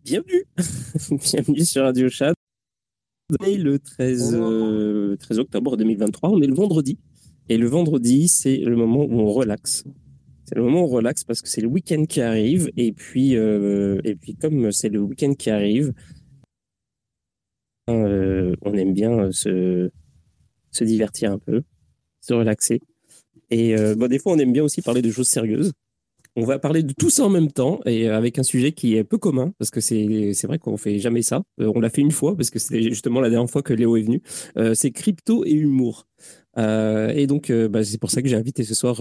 Bienvenue, bienvenue sur Radio Chat. Le 13 octobre 2023, on est le vendredi. Et le vendredi, c'est le moment où on relaxe. C'est le moment où on relaxe parce que c'est le week-end qui arrive. Et puis comme c'est le week-end qui arrive, on aime bien se divertir un peu, se relaxer. Et des fois, on aime bien aussi parler de choses sérieuses. On va parler de tout ça en même temps et avec un sujet qui est peu commun parce que c'est vrai qu'on fait jamais ça. On l'a fait une fois parce que c'était justement la dernière fois que Léo est venu. C'est crypto et humour. Et donc c'est pour ça que j'ai invité ce soir.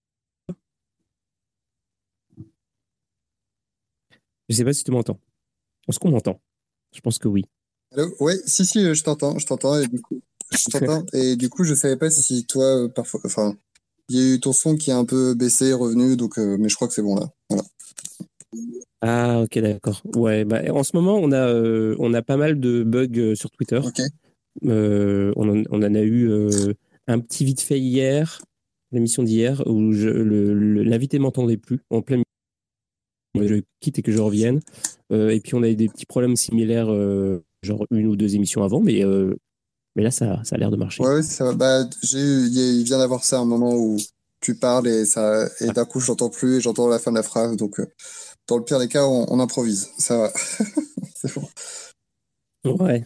Je sais pas si tu m'entends. Est-ce qu'on m'entend? Je pense que oui. Allô? Ouais, si, je t'entends, et du coup, je savais pas si toi, parfois, enfin, il y a eu ton son qui est un peu baissé, revenu, donc, mais je crois que c'est bon là. Voilà. Ah ok d'accord. Ouais en ce moment on a pas mal de bugs sur Twitter. Ok. On en a eu un petit vite fait hier, l'émission d'hier où l'invité m'entendait plus en plein je quitte et que je revienne. Et puis on a eu des petits problèmes similaires, genre une ou deux émissions avant, mais là ça a l'air de marcher. Ouais, ouais, ça va. Bah, il vient d'avoir ça un moment où tu parles et Ah, d'un coup, je t'entends plus et j'entends la fin de la phrase, donc, dans le pire des cas, on improvise. Ça va. C'est bon. ouais.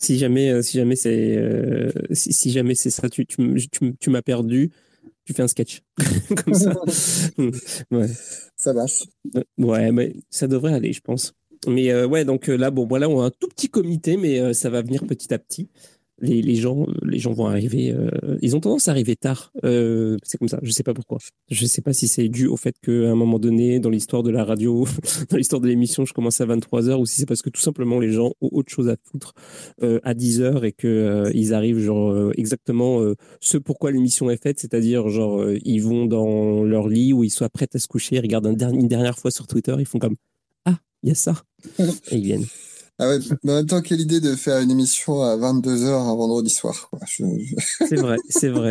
Si jamais c'est ça, tu m'as perdu, tu fais un sketch comme ça. Ouais. Ça marche. Ouais, mais ça devrait aller, je pense. Mais ouais, donc là, bon, voilà, on a un tout petit comité, mais ça va venir petit à petit. Les gens vont arriver. Ils ont tendance à arriver tard. C'est comme ça. Je sais pas pourquoi. Je sais pas si c'est dû au fait qu'à un moment donné, dans l'histoire de la radio, dans l'histoire de l'émission, je commence à 23h, ou si c'est parce que tout simplement les gens ont autre chose à foutre à 10h et que ils arrivent genre exactement ce pourquoi l'émission est faite, c'est-à-dire genre ils vont dans leur lit ou ils sont prêts à se coucher, ils regardent une dernière fois sur Twitter, ils font comme ah il y a ça et ils viennent. Ah ouais, mais en même temps, quelle idée de faire une émission à 22h un vendredi soir, quoi. C'est vrai, c'est vrai,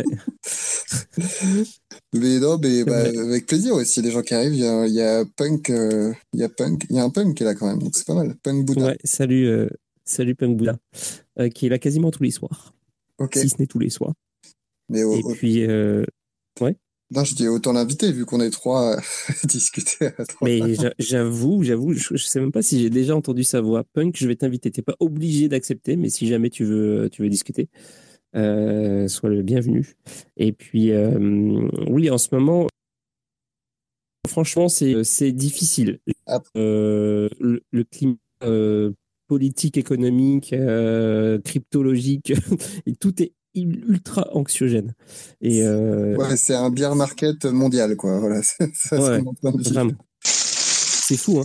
Mais non, mais c'est bah, vrai. avec plaisir aussi, les gens qui arrivent. Il y a Punk, il y a un Punk qui est là quand même, donc c'est pas mal. Punk Bouddha. Ouais, salut Punk Bouddha, qui est là quasiment tous les soirs, Ok. si ce n'est tous les soirs. Mais Et puis ouais. non, je dis autant l'inviter vu qu'on est trois à discuter à trois. Mais j'avoue, je sais même pas si j'ai déjà entendu sa voix. Punk, je vais t'inviter. T'es pas obligé d'accepter, mais si jamais tu veux discuter, sois le bienvenu. Et puis, oui, en ce moment, franchement, c'est difficile. Après, Le climat politique, économique, cryptologique, et tout est ultra anxiogène. Et ouais, c'est un beer market mondial, quoi. Voilà, c'est ce qu'on ouais, est en train de vivre. vraiment. C'est fou, hein.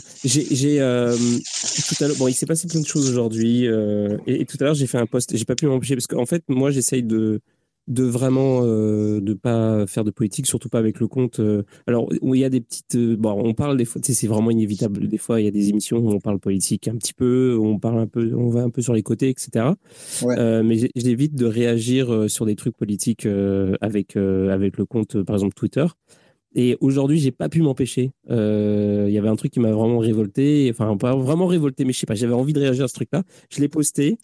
Tout à l'heure, bon, il s'est passé plein de choses aujourd'hui, et tout à l'heure j'ai fait un post. J'ai pas pu m'empêcher parce qu'en fait, moi, j'essaye de vraiment de pas faire de politique, surtout pas avec le compte. Alors, où il y a des petites, bon, on parle des fois, tu sais, c'est vraiment inévitable. Des fois, il y a des émissions où on parle politique un petit peu, où on parle un peu, on va un peu sur les côtés, etc. Ouais. Mais j'évite de réagir sur des trucs politiques avec le compte, par exemple Twitter. Et aujourd'hui, j'ai pas pu m'empêcher. Il y avait un truc qui m'a vraiment révolté, enfin pas vraiment révolté, mais je sais pas, j'avais envie de réagir à ce truc-là. Je l'ai posté,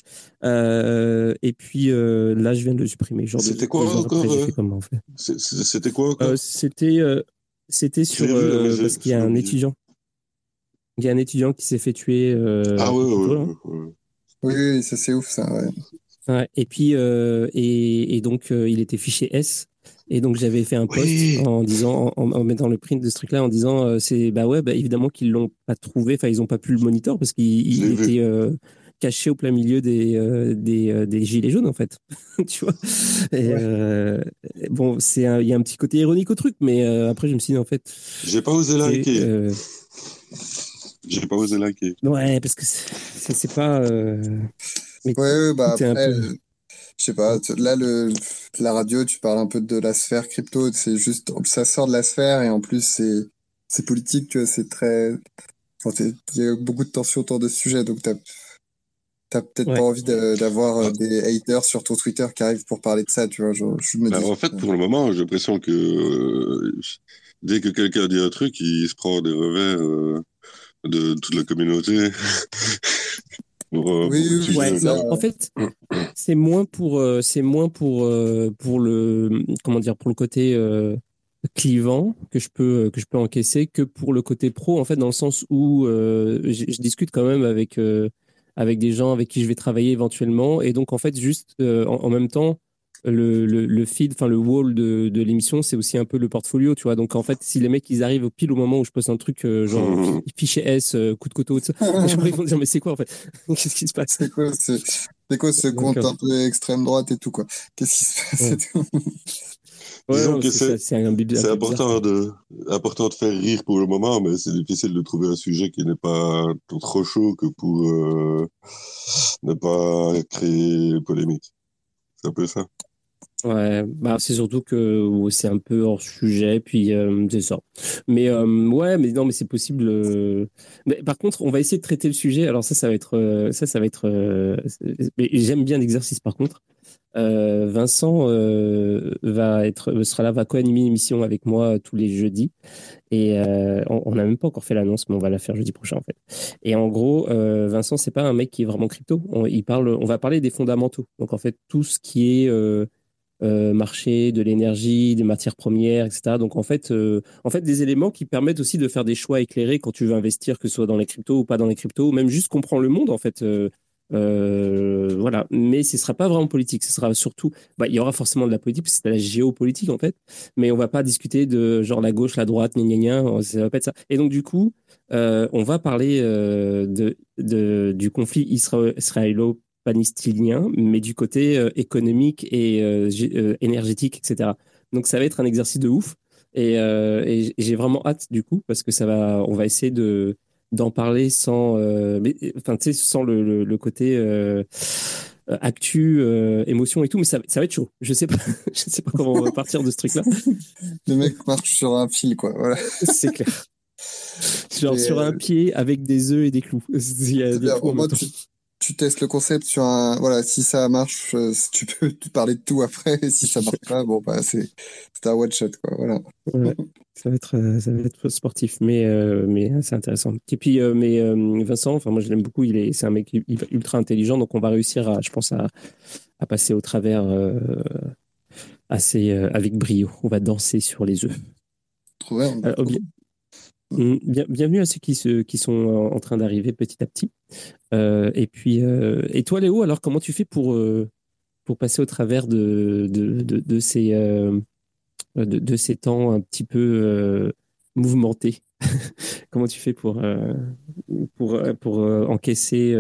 et puis là, je viens de le supprimer. Genre C'était deux quoi heures après, encore j'ai fait comment on fait. C'était quoi Euh, encore? c'était euh, c'était J'ai sur vu, mais parce qu'il y a j'ai un oublié. étudiant, il y a un étudiant qui s'est fait tuer Ah un ouais, coup de ouais, couteau là. ouais, ouais. Oui, oui, ça c'est ouf, ça. Ouais. Ouais, et puis et donc il était fiché S. Et donc j'avais fait un post Oui, en disant, en mettant le print de ce truc-là, en disant c'est bah ouais, bah évidemment qu'ils l'ont pas trouvé, enfin ils ont pas pu le monitor parce qu'il je l'ai il vu. était caché au plein milieu des gilets jaunes en fait, tu vois. Et Ouais. bon, il y a un petit côté ironique au truc, mais après je me suis dit en fait, J'ai pas osé tu sais, liker. J'ai pas osé liker. ouais parce que c'est pas, mais Ouais, ouais, bah tout est un après, peu, je sais pas, là, la radio, tu parles un peu de la sphère crypto, c'est juste, ça sort de la sphère et en plus, c'est politique, tu vois, c'est très, enfin, il y a beaucoup de tensions autour de ce sujet, donc t'as peut-être pas ouais. envie d'avoir Bah, des haters sur ton Twitter qui arrivent pour parler de ça, tu vois, je me en dis. fait, pour le moment, j'ai l'impression que dès que quelqu'un dit un truc, il se prend des revers de toute la communauté. Oui, beaucoup de oui, Ouais, c'est sujets. ça. non, en fait, pour le, comment dire, pour le côté clivant que je peux encaisser que pour le côté pro, en fait, dans le sens où je discute quand même avec des gens avec qui je vais travailler éventuellement. Et donc, en fait, juste en même temps, le feed, enfin, le wall de l'émission, c'est aussi un peu le portfolio, tu vois. Donc, en fait, si les mecs, ils arrivent au pile au moment où je poste un truc, genre fichier S, coup de couteau, tout ça, genre, ils vont dire, mais c'est quoi, en fait? Qu'est-ce qui se passe? C'est quoi ce Donc, compte un peu extrême droite et tout, quoi? Qu'est-ce qui se passe et ouais. tout? Ouais, Disons non, que c'est un c'est peu bizarre, quoi. important de faire rire pour le moment, mais c'est difficile de trouver un sujet qui n'est pas trop chaud que pour ne pas créer polémique. C'est un peu ça. Ouais, bah c'est surtout que c'est un peu hors sujet, puis c'est ça. Mais ouais, mais non, mais c'est possible. Mais par contre, on va essayer de traiter le sujet. Alors ça va être, ça va être. Mais j'aime bien l'exercice. Par contre, Vincent sera là, va co-animer une émission avec moi tous les jeudis. Et on n'a même pas encore fait l'annonce, mais on va la faire jeudi prochain en fait. Et en gros, Vincent, c'est pas un mec qui est vraiment crypto. On va parler des fondamentaux. Donc en fait, tout ce qui est marché de l'énergie, des matières premières, etc. Donc en fait, des éléments qui permettent aussi de faire des choix éclairés quand tu veux investir, que ce soit dans les cryptos ou pas dans les cryptos, ou même juste comprendre le monde en fait. Voilà, mais ce sera pas vraiment politique. Ce sera surtout, bah, il y aura forcément de la politique, parce que c'est de la géopolitique en fait, mais on va pas discuter de genre la gauche, la droite, gna gna gna, ça va pas être ça. Et donc du coup, on va parler du conflit israélo-palestinien, mais du côté économique et énergétique, etc. Donc ça va être un exercice de ouf. Et j'ai vraiment hâte du coup parce que on va essayer d'en parler sans, enfin tu sais, sans le côté actu, émotion et tout, mais ça va être chaud. Je sais pas, je sais pas comment on va partir de ce truc-là. Le mec marche sur un fil, quoi. Voilà. C'est clair. Genre Et sur un pied avec des œufs et des clous. Il y a c'est-à-dire, tout au en même moins, temps. tu testes le concept sur un. Voilà, si ça marche, tu peux te parler de tout après. Et si ça marche pas, bon, bah, c'est un one shot, quoi. Voilà. Ouais, ça va être sportif, mais c'est intéressant. Et puis, Vincent, enfin, moi, je l'aime beaucoup. C'est un mec ultra intelligent, donc on va réussir je pense, à passer au travers assez avec brio. On va danser sur les œufs. Trouver. Alors, bienvenue à ceux qui sont en train d'arriver petit à petit. Et puis, et toi, Léo, alors, comment tu fais pour passer au travers de ces temps un petit peu mouvementés? Comment tu fais pour encaisser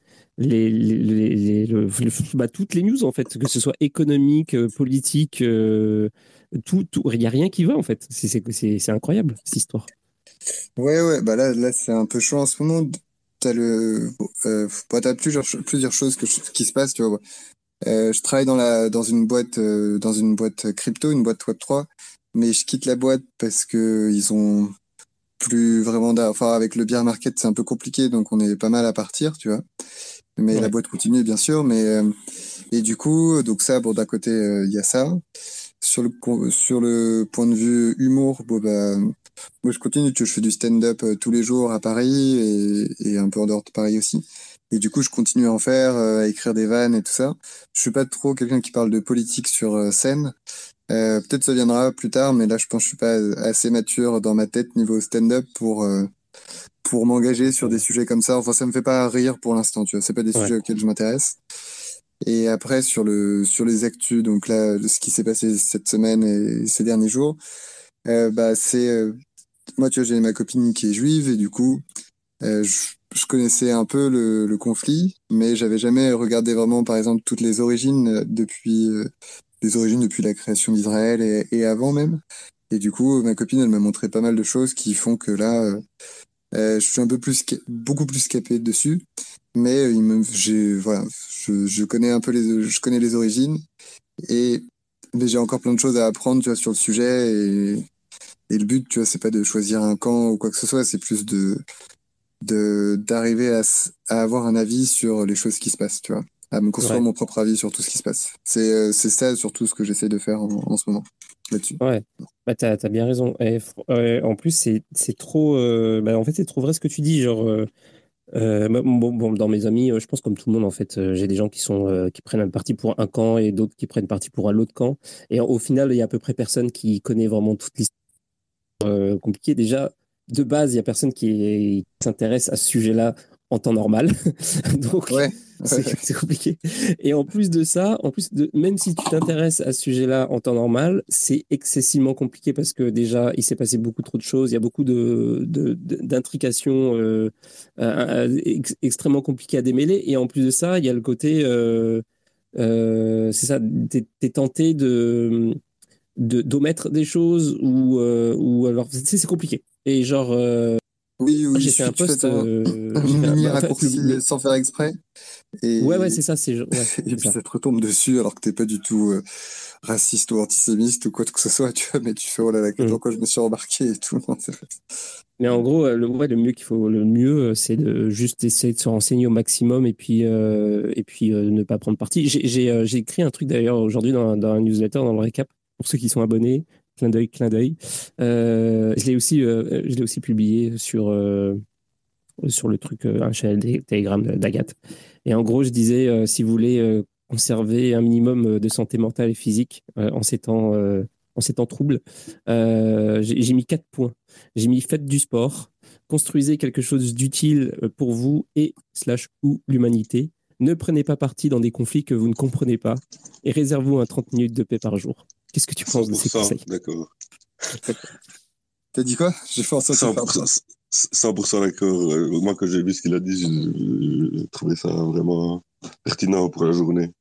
bah, toutes les news, en fait, que ce soit économique, politique, tout, il n'y a rien qui va, en fait. C'est incroyable, cette histoire. Ouais, ouais, bah là c'est un peu chaud en ce moment. T'as plusieurs choses qui se passent, tu vois. Je travaille dans une boîte crypto, une boîte Web3, mais je quitte la boîte parce que ils ont plus vraiment enfin, avec le bear market, c'est un peu compliqué, donc on est pas mal à partir, tu vois. Mais la Ouais, boîte continue, bien sûr, et du coup, donc ça, bon, d'un côté, il y a ça. Sur le point de vue humour, bon, bah, moi, je continue, tu vois, je fais du stand-up tous les jours à Paris et un peu en dehors de Paris aussi. Et du coup, je continue à en faire, à écrire des vannes et tout ça. Je suis pas trop quelqu'un qui parle de politique sur scène. Peut-être ça viendra plus tard, mais là, je pense que je suis pas assez mature dans ma tête niveau stand-up pour m'engager sur des sujets comme ça. Enfin, ça me fait pas rire pour l'instant, tu vois. C'est pas des ouais, sujets auxquels je m'intéresse. Et après, sur les actus, donc là, ce qui s'est passé cette semaine et ces derniers jours, bah, moi, tu vois, j'ai ma copine qui est juive et du coup, je connaissais un peu le conflit, mais j'avais jamais regardé vraiment, par exemple, toutes les origines depuis la création d'Israël et avant même. Et du coup, ma copine, elle m'a montré pas mal de choses qui font que là, je suis un peu beaucoup plus capé dessus. Mais voilà, je connais un peu je connais les origines et mais j'ai encore plein de choses à apprendre, tu vois, sur le sujet et le but, tu vois, c'est pas de choisir un camp ou quoi que ce soit, c'est plus d'arriver à avoir un avis sur les choses qui se passent, tu vois, à me construire ouais, mon propre avis sur tout ce qui se passe. C'est ça surtout ce que j'essaie de faire en ce moment là-dessus. ouais. Bah, t'as bien raison. En plus, c'est trop. Bah, en fait, c'est trop vrai ce que tu dis. Genre, Bon, dans mes amis, je pense comme tout le monde en fait, j'ai des gens qui prennent un parti pour un camp et d'autres qui prennent parti pour un autre camp. Et au final, il y a à peu près personne qui connaît vraiment toute l'histoire compliquée. Déjà, de base, il y a personne qui s'intéresse à ce sujet-là en temps normal, donc Ouais, c'est ouais, c'est compliqué. Et en plus de ça, même si tu t'intéresses à ce sujet-là en temps normal, c'est excessivement compliqué parce que déjà, il s'est passé beaucoup trop de choses. Il y a beaucoup d'intrications extrêmement compliquées à démêler. Et en plus de ça, il y a le côté, c'est ça, t'es tenté d'omettre des choses ou alors, c'est compliqué. Et genre, oui, oui, j'ai fait un tu fais post, un mini en fait, raccourci sans faire exprès. ouais, Et, c'est ça, et c'est puis ça. ça te retombe dessus alors que t'es pas du tout raciste ou antisémite ou quoi que ce soit, tu vois, mais tu fais, oh là là, dans Mm. quoi je me suis embarqué et tout. Non, Mais en gros, le mieux, c'est de juste essayer de se renseigner au maximum et puis ne pas prendre parti. J'ai écrit un truc d'ailleurs aujourd'hui dans un newsletter, dans le récap, pour ceux qui sont abonnés. Clin d'œil, clin d'œil. Je l'ai aussi publié sur le truc, un channel Telegram d'Agathe. Et en gros, je disais, si vous voulez conserver un minimum de santé mentale et physique en ces temps troubles, j'ai mis 4 points. J'ai mis faites du sport, construisez quelque chose d'utile pour vous et slash ou l'humanité. Ne prenez pas parti dans des conflits que vous ne comprenez pas et réservez-vous un 30 minutes de paix par jour. Qu'est-ce que tu penses de ces 100%, conseils? d'accord. t'as dit quoi? J'ai fait en sorte de faire. 100%, 100% d'accord. Moi, quand j'ai vu ce qu'il a dit, j'ai trouvé ça vraiment pertinent pour la journée.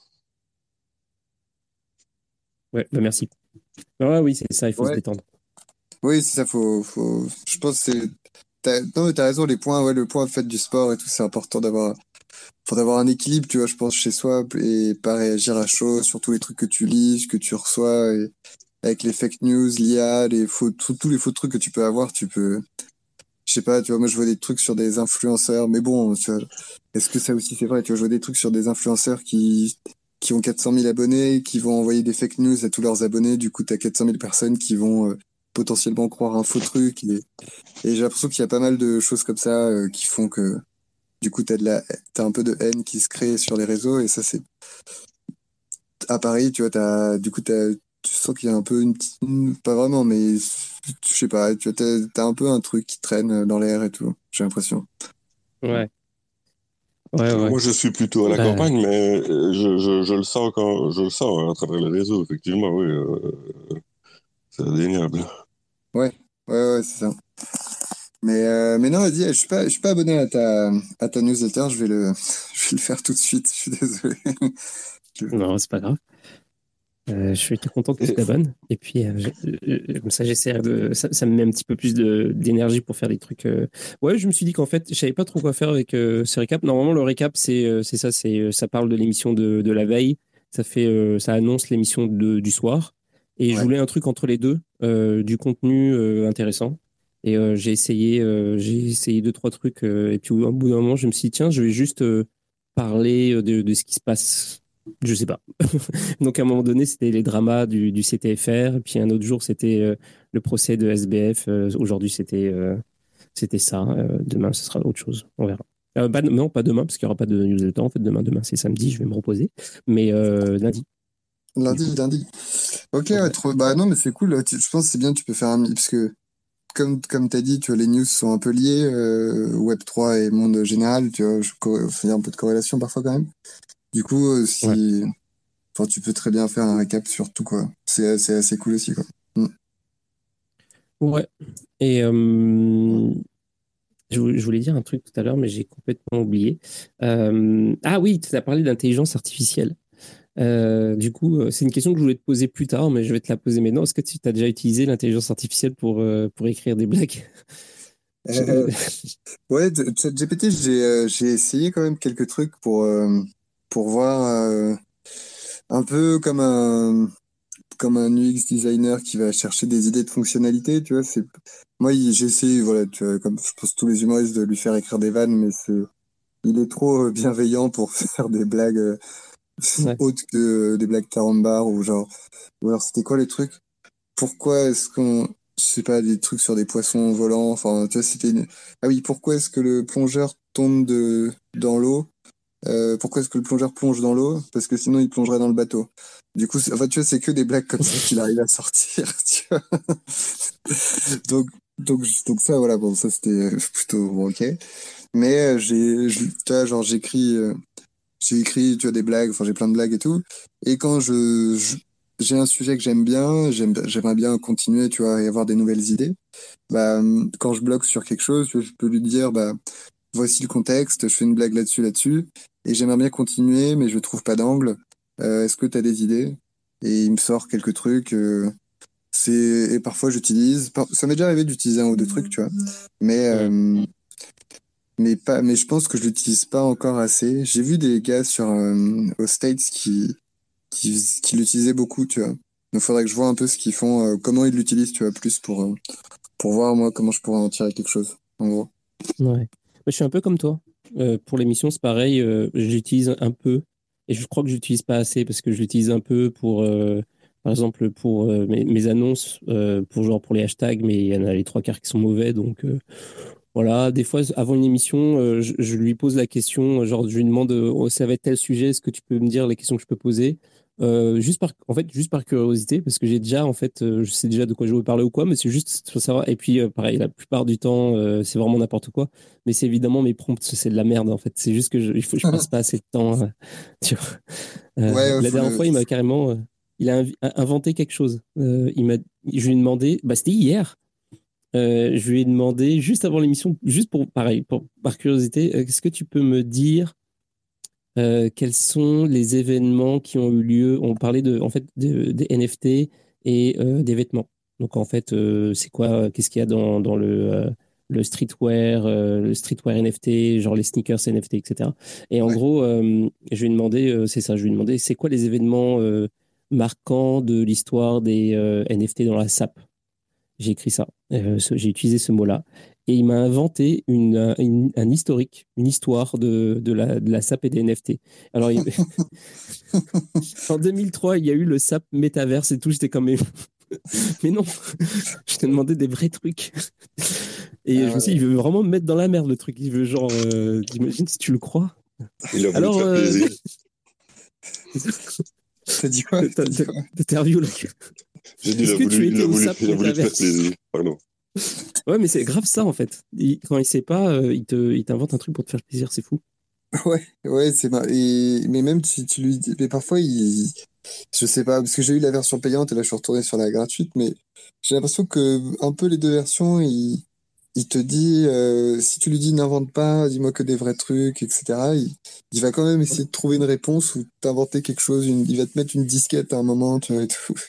Ouais, bah merci. Ah ouais, oui, c'est ça, il faut se Ouais, détendre. oui, c'est ça, je pense que non, mais t'as raison, les points, ouais, le point fait du sport et tout, c'est important faut d'avoir un équilibre, tu vois, je pense, chez soi et pas réagir à chaud sur tous les trucs que tu lis, ce que tu reçois, et avec les fake news, l'IA, tous les faux trucs que tu peux avoir, je sais pas, tu vois, moi je vois des trucs sur des influenceurs, mais bon, tu vois, est-ce que ça aussi c'est vrai? Tu vois, je vois des trucs sur des influenceurs qui ont 400 000 abonnés, qui vont envoyer des fake news à tous leurs abonnés, du coup t'as 400 000 personnes qui vont potentiellement croire un faux truc, et j'ai l'impression qu'il y a pas mal de choses comme ça qui font que du coup t'as un peu de haine qui se crée sur les réseaux, et ça c'est à Paris, tu vois, tu sens qu'il y a un peu pas vraiment, mais je sais pas, tu vois, t'as un peu un truc qui traîne dans l'air et tout, j'ai l'impression. Ouais, ouais, Alors ouais. moi, je suis plutôt à la Bah, campagne, mais je le sens quand je le sens à travers les réseaux, effectivement, oui, c'est indéniable. Ouais, ouais, c'est ça. Mais non, vas-y, je suis pas abonné à ta newsletter, je vais le faire tout de suite, je suis désolé. non, c'est pas grave. Je suis content que tu Et, t'abonnes. Et puis, comme ça, j'essaie ça me met un petit peu plus d'énergie pour faire des trucs. Ouais, je me suis dit qu'en fait, je savais pas trop quoi faire avec ce récap. Normalement, le récap, c'est ça, ça parle de l'émission de la veille. Ça annonce l'émission du soir. Et je Ouais. voulais un truc entre les deux, du contenu intéressant. Et j'ai essayé deux, trois trucs. Et puis, au bout d'un moment, je me suis dit, tiens, je vais juste parler de ce qui se passe. Je sais pas. Donc à un moment donné, c'était les dramas du CTFR, puis un autre jour, c'était le procès de SBF. Aujourd'hui, c'était ça. Demain, ce sera autre chose. On verra. Non, pas demain, parce qu'il n'y aura pas de newsletter. En fait, demain, c'est samedi, je vais me reposer. Mais lundi, du coup. Lundi. Ok, ouais, Ouais. trop, bah non, mais c'est cool, je pense que c'est bien, tu peux faire parce que, comme t'as dit, tu vois, les news sont un peu liés, Web3 et monde général, tu vois, il y a un peu de corrélation parfois quand même. Du coup, Ouais. enfin, tu peux très bien faire un récap sur tout, quoi. C'est assez cool aussi, quoi. Mm. Ouais. Et je voulais dire un truc tout à l'heure, mais j'ai complètement oublié. Ah oui, tu as parlé d'intelligence artificielle. Du coup, c'est une question que je voulais te poser plus tard, mais je vais te la poser maintenant. Est-ce que tu as déjà utilisé l'intelligence artificielle pour écrire des blagues? Euh, ouais, ChatGPT, j'ai essayé quand même quelques trucs pour voir, un peu comme un UX designer qui va chercher des idées de fonctionnalité, tu vois, moi, j'ai essayé, voilà, tu vois, comme je pense tous les humoristes, de lui faire écrire des vannes, mais il est trop bienveillant pour faire des blagues Ouais. autres que des blagues carambar ou alors c'était quoi les trucs? Pourquoi est-ce je sais pas, des trucs sur des poissons volants, enfin, tu vois, ah oui, pourquoi est-ce que le plongeur tombe dans l'eau, pourquoi est-ce que le plongeur plonge dans l'eau? Parce que sinon il plongerait dans le bateau. Du coup, en fait, tu vois, c'est que des blagues comme ça qu'il arrive à sortir, tu vois. Donc, donc ça, voilà, bon, ça c'était plutôt bon, ok. Mais tu vois, genre j'ai écrit, tu vois, des blagues, enfin j'ai plein de blagues et tout. Et quand j'ai un sujet que j'aime bien, j'aimerais bien continuer, tu vois, et avoir des nouvelles idées. Bah, quand je bloque sur quelque chose, tu vois, je peux lui dire, bah, voici le contexte, je fais une blague là-dessus, et j'aimerais bien continuer, mais je trouve pas d'angle. Est-ce que tu as des idées? Et il me sort quelques trucs. Et parfois j'utilise. Ça m'est déjà arrivé d'utiliser un ou deux trucs, tu vois. Mais, Mm. mais je pense que je l'utilise pas encore assez. J'ai vu des gars aux States qui l'utilisaient beaucoup, tu vois. Donc faudrait que je vois un peu ce qu'ils font, comment ils l'utilisent, tu vois, plus pour voir moi comment je pourrais en tirer quelque chose, en gros. Ouais. Je suis un peu comme toi. Pour l'émission, c'est pareil. J'utilise un peu. Et je crois que j'utilise pas assez parce que je l'utilise un peu pour, par exemple, pour mes annonces, pour les hashtags, mais il y en a les trois quarts qui sont mauvais. Donc, voilà. Des fois, avant une émission, je lui pose la question, genre, je lui demande, oh, ça va être tel sujet, est-ce que tu peux me dire les questions que je peux poser? Juste par curiosité, parce que j'ai déjà, en fait, je sais déjà de quoi je veux parler ou quoi, mais c'est juste pour savoir. Et puis, pareil, la plupart du temps, c'est vraiment n'importe quoi. Mais c'est évidemment mes prompts, c'est de la merde, en fait. C'est juste que je passe pas assez de temps, tu vois. Ouais, La dernière fois, il m'a carrément, il a inventé quelque chose. Je lui ai demandé, bah, c'était hier. Je lui ai demandé juste avant l'émission, juste pour, pareil, par curiosité, est-ce que tu peux me dire quels sont les événements qui ont eu lieu? On parlait en fait, des NFT et des vêtements. Donc, en fait, c'est quoi, qu'est-ce qu'il y a dans le streetwear NFT, genre les sneakers NFT, etc. Et en ouais. gros, je lui ai demandé, c'est ça, je lui ai demandé, c'est quoi les événements marquants de l'histoire des NFT dans la SAP? J'ai écrit ça, j'ai utilisé ce mot-là. Et il m'a inventé un historique, une histoire de la SAP et des NFT. Alors, en 2003, il y a eu le SAP Metaverse et tout. J'étais comme, mais non, je t'ai demandé des vrais trucs. Et Ah je me suis dit, ouais. il veut vraiment me mettre dans la merde, le truc. Il veut genre, t'imagines si tu le crois. Il a voulu te Alors, faire plaisir. T'as dit quoi? T'as dit quoi? t'interview là. J'ai dit, Est-ce que tu étais au SAP il a voulu te faire Metaverse? plaisir. Pardon. Ouais, mais c'est grave ça, en fait. Quand il sait pas, il t'invente un truc pour te faire plaisir, c'est fou. Ouais, ouais, mais même si tu lui dis, mais parfois je sais pas, parce que j'ai eu la version payante et là je suis retourné sur la gratuite, mais j'ai l'impression que un peu les deux versions, il te dit, si tu lui dis n'invente pas, dis-moi que des vrais trucs, etc. Il va quand même essayer de trouver une réponse ou t'inventer quelque chose, il va te mettre une disquette à un moment, tu vois, et tout.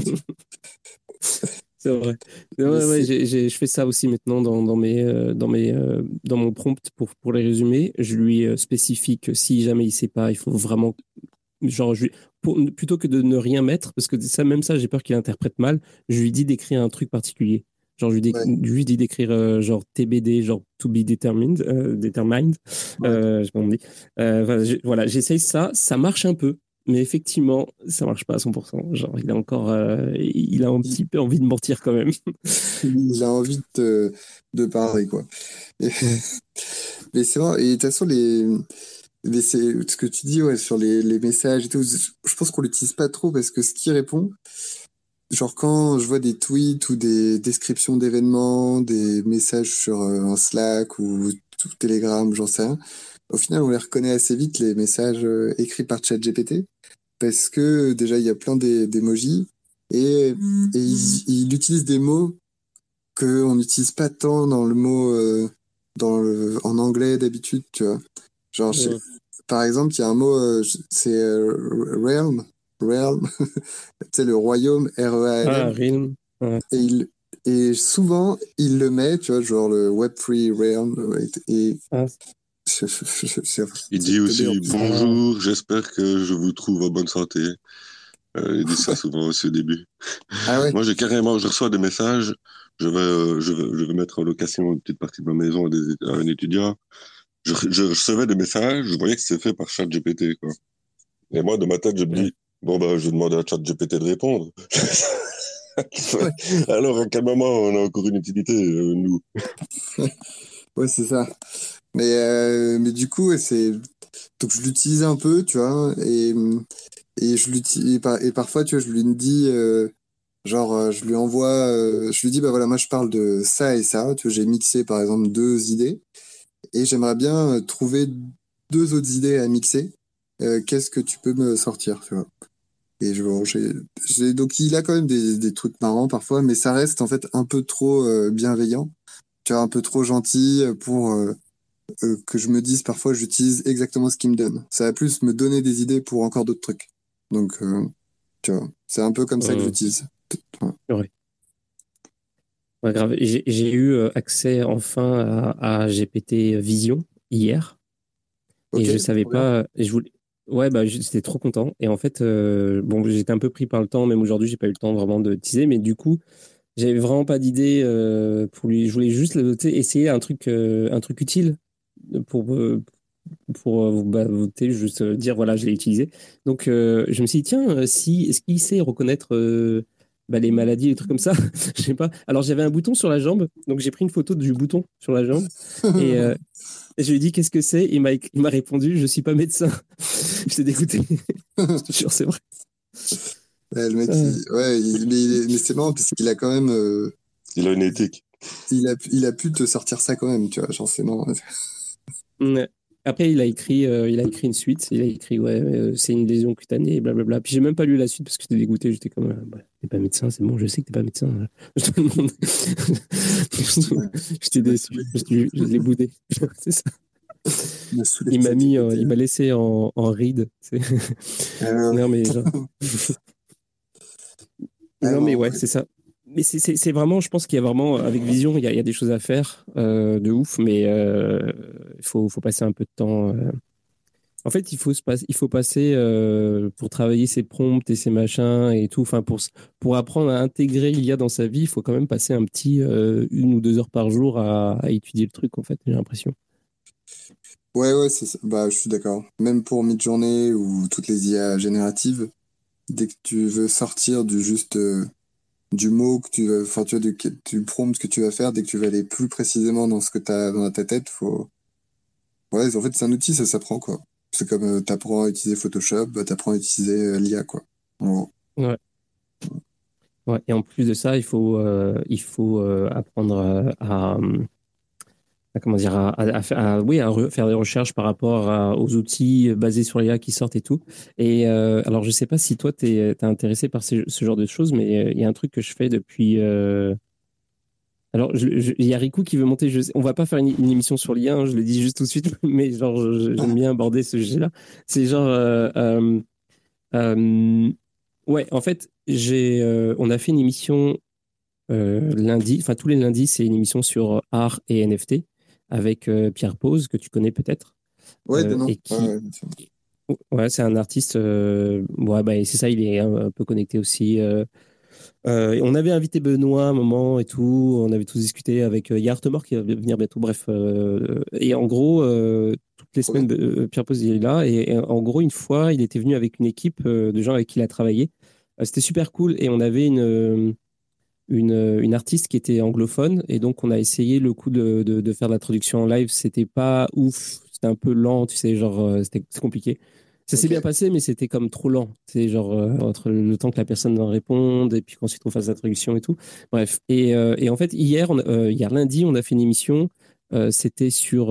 C'est vrai. Mais Ouais, ouais, c'est, je fais ça aussi maintenant dans mon prompt pour les résumer. Je lui spécifie que si jamais il sait pas, il faut vraiment, genre, plutôt que de ne rien mettre, parce que ça, même ça, j'ai peur qu'il interprète mal, je lui dis d'écrire un truc particulier. Genre, ouais, je lui dis d'écrire genre TBD, genre to be determined. ouais. Je sais pas comment on dit. Voilà, j'essaye ça, ça marche un peu. Mais effectivement, ça marche pas à 100%. Genre, il a un Il, petit peu envie de mentir quand même. il a envie de parler, quoi. Et- Ouais. mais c'est vrai, et de toute façon, mais c'est ce que tu dis, ouais, sur les messages et tout. Je pense qu'on l'utilise pas trop parce que ce qui répond, genre quand je vois des tweets ou des descriptions d'événements, des messages sur un Slack ou Telegram, j'en sais rien, au final, on les reconnaît assez vite, les messages écrits par ChatGPT, parce que déjà, il y a plein d'émojis et, il utilise des mots qu'on n'utilise pas tant dans le mot, en anglais d'habitude, tu vois. Genre, Ouais. par exemple, il y a un mot, c'est realm, tu sais, le royaume, Ah, R-E-A-L-M, Realm. Ouais. et, et souvent, il le met, tu vois, genre le Web3 realm, et Ah, Il c'est dit teubé en aussi plus. ah, bonjour, j'espère que je vous trouve en bonne santé. Il dit ça souvent aussi au début. Ah ouais, Moi, je reçois des messages. Je vais mettre en location une petite partie de ma maison à un étudiant. Je recevais des messages, je voyais que c'est fait par ChatGPT, quoi. Et moi, de ma tête, je me ouais. dis, bon, bah, je vais demander à ChatGPT de répondre. ouais, Alors, à quel moment on a encore une utilité, nous? ouais, c'est ça. Mais du coup, donc je l'utilise un peu, tu vois, et je l'utilise, et parfois, tu vois, je lui dis, je lui envoie, je lui dis, bah voilà, moi je parle de ça et ça, tu vois, j'ai mixé par exemple deux idées, et j'aimerais bien trouver deux autres idées à mixer. Qu'est-ce que tu peux me sortir, tu vois? Et bon, donc il a quand même des trucs marrants parfois, mais ça reste en fait un peu trop bienveillant, tu vois, un peu trop gentil pour que je me dise parfois j'utilise exactement ce qu'il me donne. Ça va plus me donner des idées pour encore d'autres trucs. Donc, tu vois, c'est un peu comme ça que Hum, j'utilise. Ouais. ouais. Ouais, grave. J'ai eu accès enfin à GPT Vision hier et Ok, je savais trop bien. pas. Et je voulais. Ouais, bah j'étais trop content. Et en fait, bon, j'étais un peu pris par le temps. Même aujourd'hui, j'ai pas eu le temps vraiment de teaser. Mais du coup, j'avais vraiment pas d'idée pour lui. Je voulais juste essayer un truc utile pour bah, juste dire voilà, je l'ai utilisé. Donc, je me suis dit tiens, si est-ce qu'il sait reconnaître bah, les maladies, les trucs comme ça. Je sais pas. Alors j'avais un bouton sur la jambe, donc j'ai pris une photo du bouton sur la jambe et, et je lui ai dit qu'est-ce que c'est. Il m'a répondu je suis pas médecin. J'étais dégoûté. Je te jure, c'est vrai. Ouais, le mec, Euh, ouais, mais c'est marrant parce qu'il a quand même, Il a une éthique. il a pu te sortir ça quand même, tu vois, genre c'est marrant. ouais. Après, il a écrit une suite. Il a écrit, ouais, c'est une lésion cutanée, blablabla. Puis j'ai même pas lu la suite parce que j'étais dégoûté. J'étais comme, bah, t'es pas médecin, c'est bon, je sais que t'es pas médecin. Je te demande. Ouais, J'étais tu m'as déçu. saoulé. Je l'ai boudé. C'est ça. Tu m'as saoulé avec ChatGPT. Il m'a laissé en ride. Alors, Non, mais genre. Non, mais alors, ouais, c'est ça. Mais c'est vraiment, je pense qu'il y a vraiment, avec Vision, il y a des choses à faire de ouf, mais faut passer un peu de temps. En fait, il faut passer pour travailler ses prompts et ses machins et tout. Enfin, pour apprendre à intégrer l'IA dans sa vie, il faut quand même passer un petit 1 ou 2 heures par jour à étudier le truc, en fait, j'ai l'impression. ouais, c'est ça. Bah, je suis d'accord. Même pour Midjourney ou toutes les IA génératives, dès que tu veux sortir du mot que tu veux, enfin, tu vois, du prompt que tu vas faire, dès que tu vas aller plus précisément dans ce que tu as dans ta tête, ouais, en fait, c'est un outil, ça s'apprend, quoi. C'est comme t'apprends à utiliser Photoshop, bah, t'apprends à utiliser l'IA, quoi. En gros. Ouais. Ouais. Et en plus de ça, il faut apprendre comment dire, oui, faire des recherches par rapport aux outils basés sur l'IA qui sortent et tout. Et alors, je sais pas si toi, t'es intéressé par ce genre de choses, mais il y a un truc que je fais depuis. Alors, il y a Riku qui veut monter. On va pas faire une émission sur l'IA, hein, je le dis juste tout de suite, mais genre, j'aime bien aborder ce sujet-là. C'est genre, euh, ouais, en fait, on a fait une émission lundi, enfin tous les lundis, c'est une émission sur art et NFT avec Pierre Pose, que tu connais peut-être, Ouais, de nom. et Ouais, qui, ouais, bien sûr. ouais, c'est un artiste, ouais, bah, c'est ça, il est un peu connecté aussi. Et on avait invité Benoît un moment et tout, on avait tous discuté avec, il y a Artemore qui va venir bientôt, bref. Et en gros, toutes les Trop bien. semaines, Pierre Pose il est là, et en gros, une fois, il était venu avec une équipe de gens avec qui il a travaillé. C'était super cool, et on avait une artiste qui était anglophone et donc on a essayé le coup de faire de la traduction en live. C'était pas ouf, c'était un peu lent, tu sais, genre c'était compliqué. Ça s'est Ok. bien passé, mais c'était comme trop lent. C'est genre entre le temps que la personne en réponde et puis qu'ensuite on fasse la traduction et tout. Bref. Et en fait, hier lundi, on a fait une émission. C'était sur,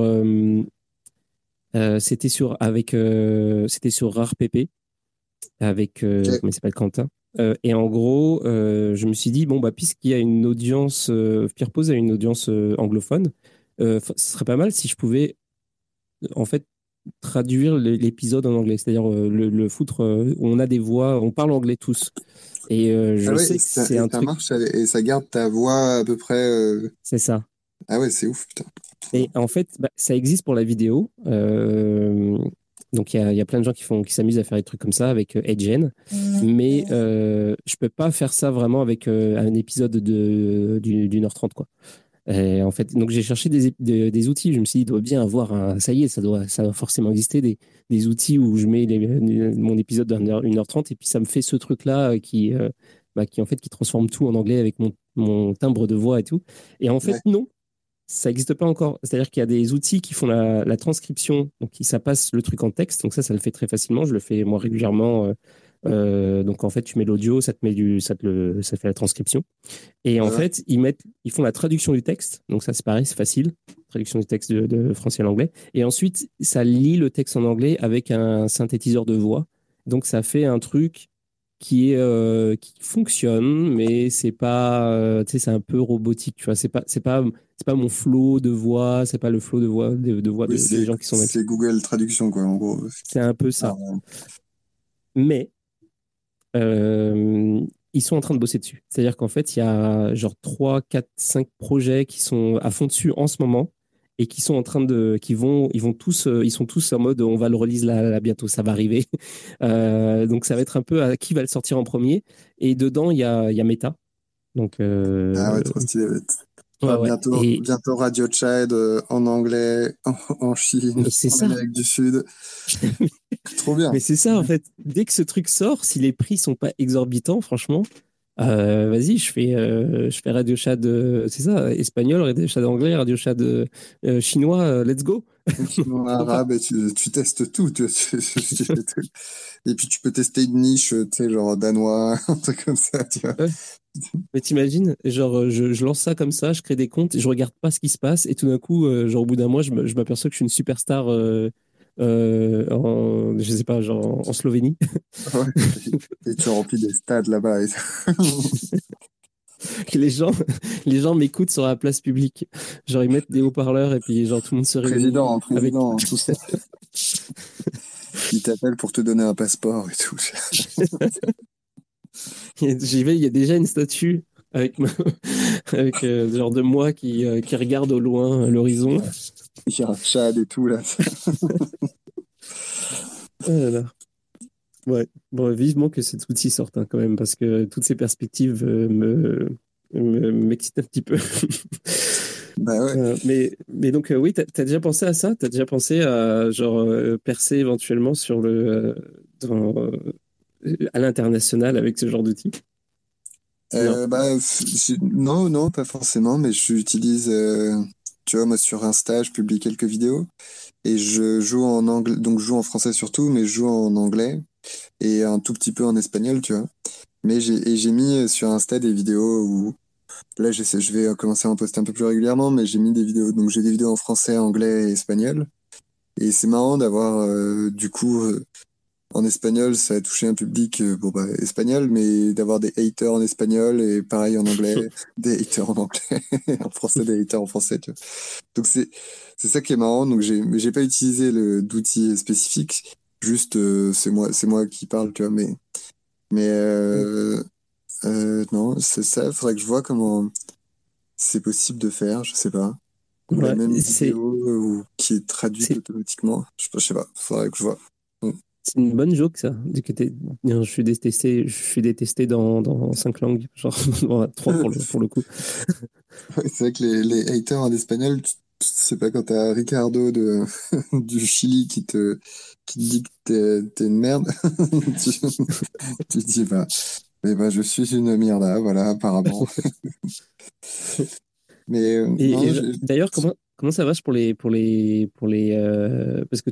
c'était sur Rare PP avec, Ok. comment il s'appelle, Quentin. Et en gros, je me suis dit, bon, bah, puisqu'il y a une audience, Pierre Pose a une audience anglophone, ce serait pas mal si je pouvais, en fait, traduire l'épisode en anglais. C'est-à-dire le foutre, on a des voix, on parle anglais tous. Et Ah je ouais, sais que c'est et un ça truc, marche, et ça garde ta voix à peu près. c'est ça. Ah ouais, c'est ouf, putain. Trop Et bien. en fait, bah, ça existe pour la vidéo. Donc, il y a plein de gens qui s'amusent à faire des trucs comme ça avec HN. Mais je peux pas faire ça vraiment avec un épisode d'1h30, quoi. Et en fait, donc j'ai cherché des outils. Je me suis dit, il doit bien avoir ça y est, ça doit forcément exister des outils où je mets mon épisode d'1h30 et puis ça me fait ce truc-là qui en fait qui transforme tout en anglais avec mon timbre de voix et tout. Et en fait, Ouais. non. Ça n'existe pas encore. C'est-à-dire qu'il y a des outils qui font la transcription, donc ça passe le truc en texte. Donc ça le fait très facilement. Je le fais moi régulièrement. Donc en fait, tu mets l'audio, ça te met ça te fait la transcription. Et en Ouais. fait, ils font la traduction du texte. Donc ça, c'est pareil, c'est facile. Traduction du texte de français à l'anglais. Et ensuite, ça lit le texte en anglais avec un synthétiseur de voix. Donc ça fait un truc qui fonctionne, mais c'est pas, tu sais, c'est un peu robotique. Tu vois, c'est pas mon flow de voix, c'est pas le flow de voix Oui, des gens qui sont c'est Google Traduction, quoi, en gros. c'est un peu Ah, ça. Mais euh, ils sont en train de bosser dessus. C'est-à-dire qu'en fait, il y a genre 3, 4, 5 projets qui sont à fond dessus en ce moment et qui sont en train de, ils vont tous, ils sont tous en mode on va le release là bientôt, ça va arriver. Donc ça va être un peu à qui va le sortir en premier. Et dedans, il y a Meta. Donc, ah ouais, trop stylé. Ouais. ouais, Ah, ouais. bientôt Radio Child en anglais, en Chine, Mais c'est en ça. Amérique du Sud. Trop bien. Mais c'est ça, en fait. Dès que ce truc sort, si les prix sont pas exorbitants, franchement, vas-y, je fais Radio Chat c'est ça, espagnol, Radio Chat anglais, Radio Chat chinois, let's go. Chinois, Pourquoi pas? arabe, et tu testes tout. Tu fais tout. Et puis tu peux tester une niche, tu sais, genre danois, un truc comme ça, tu vois. Ouais. Mais t'imagines, genre, je lance ça comme ça, je crée des comptes, je regarde pas ce qui se passe, et tout d'un coup, genre, au bout d'un mois, je m'aperçois que je suis une superstar je sais pas, genre, en Slovénie. Ouais. Et tu remplis des stades là-bas. Que les gens m'écoutent sur la place publique. Genre, ils mettent des haut-parleurs et puis, genre, tout le monde se réunit avec. Président, tout ça. Ils t'appellent pour te donner un passeport et tout. J'y vais, il y a déjà une statue avec, avec genre de moi qui regarde au loin l'horizon. Il y a un Tchad et tout, là. Ah là là. Ouais, bon, vivement que cet outil sorte hein, quand même, parce que toutes ces perspectives m'excitent un petit peu. Bah ouais. Mais donc, oui, t'as déjà pensé à ça? T'as déjà pensé à genre percer éventuellement sur à l'international avec ce genre d'outil? Non. Bah, non, non, pas forcément, mais j'utilise, tu vois, moi sur Insta, je publie quelques vidéos et je joue en anglais, donc je joue en français surtout, mais je joue en anglais et un tout petit peu en espagnol, tu vois. J'ai mis sur Insta des vidéos où, là, je vais commencer à en poster un peu plus régulièrement, mais j'ai mis des vidéos, donc j'ai des vidéos en français, anglais et espagnol. Et c'est marrant d'avoir, du coup, en espagnol, ça a touché un public bon, bah, espagnol, mais d'avoir des haters en espagnol et pareil en anglais, des haters en anglais, en français, des haters en français, tu vois. Donc c'est ça qui est marrant. Donc j'ai pas utilisé d'outil spécifique, juste c'est moi qui parle, tu vois. Mais non, c'est ça. Faudrait que je vois comment c'est possible de faire, je sais pas. Ou la Ouais, même vidéo qui est traduite c'est automatiquement. Je sais pas. Faudrait que je vois. Mm. c'est une bonne joke, ça. Du côté, non, je suis détesté dans 5 langues, genre dans 3 pour le coup. Ouais, c'est vrai que les haters en espagnol, tu sais pas quand t'as Ricardo du Chili qui te dit que t'es une merde, tu, tu te dis bah, eh ben, je suis une merde, voilà, apparemment. Mais non, d'ailleurs, comment ça marche pour les, parce que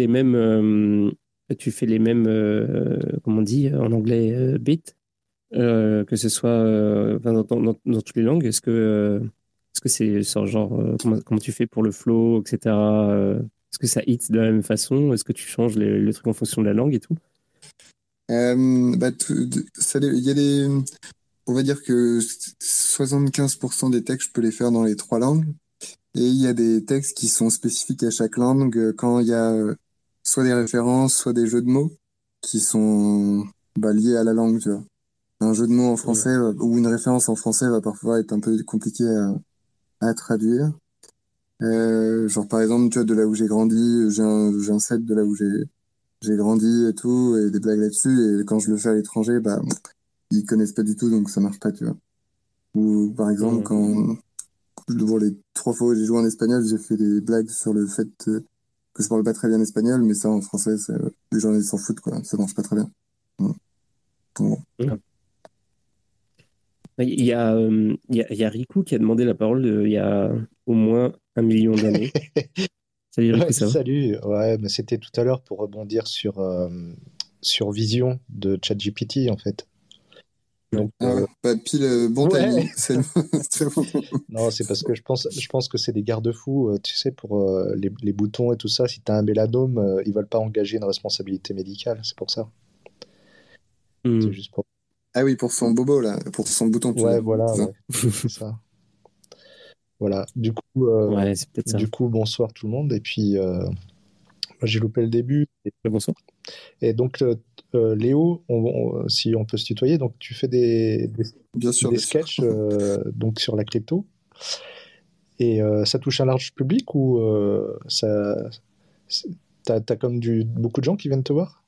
tu fais les mêmes, comment on dit en anglais, beats, que ce soit enfin, dans toutes les langues. Est-ce que c'est genre, comment tu fais pour le flow, etc. Est-ce que ça hit de la même façon? Est-ce que tu changes les trucs en fonction de la langue et tout? bah, il y a des, on va dire que 75% des textes, je peux les faire dans les trois langues. Et il y a des textes qui sont spécifiques à chaque langue quand il y a soit des références, soit des jeux de mots qui sont bah, liés à la langue, tu vois. Un jeu de mots en Ouais. français ou une référence en français va parfois être un peu compliqué à traduire. Genre par exemple, tu vois, de là où j'ai grandi, j'ai un set de là où j'ai grandi et tout, et des blagues là-dessus, et quand je le fais à l'étranger, bah ils connaissent pas du tout, donc ça marche pas, tu vois. Ou par exemple, Ouais. quand pour les 3 fois où j'ai joué en espagnol, j'ai fait des blagues sur le fait que je parle pas très bien espagnol, mais ça en français, les gens ils s'en foutent, quoi, ça marche pas très bien. Mm. Bon. Ouais. Il y a Riku qui a demandé la parole il y a au moins 1 million d'années. Salut Riku, Ouais, ça va? salut. Ouais, mais c'était tout à l'heure pour rebondir sur Vision de ChatGPT, en fait. Donc, Ah ouais, bah, pile bon ouais. timing. C'est bon. Non, c'est parce que je pense que c'est des garde-fous, tu sais, pour les boutons et tout ça. Si tu as un mélanome, ils veulent pas engager une responsabilité médicale, c'est pour ça. C'est Hmm. juste pour. Ah oui, pour son bobo, là, pour son bouton, tu veux Ouais, dire. voilà, C'est ça. ouais, c'est ça. Voilà. Ouais, c'est peut-être ça. Du coup, bonsoir tout le monde. Et puis, moi, j'ai loupé le début. Bonsoir. Et donc, Léo, si on peut se tutoyer, donc tu fais Bien sûr, des bien sûr. sketchs donc sur la crypto. Et ça touche un large public ou t'as comme beaucoup de gens qui viennent te voir?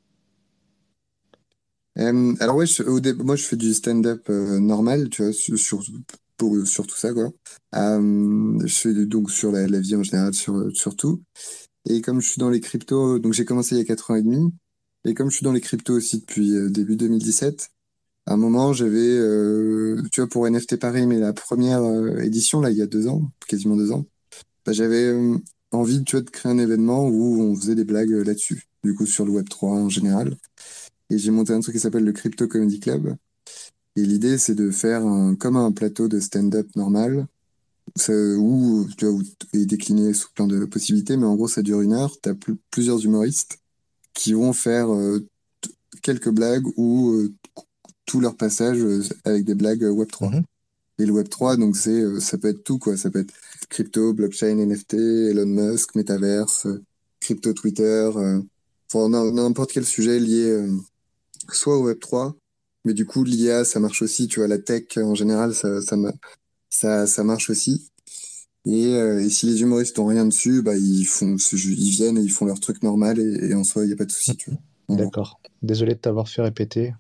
Alors ouais, moi je fais du stand-up normal, tu vois, sur tout ça, quoi. Je fais donc sur la vie en général, sur tout. Et comme je suis dans les cryptos, donc j'ai commencé il y a 4 ans et demi, et comme je suis dans les cryptos aussi depuis début 2017, à un moment j'avais, tu vois, pour NFT pareil, mais la première édition, là, il y a 2 ans, quasiment 2 ans, bah, j'avais envie, tu vois, de créer un événement où on faisait des blagues là-dessus, du coup sur le Web3 en général. Et j'ai monté un truc qui s'appelle le Crypto Comedy Club. Et l'idée, c'est de faire comme un plateau de stand-up normal, où tu vois, où est décliné sous plein de possibilités, mais en gros, ça dure 1 heure. Tu as plusieurs humoristes qui vont faire quelques blagues ou tout leur passage avec des blagues Web3. Mhm. Et le Web3, donc ça peut être tout, quoi. Ça peut être crypto, blockchain, NFT, Elon Musk, Metaverse, crypto Twitter, enfin n'importe quel sujet lié soit au Web3, mais du coup, l'IA, ça marche aussi, tu vois, la tech en général, ça marche aussi. Et si les humoristes n'ont rien dessus, bah, ils viennent et ils font leur truc normal et en soi, il n'y a pas de souci, tu vois. Voilà. D'accord. Désolé de t'avoir fait répéter.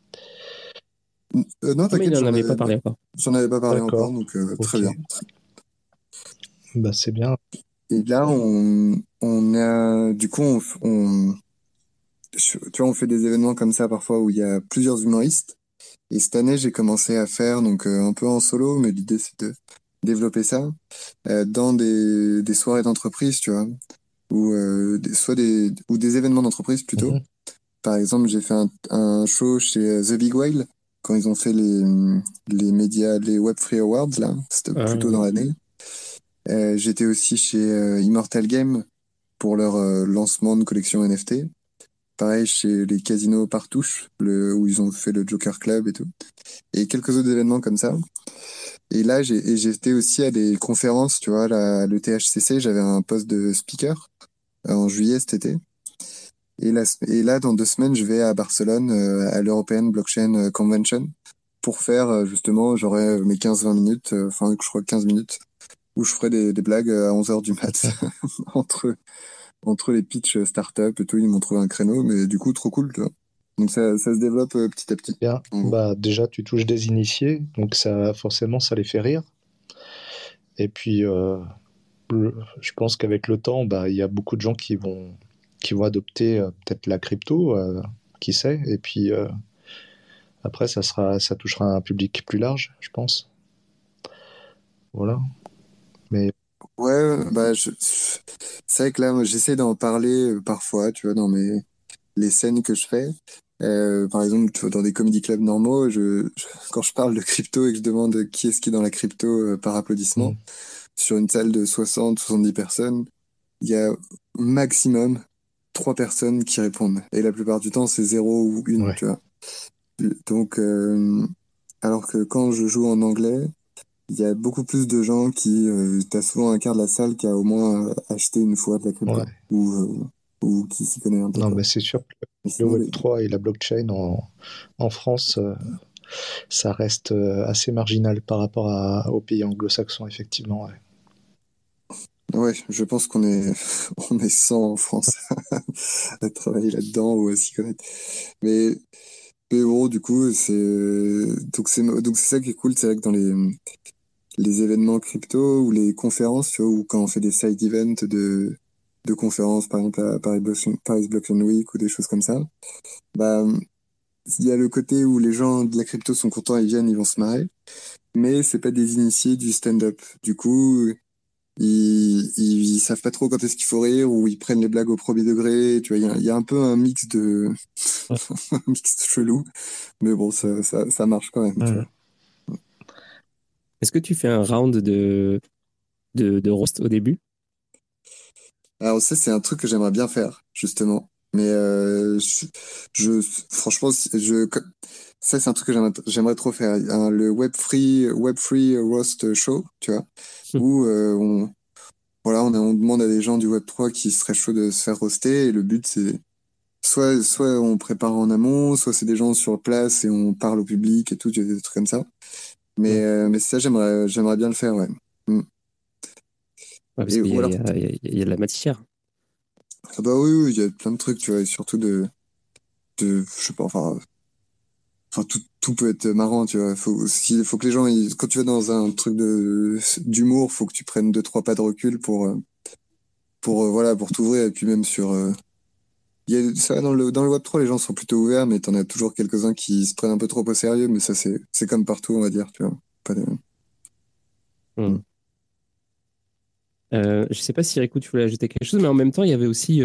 Non, Ah, mais il t'inquiète, n'en avait pas parlé encore. j'en avais pas parlé encore, D'accord. donc très Ok. bien. Bah, c'est bien. Et là, on a, du coup, tu vois, on fait des événements comme ça parfois où il y a plusieurs humoristes. Et cette année, j'ai commencé à faire, donc un peu en solo, mais l'idée, c'est de développer ça dans des soirées d'entreprise, tu vois, ou ou des événements d'entreprise plutôt. Mhm. Par exemple, j'ai fait un show chez The Big Whale quand ils ont fait les médias, les Web Free Awards, là, c'était Ah, plus tôt dans l'année. J'étais aussi chez Immortal Game pour leur lancement de collection NFT. Pareil chez les casinos Partouche, où ils ont fait le Joker Club et tout. Et quelques autres événements comme ça. Et là, j'étais aussi à des conférences, tu vois, le THCC, j'avais un poste de speaker en juillet cet été. Et là, dans 2 semaines, je vais à Barcelone, à l'European Blockchain Convention, pour faire, justement, j'aurai mes 15-20 minutes, enfin, je crois 15 minutes, où je ferai des blagues à 11 heures du mat, entre les pitchs start-up et tout, ils m'ont trouvé un créneau, mais du coup, trop cool, tu vois. Donc ça se développe petit à petit, Bien. en gros. Bah, déjà, tu touches des initiés, donc ça, forcément, ça les fait rire. Et puis, je pense qu'avec le temps, bah, il y a beaucoup de gens qui vont adopter peut-être la crypto, qui sait. Et puis, après, ça touchera un public plus large, je pense. Voilà. Mais Ouais, bah, c'est vrai que là, moi, j'essaie d'en parler parfois, tu vois, dans les scènes que je fais. Par exemple, tu vois, dans des comedy clubs normaux, quand je parle de crypto et que je demande qui est-ce qui est dans la crypto par applaudissement, hmm, sur une salle de 60-70 personnes, il y a maximum 3 personnes qui répondent. Et la plupart du temps, c'est zéro ou une, ouais. tu vois. Donc, alors que quand je joue en anglais, il y a beaucoup plus de gens t'as souvent un quart de la salle qui a au moins acheté une fois de la crypto, Ouais. ou qui s'y connaît un peu, Non, quoi. mais c'est sûr que Mais le sinon, Web3 et la blockchain en France, ça reste assez marginal par rapport aux pays anglo-saxons, effectivement. Ouais. ouais, je pense qu'on est, on est 100 en France à travailler là-dedans ou à s'y connaître. Mais, mais bon, du coup, donc c'est ça qui est cool, c'est vrai que dans les événements crypto ou les conférences, tu vois, ou quand on fait des side events de conférences, par exemple à Paris Blockchain Week ou des choses comme ça, bah, il y a le côté où les gens de la crypto sont contents, ils viennent, ils vont se marrer. Mais c'est pas des initiés du stand-up. Du coup, ils savent pas trop quand est-ce qu'il faut rire ou ils prennent les blagues au premier degré. Tu vois, il y a un peu un mix de, un mix chelou. Mais bon, ça marche quand même, tu vois. Est-ce que tu fais un round de roast au début? Alors, ça, c'est un truc que j'aimerais bien faire, justement. Mais franchement, ça, c'est un truc que j'aimerais trop faire. Le Web3 Roast Show, tu vois, où voilà, on demande à des gens du Web3 qui seraient chauds de se faire roaster. Et le but, c'est soit on prépare en amont, soit c'est des gens sur place et on parle au public et tout, tu vois, des trucs comme ça. Mais ça, j'aimerais bien le faire, ouais. Mm. Ouais, parce Et, qu'il y ou a, alors, il y a de la matière. ah bah oui, oui, il y a plein de trucs, tu vois, et surtout je sais pas, enfin, tout peut être marrant, tu vois. Faut que les gens, quand tu vas dans un truc d'humour, faut que tu prennes deux, trois pas de recul voilà, pour t'ouvrir. Et puis même ça, dans le Web3, les gens sont plutôt ouverts, mais t'en as toujours quelques-uns qui se prennent un peu trop au sérieux, mais ça, c'est comme partout, on va dire, tu vois. Pas de- Hmm. Je sais pas si Rico, tu voulais ajouter quelque chose, mais en même temps, il y avait aussi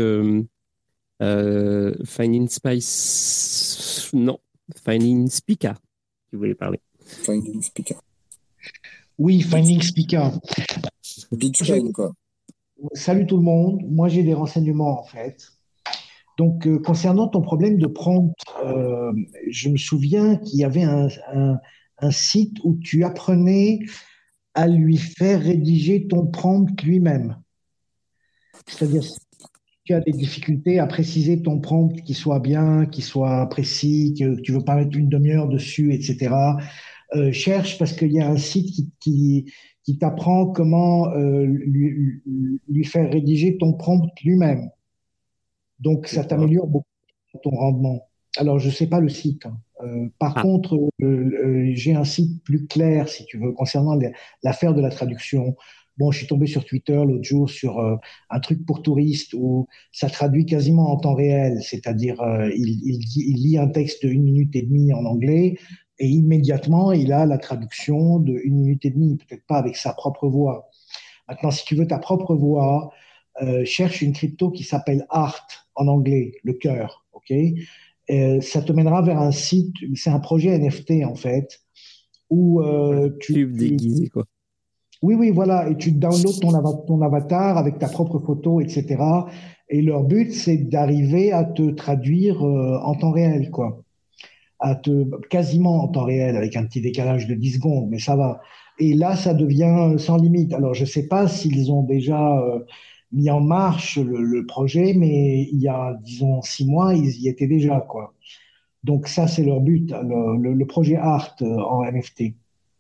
Finding Spice. Non, Finding Spica, tu voulais parler. Finding speaker. Oui, Bitch- Finding Speaker. Bitcoin, quoi. Salut tout le monde. Moi, j'ai des renseignements en fait. Donc, concernant ton problème de prompt, je me souviens qu'il y avait un site où tu apprenais à lui faire rédiger ton prompt lui-même. C'est-à-dire, si tu as des difficultés à préciser ton prompt, qu'il soit bien, qu'il soit précis, que tu veux pas mettre une demi-heure dessus, etc. Cherche parce qu'il y a un site qui t'apprend comment lui faire rédiger ton prompt lui-même. Donc, ça D'accord. t'améliore beaucoup ton rendement. Alors, je ne sais pas le site, hein. Par Ah, contre, j'ai un site plus clair, si tu veux, concernant l'affaire de la traduction. Bon, je suis tombé sur Twitter l'autre jour sur un truc pour touristes où ça traduit quasiment en temps réel, c'est-à-dire il lit un texte de 1 minute et demie en anglais et immédiatement il a la traduction de 1 minute et demie, peut-être pas avec sa propre voix. Maintenant, si tu veux ta propre voix, cherche une crypto qui s'appelle Art en anglais, le cœur, ok? Ça te mènera vers un site, c'est un projet NFT en fait, où pub déguisé, quoi. oui, oui, voilà, et tu downloads ton avatar avec ta propre photo, etc. Et leur but, c'est d'arriver à te traduire en temps réel, quoi. Quasiment en temps réel, avec un petit décalage de 10 secondes, mais ça va. Et là, ça devient sans limite. Alors, je ne sais pas s'ils ont déjà mis en marche le projet, mais il y a, disons, 6 mois, ils y étaient déjà, quoi. Donc ça, c'est leur but, le projet Art en NFT.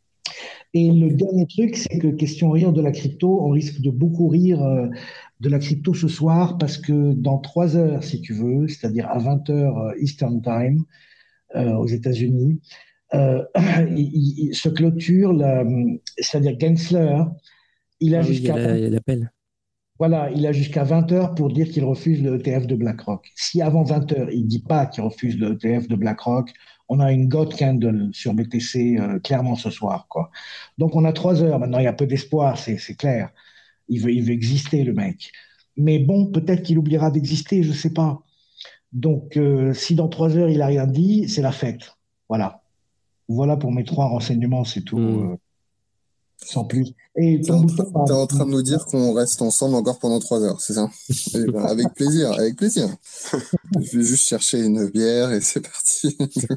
Et le Ok. dernier truc, c'est que question rire de la crypto, on risque de beaucoup rire de la crypto ce soir parce que dans 3 heures, si tu veux, c'est-à-dire à 20 heures Eastern Time aux États-Unis, euh, il se clôture, c'est-à-dire Gensler, il a Ah oui, jusqu'à il y a l'appel. voilà, il a jusqu'à 20 heures pour dire qu'il refuse le ETF de BlackRock. Si avant 20 heures, il dit pas qu'il refuse le ETF de BlackRock, on a une God Candle sur BTC clairement ce soir, quoi. Donc on a 3 heures. Maintenant, il y a peu d'espoir, c'est clair. Il veut exister, le mec. Mais bon, peut-être qu'il oubliera d'exister, je sais pas. Donc, si dans 3 heures, il a rien dit, c'est la fête. Voilà. Voilà pour mes 3 renseignements, c'est tout, Hmm. sans plus. Et T'es ton en, bouton, train t'es en train de nous dire qu'on reste ensemble encore pendant 3 heures, c'est ça? Eh ben, avec plaisir, avec plaisir. Je vais juste chercher une bière et c'est parti.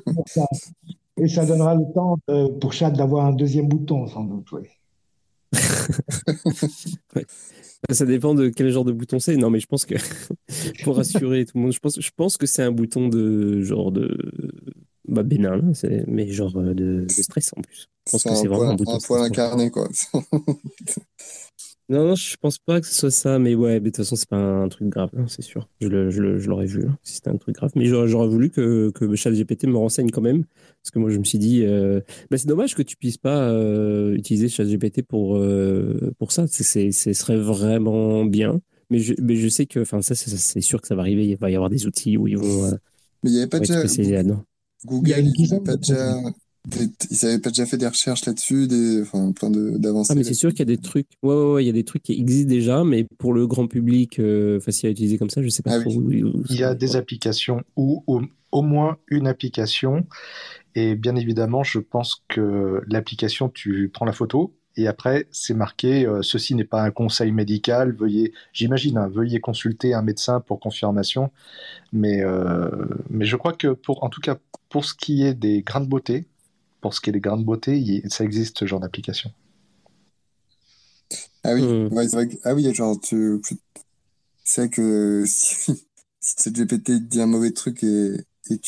et ça donnera le temps pour Chad d'avoir un deuxième bouton, sans doute, oui. Ouais. Ça dépend de quel genre de bouton c'est. Non, mais je pense que pour rassurer tout le monde, je pense que c'est un bouton de genre de bénin, là, mais genre de stress en plus. Je pense C'est que c'est vraiment un bouton un de poil stress pour le coup. incarné, quoi. Non, non, je pense pas que ce soit ça, mais ouais, mais de toute façon, c'est pas un truc grave, hein, c'est sûr. Je l'aurais vu hein, si c'était un truc grave. Mais j'aurais voulu que ChatGPT me renseigne quand même, parce que moi, je me suis dit, bah, c'est dommage que tu puisses pas utiliser ChatGPT pour ça. Ce serait vraiment bien. Mais je sais que, enfin, ça, c'est sûr que ça va arriver. Il va y avoir des outils où ils vont Mais il n'y avait pas être déjà spécialisés là-dedans. Il y a Google, une ils n'avaient dizaine pas de produits. déjà, ils avaient pas déjà fait des recherches là-dessus, enfin, plein Ah, d'avancées mais c'est sûr là-dessus. qu'il y a des trucs. Ouais, il y a des trucs qui existent déjà, mais pour le grand public, facile à utiliser comme ça, je sais pas Ah trop oui. où Il ça y en a est, des quoi. applications ou au moins une application. Et bien évidemment, je pense que l'application, tu prends la photo et après, c'est marqué ceci n'est pas un conseil médical. Veuillez, j'imagine, hein, veuillez consulter un médecin pour confirmation. Mais je crois que en tout cas, pour ce qui est des grains de beauté, pour ce qui est des grains de beauté, ça existe ce genre d'application. Ah oui, Hmm. ouais, c'est vrai que, ah oui, genre, c'est que si ChatGPT te dit un mauvais truc et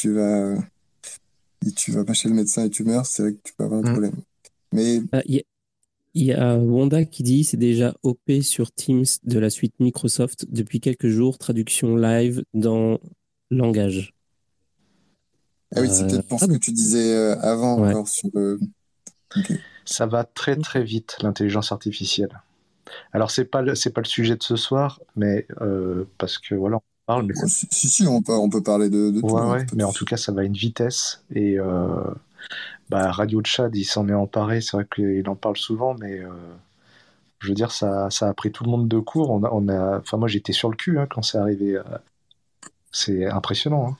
tu vas pas chez le médecin et tu meurs, c'est vrai que tu peux avoir un Mm. problème. Mais, Ah, il y a Wanda qui dit c'est déjà OP sur Teams de la suite Microsoft depuis quelques jours, traduction live dans langage. ah oui, c'est peut-être pour Ah ce que bon? tu disais avant Ouais. encore sur le, ok. Ça va très très Ok. vite, l'intelligence artificielle. Alors c'est pas le sujet de ce soir, mais parce que voilà, on parle, mais Bon, si, on peut parler de tout, ouais, hein, ouais, pas de mais en tout souci. cas, ça va à une vitesse. Et bah, Radio Tchad, il s'en est emparé. C'est vrai qu'il en parle souvent, mais je veux dire, ça a pris tout le monde de court. Enfin, moi, j'étais sur le cul hein, quand c'est arrivé. C'est impressionnant. Hein.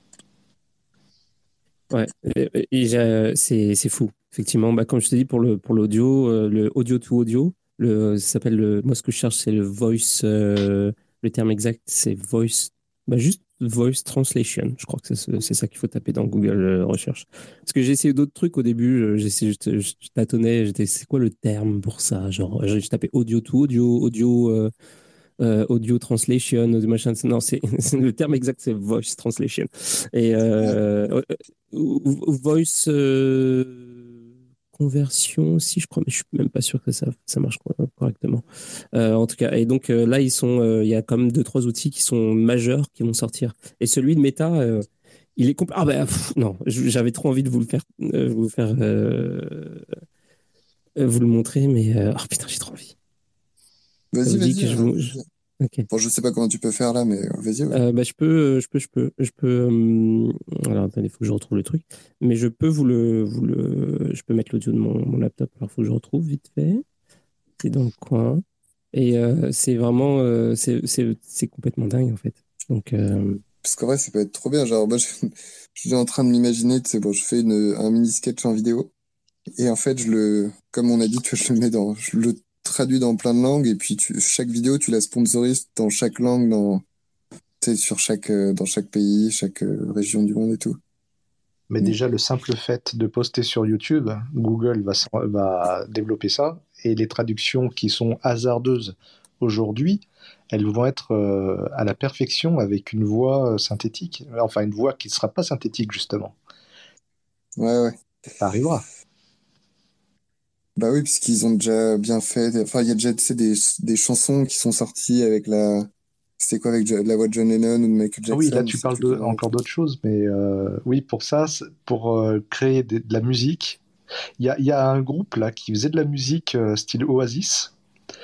Ouais. C'est fou. Effectivement, bah, comme je te dis, pour l'audio, le audio to audio, ça s'appelle moi, ce que je cherche, c'est le voice, le terme exact, c'est voice, bah, juste voice translation. Je crois que c'est ça qu'il faut taper dans Google Recherche. Parce que j'ai essayé d'autres trucs au début, je tâtonnais, c'est quoi le terme pour ça? Genre, j'ai tapé audio to audio, audio translation, machin. Non, le terme exact, c'est voice translation. Et Ouais. voice conversion aussi, je crois, mais je suis même pas sûr que ça marche correctement. En tout cas, et donc là, il y a comme deux, trois outils qui sont majeurs qui vont sortir. Et celui de Meta, il est complet. Ah ben, non, j'avais trop envie de vous le montrer, mais oh putain, j'ai trop envie. Ça Vas-y, vous dit vas-y, que Ok. bon, je sais pas comment tu peux faire là, mais vas-y, ouais. Bah, je peux. Alors, attendez, il faut que je retrouve le truc. Mais je peux mettre l'audio de mon laptop. Alors, il faut que je retrouve vite fait. C'est dans le coin. Et c'est vraiment, c'est complètement dingue en fait. Donc, Parce qu'en vrai, ça peut être trop bien. Genre, moi, je suis en train de m'imaginer, tu sais, bon, je fais un mini sketch en vidéo. Et en fait, comme on a dit, tu vois, je le traduis dans plein de langues. Et puis, chaque vidéo, tu la sponsorises dans chaque langue, tu sais, dans chaque pays, chaque région du monde et tout. Mais Mm. déjà, le simple fait de poster sur YouTube, Google va développer ça. Et les traductions qui sont hasardeuses aujourd'hui, elles vont être à la perfection avec une voix synthétique. Enfin, une voix qui ne sera pas synthétique, justement. Ouais, ouais. Ça arrivera. Bah oui, puisqu'ils ont déjà bien fait. Enfin, il y a déjà, tu sais, des chansons qui sont sorties avec c'était quoi, avec la voix de John Lennon ou de Michael Ah oui, là Jackson, je tu sais parles plus comment. encore d'autre chose, mais oui, pour ça, pour créer de la musique, il y a un groupe là qui faisait de la musique style Oasis,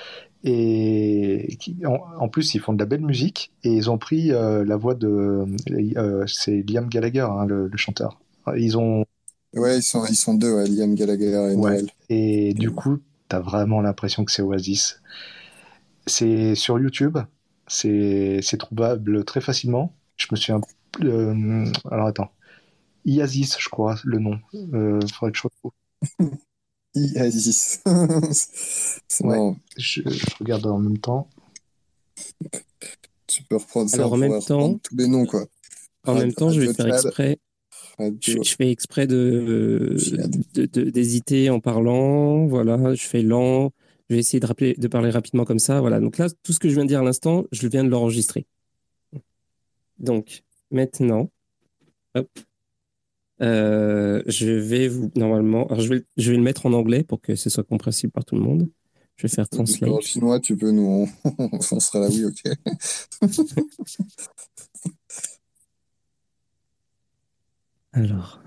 et en plus ils font de la belle musique, et ils ont pris la voix c'est Liam Gallagher, hein, le chanteur. Ils ont, Ouais, ils sont deux, ouais, Liam Gallagher et ouais, Noël. et du coup, t'as vraiment l'impression que c'est Oasis. C'est sur YouTube, c'est trouvable très facilement. Je me suis alors attends. Iazis, je crois, le nom. Faudrait que je retrouve. Isis. C'est Ouais, marrant. je regarde en même temps. Tu peux reprendre ça, on alors pourrait reprendre tous les noms, quoi. en même temps, je vais Radio faire Tchad, exprès. Radio Je fais exprès Tchad. d'hésiter en parlant. Voilà, je fais lent. Je vais essayer de parler rapidement comme ça. Voilà. Donc là, tout ce que je viens de dire à l'instant, je viens de l'enregistrer. Donc maintenant, hop, je vais normalement, alors je vais le mettre en anglais pour que ce soit compréhensible par tout le monde. Je vais faire En translate. chinois, tu peux nous, on sera là, oui, ok. Alors,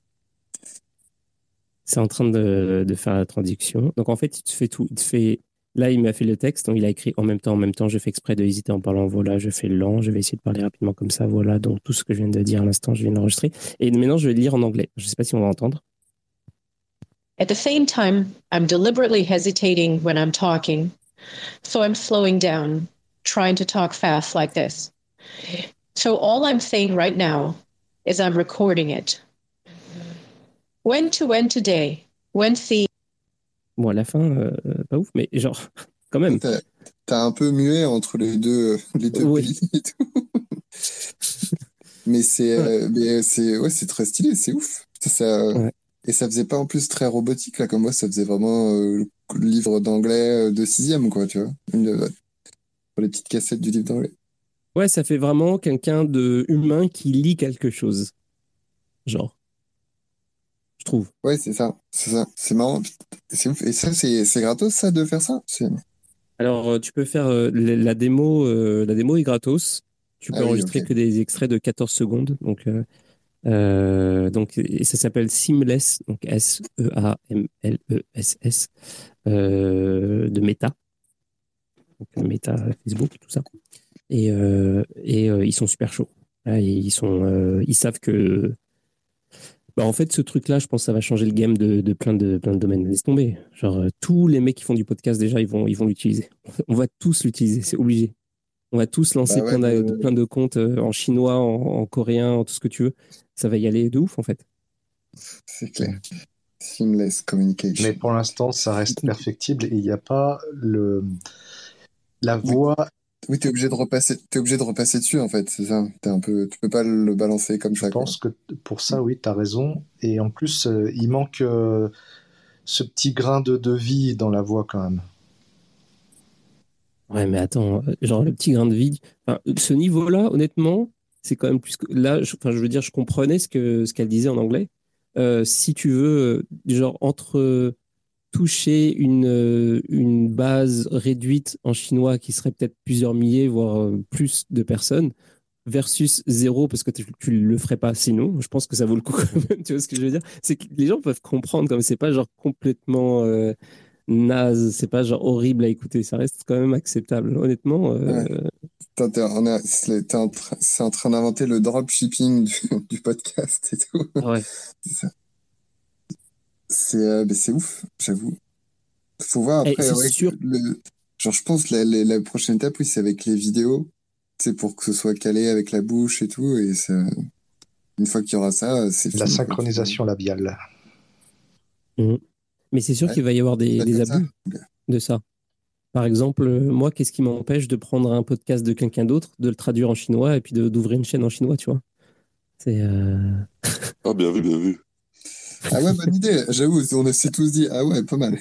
c'est en train de faire la traduction. Donc en fait, il te fait tout. Il te fait Là, il m'a fait le texte, donc il a écrit en même temps, je fais exprès de hésiter en parlant, voilà, je fais lent, je vais essayer de parler rapidement comme ça, voilà, donc tout ce que je viens de dire à l'instant, je viens d'enregistrer. Et maintenant, je vais le lire en anglais. Je ne sais pas si on va entendre. At the same time, I'm deliberately hesitating when I'm talking, so I'm slowing down, trying to talk fast like this. So all I'm saying right now is I'm recording it. When to when today? When see? Bon, à la fin, pas ouf, mais genre, quand même. T'as un peu muet entre les deux Oui. pays et tout. Mais c'est très stylé, c'est ouf. Ouais. Et ça faisait pas en plus très robotique, là, comme moi, ça faisait vraiment le livre d'anglais de 6e, quoi, tu vois. Pour les petites cassettes du livre d'anglais. Ouais, ça fait vraiment quelqu'un de humain qui lit quelque chose. Genre. Je trouve. Ouais, c'est ça. C'est marrant. C'est ouf. Et ça, c'est gratos, ça, de faire ça? Alors, tu peux faire la démo est gratos. Tu peux Ah oui, enregistrer ok. que des extraits de 14 secondes. Donc, et ça s'appelle Seamless, donc Seamless, de Meta. Donc, Meta, Facebook, tout ça. Et ils sont super chauds. Là, ils savent que. Bah, en fait, ce truc-là, je pense que ça va changer le game de plein de domaines. Laisse tomber. Genre, tous les mecs qui font du podcast, déjà, ils vont l'utiliser. On va tous l'utiliser, c'est obligé. On va tous lancer Bah ouais, plein de comptes en chinois, en coréen, en tout ce que tu veux. Ça va y aller de ouf, en fait. c'est clair. Seamless communication. Mais pour l'instant, ça reste perfectible et il n'y a pas la voix. Oui, t'es obligé de repasser dessus, en fait, c'est ça. Tu peux pas le balancer comme ça, Je pense que pour ça, oui, tu as raison. Et en plus, il manque ce petit grain de vie dans la voix quand même. Ouais, mais attends, genre le petit grain de vie. Enfin, ce niveau-là, honnêtement, c'est quand même plus que. Là, je veux dire, je comprenais ce qu'elle disait en anglais. Si tu veux, genre, entre toucher une base réduite en chinois qui serait peut-être plusieurs milliers, voire plus de personnes, versus zéro, parce que tu le ferais pas sinon, je pense que ça vaut le coup quand même, tu vois ce que je veux dire? C'est que les gens peuvent comprendre, comme c'est pas genre complètement naze, c'est pas genre horrible à écouter, ça reste quand même acceptable, honnêtement. Ouais. Putain, c'est en train d'inventer le dropshipping du podcast et tout. Ouais. C'est ça. Mais c'est ouf, j'avoue. Faut voir Et après, c'est ouais, sûr. genre, je pense la prochaine étape, oui, c'est avec les vidéos, c'est pour que ce soit calé avec la bouche et tout, et ça, une fois qu'il y aura ça, c'est La fini, quoi. synchronisation labiale. Mhm. Mais c'est sûr Ouais. qu'il va y avoir Pas des comme ça. abus de ça. Par exemple, moi, qu'est-ce qui m'empêche de prendre un podcast de quelqu'un d'autre, de le traduire en chinois et puis d'ouvrir une chaîne en chinois, tu vois? C'est. Ah, bien vu, bien vu. Ah ouais, bonne idée, j'avoue, on s'est tous dit, ah ouais, pas mal.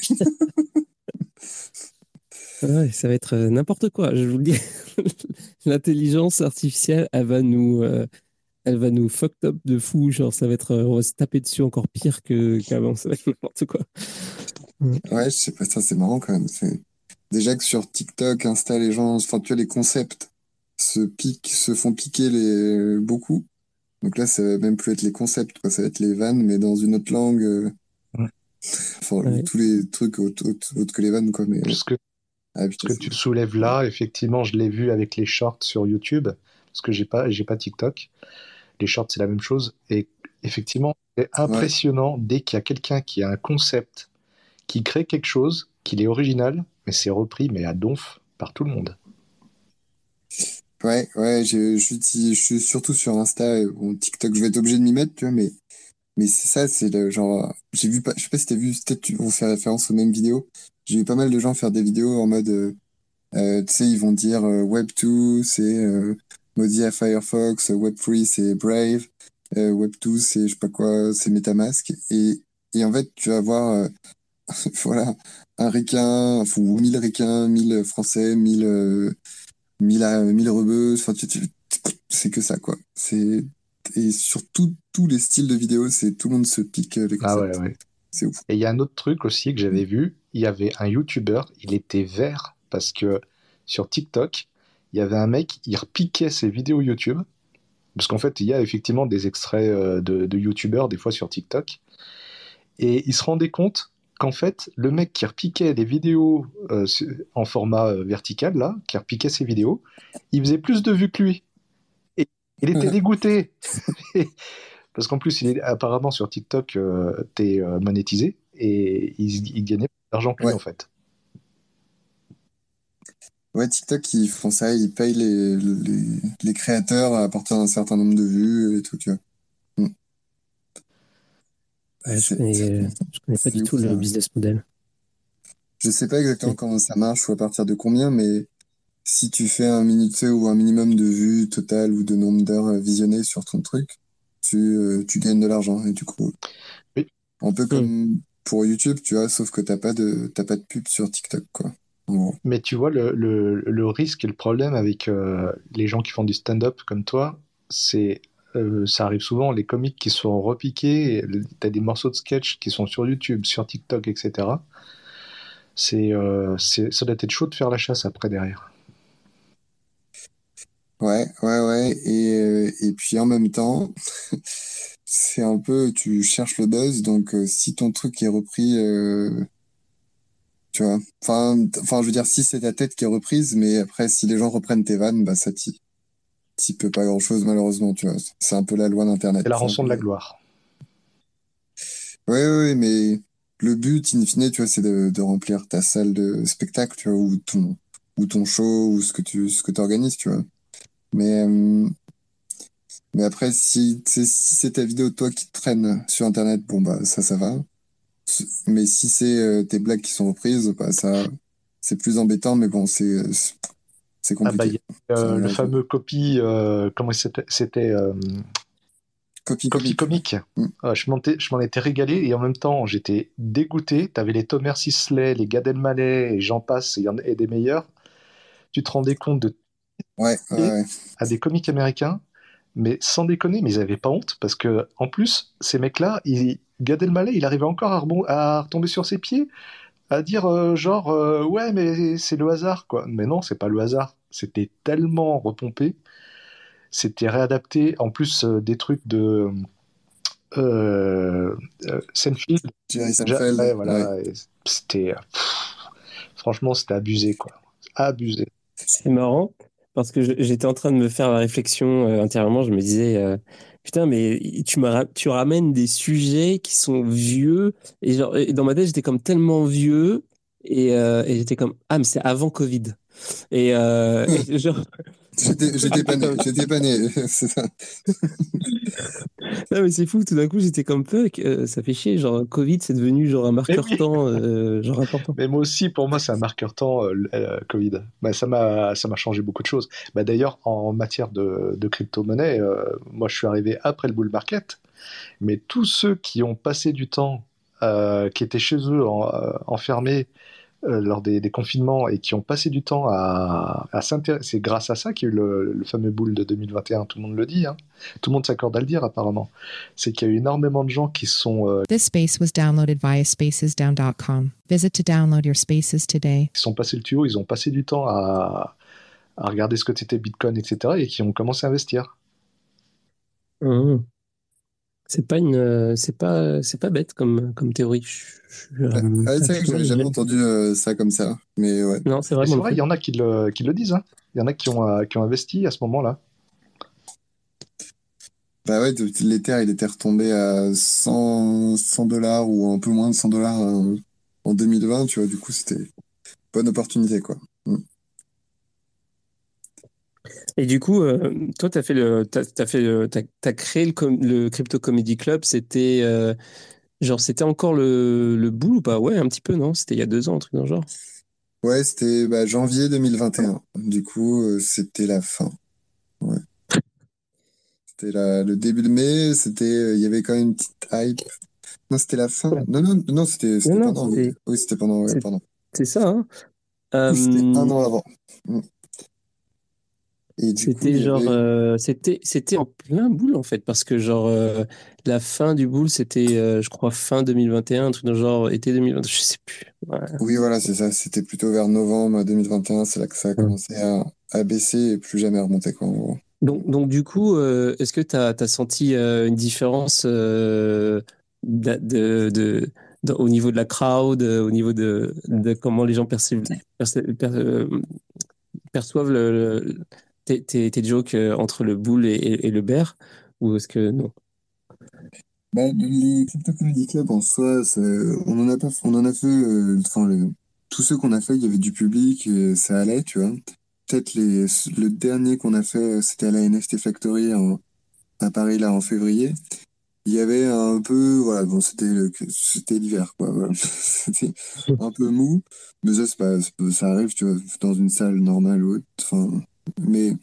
Ouais, ça va être n'importe quoi, je vous le dis. L'intelligence artificielle, elle va nous fucked up de fou. Genre, ça va être, on va se taper dessus encore pire qu'avant. Ça va être n'importe quoi. Ouais, je sais pas, ça c'est marrant quand même. Déjà que sur TikTok, Insta, les gens, enfin, tu vois, les concepts se font piquer beaucoup. Donc là, ça va même plus être les concepts, quoi. Ça va être les vannes, mais dans une autre langue. Ouais. Enfin, Ouais. tous les trucs autres que les vannes, quoi. Mais Ce que putain, tu soulèves là, effectivement, je l'ai vu avec les shorts sur YouTube, parce que j'ai pas TikTok. Les shorts, c'est la même chose. Et effectivement, c'est impressionnant dès qu'il y a quelqu'un qui a un concept, qui crée quelque chose, qu'il est original, mais c'est repris, mais à donf, par tout le monde. ouais, je suis surtout sur Insta, bon, TikTok, je vais être obligé de m'y mettre, tu vois, mais c'est ça, c'est le genre, j'ai vu pas, je sais pas si t'as vu, peut-être tu vont faire référence aux mêmes vidéos. J'ai vu pas mal de gens faire des vidéos en mode, tu sais, ils vont dire Web2, c'est Mozilla Firefox, Web3, c'est Brave, Web2, c'est je sais pas quoi, c'est MetaMask. Et en fait, tu vas voir, voilà, un ricain, enfin, ou 1000 ricains, 1000 français, 1000 rebeux, enfin, c'est que ça, quoi. Et sur tous les styles de vidéos, tout le monde se pique les Ah concepts. ouais. C'est ouf. Et il y a un autre truc aussi que j'avais vu, il y avait un YouTuber, il était vert, parce que sur TikTok, il y avait un mec, il repiquait ses vidéos YouTube, parce qu'en fait, il y a effectivement des extraits de YouTubeurs, des fois sur TikTok, et il se rendait compte qu'en fait, le mec qui repiquait des vidéos en format vertical, là, qui repiquait ses vidéos, il faisait plus de vues que lui. Et il était dégoûté. Parce qu'en plus, apparemment, sur TikTok, t'es monétisé et il gagnait plus d'argent que lui, Ouais. en fait. Ouais, TikTok, ils font ça, ils payent les créateurs à partir d'un certain nombre de vues et tout, tu vois. Ouais, je C'est connais pas c'est du ouf, tout le ça. business model. Je sais pas exactement comment ça marche ou à partir de combien, mais si tu fais un minute ou un minimum de vues totales ou de nombre d'heures visionnées sur ton truc, tu gagnes de l'argent. Et du coup, Oui. un peu comme pour YouTube, tu vois, sauf que t'as pas de pub sur TikTok, quoi. En gros. Mais tu vois, le risque et le problème avec les gens qui font du stand-up comme toi, c'est ça arrive souvent, les comiques qui sont repiqués, t'as des morceaux de sketch qui sont sur YouTube, sur TikTok, etc. Ça doit être chaud de faire la chasse après derrière. Ouais. Et puis en même temps, c'est un peu, tu cherches le buzz, donc si ton truc est repris, tu vois, je veux dire, si c'est ta tête qui est reprise, mais après, si les gens reprennent tes vannes, bah ça t'y peut pas grand-chose malheureusement, tu vois. C'est un peu la loi d'Internet. C'est la C'est un rançon peu- de la gloire. Ouais, mais le but, in fine, tu vois, c'est de remplir ta salle de spectacle, tu vois, ou ton show, ou ce que t'organises, tu vois. Mais, euh, mais après, si c'est ta vidéo de toi qui traîne sur Internet, bon, bah, ça va. Mais si c'est tes blagues qui sont reprises, bah, ça, c'est plus embêtant, mais bon, c'est Ah bah, il compliqué. y a Ça le arrive. fameux copie, comment c'était Copie copie comique. comique. Mm. Ah, je m'en étais régalé et en même temps j'étais dégoûté. T'avais les Thomas Sisley, les Gad Elmaleh et j'en passe et des meilleurs. Tu te rendais compte de Ouais. à des comiques américains, mais sans déconner, mais ils avaient pas honte parce que en plus ces mecs-là, Gad Elmaleh, il arrivait encore à retomber sur ses pieds, à dire genre ouais mais c'est le hasard quoi. Mais non, c'est pas le hasard. C'était tellement repompé, c'était réadapté. En plus des trucs de euh, Seinfeld. Jerry Seinfeld, Ouais, ouais. voilà. Et c'était franchement c'était abusé quoi. Abusé. C'est marrant parce que j'étais en train de me faire la réflexion intérieurement. Je me disais, putain, mais tu ramènes des sujets qui sont vieux. Et, genre, et dans ma tête, j'étais comme tellement vieux. Et j'étais comme, ah, mais c'est avant Covid. Et genre, J'étais pas né, c'est ça. non, mais c'est fou. Tout d'un coup, j'étais comme, fuck, ça fait chier. Genre, Covid, c'est devenu genre un Mais marqueur oui. temps, genre important. Mais moi aussi, pour moi, c'est un marqueur temps, Covid. Bah, ça m'a changé beaucoup de choses. Bah, d'ailleurs, en matière de crypto-monnaie, moi, je suis arrivé après le bull market, mais tous ceux qui ont passé du temps, qui étaient chez eux enfermés lors des confinements et qui ont passé du temps à s'intéresser, c'est grâce à ça qu'il y a eu le fameux bull de 2021, tout le monde le dit, hein. Tout le monde s'accorde à le dire apparemment. C'est qu'il y a eu énormément de gens qui This space was downloaded via spacesdown.com. Visit to download your spaces today. sont passés le tuyau, ils ont passé du temps à regarder ce que c'était Bitcoin, etc. et qui ont commencé à investir. Mmh. C'est pas bête comme théorie. C'est vrai que j'avais jamais entendu ça comme ça, mais ouais. Non, c'est Et vraiment c'est vrai, il y en a qui le disent, hein. Il y en a qui ont investi à ce moment-là. Bah ouais, l'Ether, il était retombé à 100 dollars ou un peu moins de 100 dollars en 2020, tu vois, du coup, c'était bonne opportunité, quoi. Et du coup, toi, t'as créé le Crypto Comedy Club. C'était encore le boule ou pas? Ouais, un petit peu, non? C'était il y a 2 ans, un truc dans le genre. Ouais, c'était janvier 2021. Du coup, c'était la fin. Ouais. C'était le début de mai, il y avait quand même une petite hype. Non, c'était la fin. Ouais. Non, c'était Non, pendant, oui. Oui, c'était pendant, ouais, c'est pardon. c'est ça, hein. C'était un Euh, an avant. Mm. Et du coup, C'était il y genre, avait, c'était en plein boule en fait, parce que genre la fin du boule, c'était, je crois, fin 2021, un truc dans le genre été 2020, je sais plus. Ouais. oui, voilà, c'est ça. C'était plutôt vers novembre 2021, c'est là que ça a commencé à baisser et plus jamais remonter, quoi, en gros. Donc du coup, est-ce que tu as senti une différence au niveau de la crowd, au niveau de comment les gens perçoivent tes jokes entre le bull et le bear, ou est-ce que non? Bah, les Crypto Comedy Club en soi, on en a pas, on en a fait, enfin, tous ceux qu'on a fait, il y avait du public, et ça allait, tu vois. Peut-être le dernier qu'on a fait, c'était à la NFT Factory à Paris, là, en février. Il y avait un peu, voilà, bon, c'était l'hiver, quoi, voilà. C'était un peu mou, mais ça, ça arrive, tu vois, dans une salle normale ou autre, enfin, mais,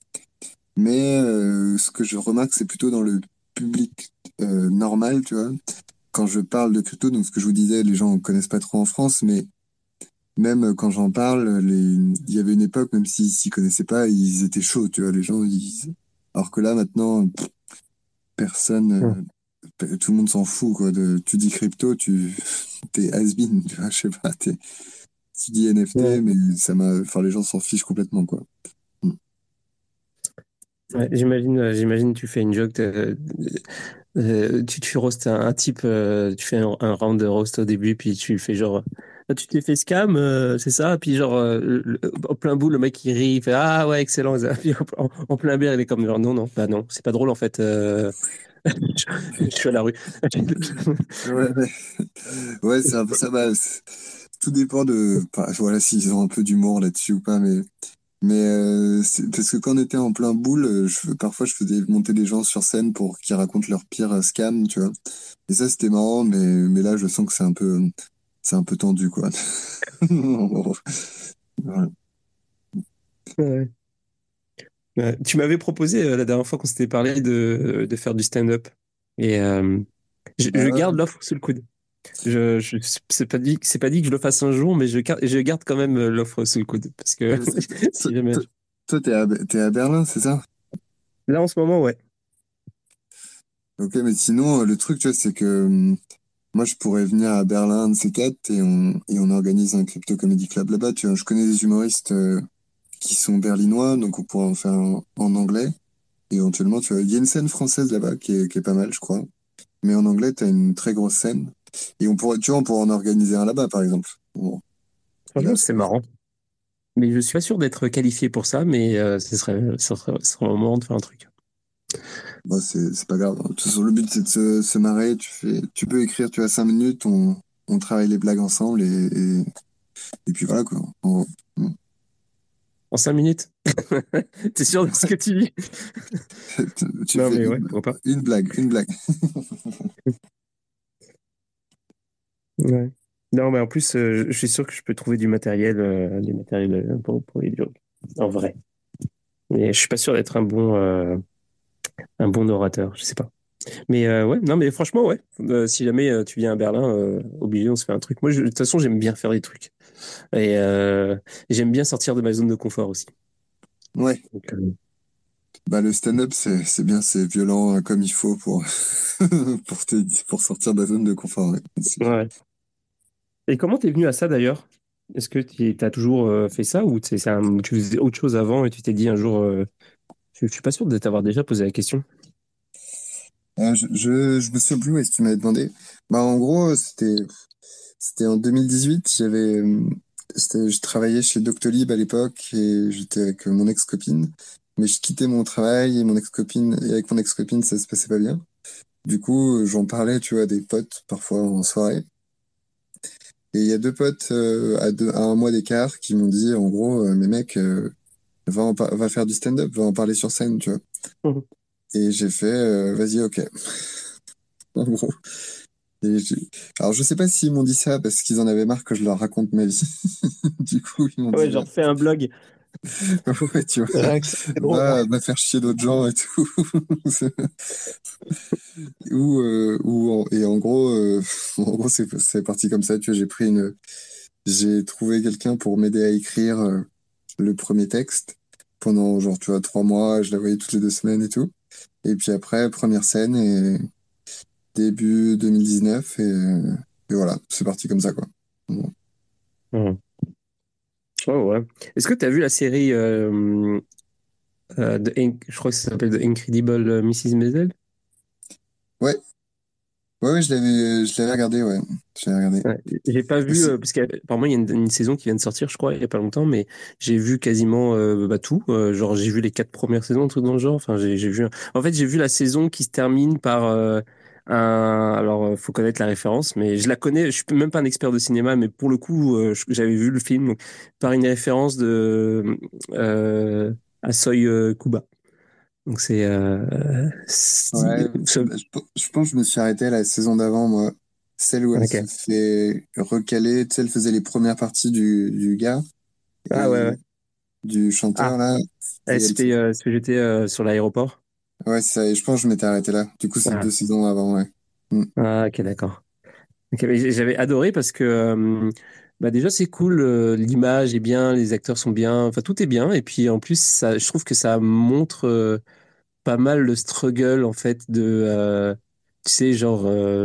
ce que je remarque, c'est plutôt dans le public, normal, tu vois. Quand je parle de crypto, donc ce que je vous disais, les gens ne connaissent pas trop en France, mais même quand j'en parle, il y avait une époque, même s'ils s'y connaissaient pas, ils étaient chauds, tu vois, les gens, alors que là, maintenant, personne, tout le monde s'en fout, quoi. Tu dis crypto, t'es has-been, tu vois, je sais pas, tu dis NFT, Ouais. mais enfin, les gens s'en fichent complètement, quoi. Mm. Ouais, j'imagine, tu fais une joke, tu roastes un type, tu fais un round de roast au début, puis tu fais genre, ah, tu t'es fait scam, c'est ça? Puis genre, en plein bout, le mec il rit, il fait ah ouais, excellent. Puis en plein bière, il est comme genre non, non, bah non, c'est pas drôle en fait. Je suis à la rue. Ouais, ouais. Ouais, c'est un peu ça. Bah, tout dépend de, enfin, voilà, s'ils ont un peu d'humour là-dessus ou pas, mais parce que quand on était en plein boule, parfois je faisais monter des gens sur scène pour qu'ils racontent leur pire scam, tu vois. Et ça, c'était marrant, mais là, je sens que c'est un peu tendu, quoi. Voilà. Ouais. Ouais. Tu m'avais proposé la dernière fois qu'on s'était parlé de faire du stand-up. Et Ah je garde ouais. l'offre sous le coude. C'est pas dit que je le fasse un jour, mais je garde quand même l'offre sous le coude. Parce que Parce que toi, si jamais. toi- toi, t'es à Berlin, c'est ça? Là, en ce moment, ouais. Ok, mais sinon, le truc, tu vois, c'est que moi, je pourrais venir à Berlin, un de ces quatre, et on organise un Crypto Comedy Club là-bas. Tu vois, je connais des humoristes qui sont berlinois, donc on pourrait en faire un en anglais. Et éventuellement, tu vois, il y a une scène française là-bas qui est pas mal, je crois. Mais en anglais, tu as une très grosse scène. Et on pourrait en organiser un là-bas, par exemple. Bon, et Franchement, là, c'est marrant. Mais je suis pas sûr d'être qualifié pour ça, mais ce serait un moment de faire un truc. bah, c'est pas grave. De toute façon, le but, c'est de se marrer. Tu peux écrire, tu as 5 minutes, on travaille les blagues ensemble, et puis voilà, quoi. En gros. En 5 minutes? T'es sûr de ce que tu dis? Tu Non, fais mais ouais, pourquoi pas. une blague, une blague. Ouais. Non, mais en plus, je suis sûr que je peux trouver du matériel pour les jokes. En vrai. Mais je suis pas sûr d'être un bon orateur, je sais pas. Mais ouais, non, mais franchement, ouais. Si jamais tu viens à Berlin, obligé, on se fait un truc. Moi, de toute façon, j'aime bien faire des trucs. Et j'aime bien sortir de ma zone de confort aussi. Ouais. Donc, Bah, le stand-up, c'est bien, c'est violent comme il faut pour, pour sortir de la zone de confort. Ouais. C'est bien. ouais. Et comment t'es venu à ça d'ailleurs? Est-ce que tu as toujours fait ça ou tu faisais autre chose avant et tu t'es dit un jour, je suis pas sûr de t'avoir déjà posé la question. Je me souviens plus où est-ce que tu m'avais demandé. Bah, en gros, c'était en 2018. Je travaillais chez Doctolib à l'époque et j'étais avec mon ex-copine. Mais je quittais mon travail et avec mon ex-copine, ça se passait pas bien. Du coup, j'en parlais, tu vois, à des potes, parfois en soirée. Et il y a deux potes à un mois d'écart qui m'ont dit, en gros, mais mec, va faire du stand-up, va en parler sur scène, tu vois. Mhm. Et j'ai fait, vas-y, ok. En gros. Et alors, je sais pas s'ils m'ont dit ça parce qu'ils en avaient marre que je leur raconte ma vie. Du coup, ils m'ont dit, Ouais, genre fais un blog. ouais, tu vois, Rien que ça, c'est drôle, hein. va faire chier d'autres gens et tout. Et en gros, c'est parti comme ça, tu vois, j'ai trouvé quelqu'un pour m'aider à écrire le premier texte pendant, genre, tu vois, 3 mois, je la voyais toutes les 2 semaines et tout. Et puis après, première scène et début 2019 et voilà, c'est parti comme ça, quoi. Bon. Mhm. Oh, ouais. Est-ce que tu as vu la série je crois que ça s'appelle The Incredible Mrs. Maisel? Ouais, Ouais, je l'avais regardé, ouais. Je l'avais regardé. Ouais, j'ai pas vu, Aussi. parce qu'apparemment il y a une saison qui vient de sortir, je crois, il y a pas longtemps, mais j'ai vu quasiment tout. Genre j'ai vu les 4 premières saisons, un truc dans le genre. Enfin, j'ai vu. En fait, j'ai vu la saison qui se termine par un. Alors, faut connaître la référence, mais je la connais. Je suis même pas un expert de cinéma, mais pour le coup, j'avais vu le film donc, par une référence de Asoy Kuba. Donc Ouais, c'est- je pense que je me suis arrêté à la saison d'avant, moi. Celle où elle se ok. fait recaler, tu sais, elle faisait les premières parties du gars Ah ouais, et ouais. du Ah, chanteur, là. Et elle se fait jeter sur l'aéroport. ouais, c'est ça, et je pense que je m'étais arrêté là. Du coup, c'est Ah, 2 saisons avant, ouais. Mm. ah, ok, d'accord. Ok, mais j'avais adoré parce que bah déjà c'est cool, l'image est bien, les acteurs sont bien, enfin tout est bien. Et puis en plus, je trouve que ça montre pas mal le struggle en fait de, tu sais, genre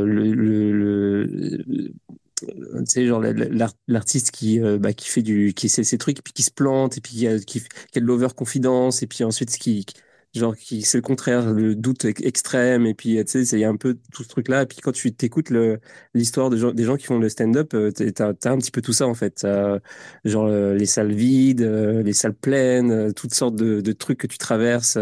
tu sais, genre l'artiste qui fait qui essaie ses trucs, et puis qui se plante, et puis qui a de l'overconfidence, et puis ensuite genre qui c'est le contraire, le doute extrême, et puis tu sais, il y a un peu tout ce truc-là. Et puis quand tu t'écoutes l'histoire des gens qui font le stand-up, t'as un petit peu tout ça en fait. Genre les salles vides, les salles pleines, toutes sortes de trucs que tu traverses,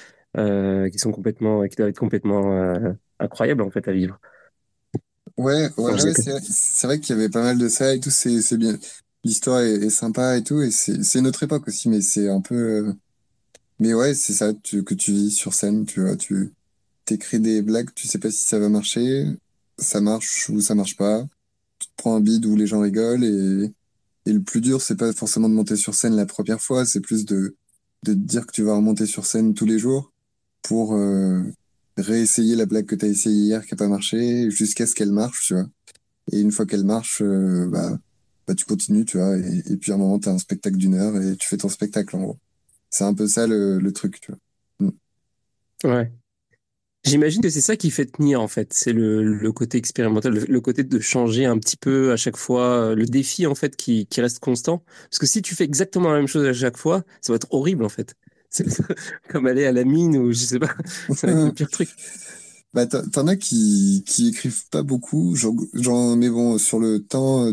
qui doivent être complètement incroyables en fait à vivre. Ouais, ouais, Enfin, ouais, c'est vrai qu'il y avait pas mal de ça et tout, c'est bien. L'histoire est sympa et tout, et c'est notre époque aussi, mais c'est un peu. Mais ouais, c'est ça que tu vis sur scène, tu vois, tu t'écris des blagues, tu sais pas si ça va marcher, ça marche ou ça marche pas, tu te prends un bide où les gens rigolent, et le plus dur, c'est pas forcément de monter sur scène la première fois, c'est plus de te dire que tu vas remonter sur scène tous les jours pour réessayer la blague que t'as essayé hier qui a pas marché, jusqu'à ce qu'elle marche, tu vois. Et une fois qu'elle marche, bah, tu continues, tu vois. Et puis à un moment, tu as un spectacle d'1 heure et tu fais ton spectacle, en gros. C'est un peu ça le truc, tu vois. Mm. ouais. J'imagine que c'est ça qui fait tenir en fait, c'est le côté expérimental, le côté de changer un petit peu à chaque fois, le défi en fait qui reste constant. Parce que si tu fais exactement la même chose à chaque fois, ça va être horrible en fait. C'est comme aller à la mine ou je sais pas, ça va être le pire truc. Bah, t'en as qui écrivent pas beaucoup, mais bon, sur le temps,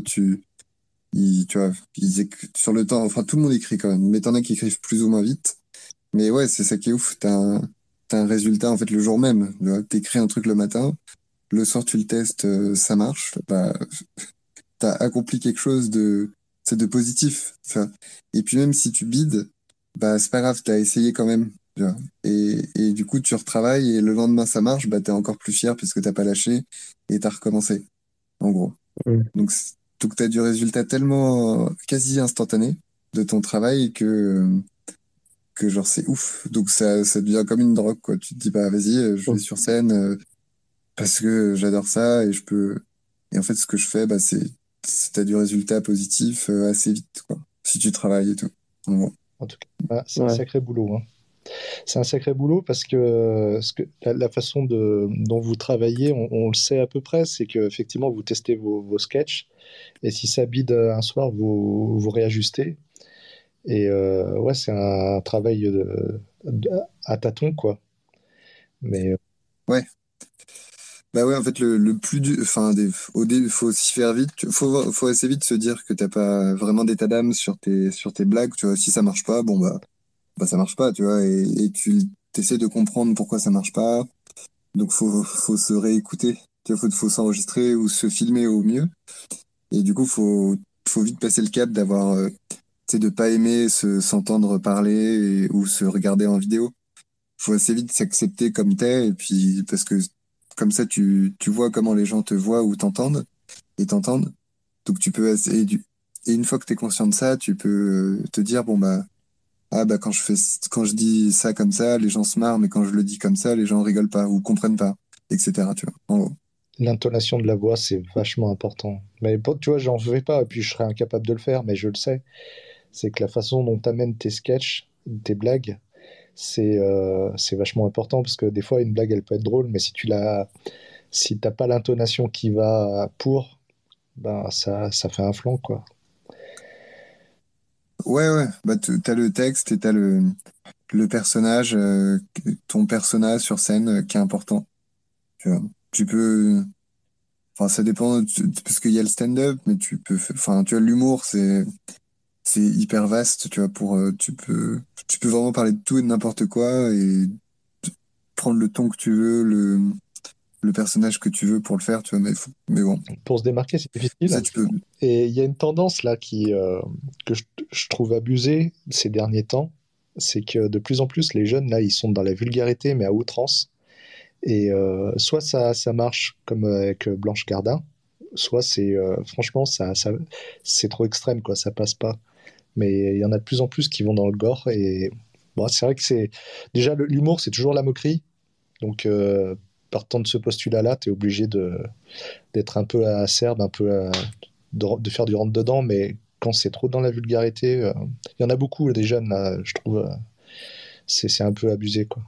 tu vois, sur le temps, enfin, tout le monde écrit quand même, mais t'en as qui écrivent plus ou moins vite. Mais ouais, c'est ça qui est ouf, t'as un résultat, en fait, le jour même. Tu vois. T'écris un truc le matin, le soir, tu le testes, ça marche, bah, t'as accompli quelque chose c'est de positif. Enfin, et puis même si tu bides, bah c'est pas grave, t'as essayé quand même. Tu vois. Et du coup, tu retravailles et le lendemain ça marche, bah t'es encore plus fier parce que t'as pas lâché et t'as recommencé, en gros. Mm. Donc t'as du résultat tellement quasi instantané de ton travail que genre c'est ouf. Donc ça devient comme une drogue, quoi. Tu te dis, bah vas-y, je vais Mm. sur scène parce que j'adore ça et je peux. Et en fait, ce que je fais, bah, t'as du résultat positif assez vite, quoi. Si tu travailles et tout. En gros. En tout cas, bah, c'est un Ouais. sacré boulot, hein. C'est un sacré boulot parce que, la façon dont vous travaillez, on le sait à peu près, c'est que effectivement vous testez vos sketchs et si ça bide un soir, vous réajustez. Et ouais, c'est un travail à tâtons, quoi. Mais Ouais. Bah ouais, en fait, le plus dur, enfin, faut s'y faire vite. Faut assez vite se dire que t'as pas vraiment d'état d'âme sur tes blagues. Tu vois, si ça marche pas, bon, bah, ça marche pas, tu vois. Et tu essaies de comprendre pourquoi ça marche pas. Donc, faut se réécouter. Tu vois, faut s'enregistrer ou se filmer au mieux. Et du coup, faut vite passer le cap d'avoir, tu sais, de pas aimer s'entendre parler ou se regarder en vidéo. Faut assez vite s'accepter comme t'es, et puis, parce que comme ça, tu vois comment les gens te voient ou t'entendent, et t'entendent. Donc, tu peux et une fois que t'es conscient de ça, tu peux te dire, bon, bah, ah, bah, quand je dis ça comme ça, les gens se marrent, mais quand je le dis comme ça, les gens rigolent pas ou comprennent pas, etc., tu vois. En gros. l'intonation de la voix, c'est vachement important. Mais tu vois, j'en fais pas, et puis je serais incapable de le faire, mais je le sais. C'est que la façon dont tu amènes tes sketchs, tes blagues, c'est vachement important parce que des fois, une blague, elle peut être drôle, mais si t'as pas l'intonation qui va pour, ben ça fait un flanc, quoi. Ouais, ouais, bah, t'as le texte et t'as le personnage, ton personnage sur scène qui est important. Tu vois. Tu peux. Enfin, ça dépend, parce qu'il y a le stand-up, mais enfin, tu vois, l'humour, c'est hyper vaste, tu vois, tu peux vraiment parler de tout et de n'importe quoi et prendre le ton que tu veux, le personnage que tu veux pour le faire, tu vois, mais bon, Pour se démarquer, c'est ça, difficile. tu peux. Et il y a une tendance là que je trouve abusée ces derniers temps, c'est que de plus en plus les jeunes là, ils sont dans la vulgarité mais à outrance. Et soit ça marche comme avec Blanche Gardin, soit c'est franchement c'est trop extrême quoi, ça passe pas. Mais il y en a de plus en plus qui vont dans le gore et bon, c'est vrai que c'est déjà l'humour c'est toujours la moquerie. Donc partant de ce postulat-là, tu es obligé d'être un peu acerbe, un peu de faire du rentre dedans, mais quand c'est trop dans la vulgarité, il y en a beaucoup des jeunes là, je trouve c'est un peu abusé quoi.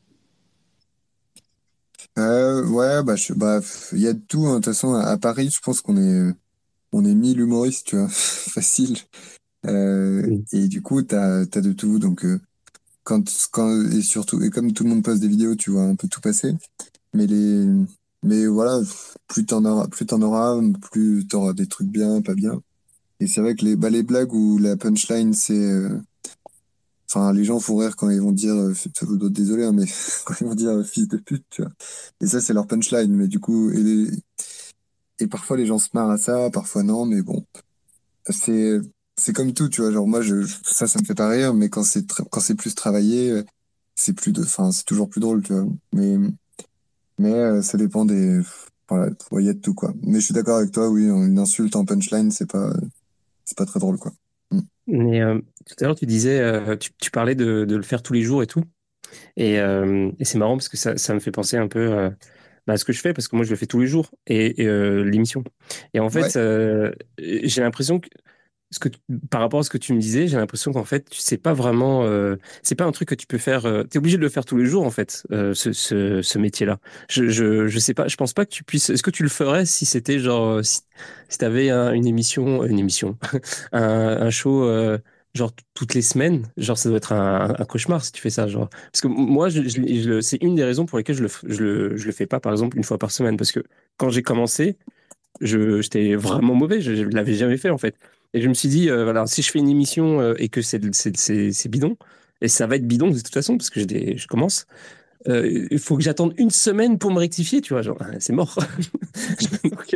Ouais, il y a de tout, hein. De toute façon, à Paris, je pense on est 1000 humoristes, tu vois, facile. Mm. Et du coup, t'as de tout. Donc, et surtout, et comme tout le monde poste des vidéos, tu vois un peu tout passer. Mais mais voilà, plus t'en auras, plus t'auras des trucs bien, pas bien. Et c'est vrai que les blagues ou la punchline, enfin, les gens font rire quand ils vont dire, désolé, hein, mais quand ils vont dire fils de pute, tu vois. Et ça, c'est leur punchline. Mais du coup, et parfois les gens se marrent à ça, parfois non, mais bon. C'est, c'est comme tout, tu vois. Genre, moi, ça me fait pas rire, mais quand c'est plus travaillé, enfin, c'est toujours plus drôle, tu vois. Mais ça dépend voilà, il y a de tout, quoi. Mais je suis d'accord avec toi, oui, une insulte en punchline, c'est pas très drôle, quoi. Mm. Mais tout à l'heure, tu disais, tu parlais de le faire tous les jours et tout. Et c'est marrant parce que ça me fait penser un peu à ce que je fais, parce que moi, je le fais tous les jours, et l'émission. Et en Ouais. fait, j'ai l'impression que, par rapport à ce que tu me disais, j'ai l'impression qu'en fait, c'est pas vraiment, c'est pas un truc que tu peux faire. T'es obligé de le faire tous les jours, en fait, ce métier-là. Je sais pas, je pense pas que tu puisses. Est-ce que tu le ferais si c'était genre, si t'avais une émission, un show, genre toutes les semaines, genre ça doit être un cauchemar si tu fais ça, genre. Parce que moi, c'est une des raisons pour lesquelles je le fais pas, par exemple, une fois par semaine, parce que quand j'ai commencé, j'étais vraiment mauvais, je l'avais jamais fait en fait. Et je me suis dit, voilà, si je fais une émission et que c'est bidon, et ça va être bidon de toute façon, parce que je commence, il faut que j'attende une semaine pour me rectifier, tu vois, genre, c'est mort. Donc,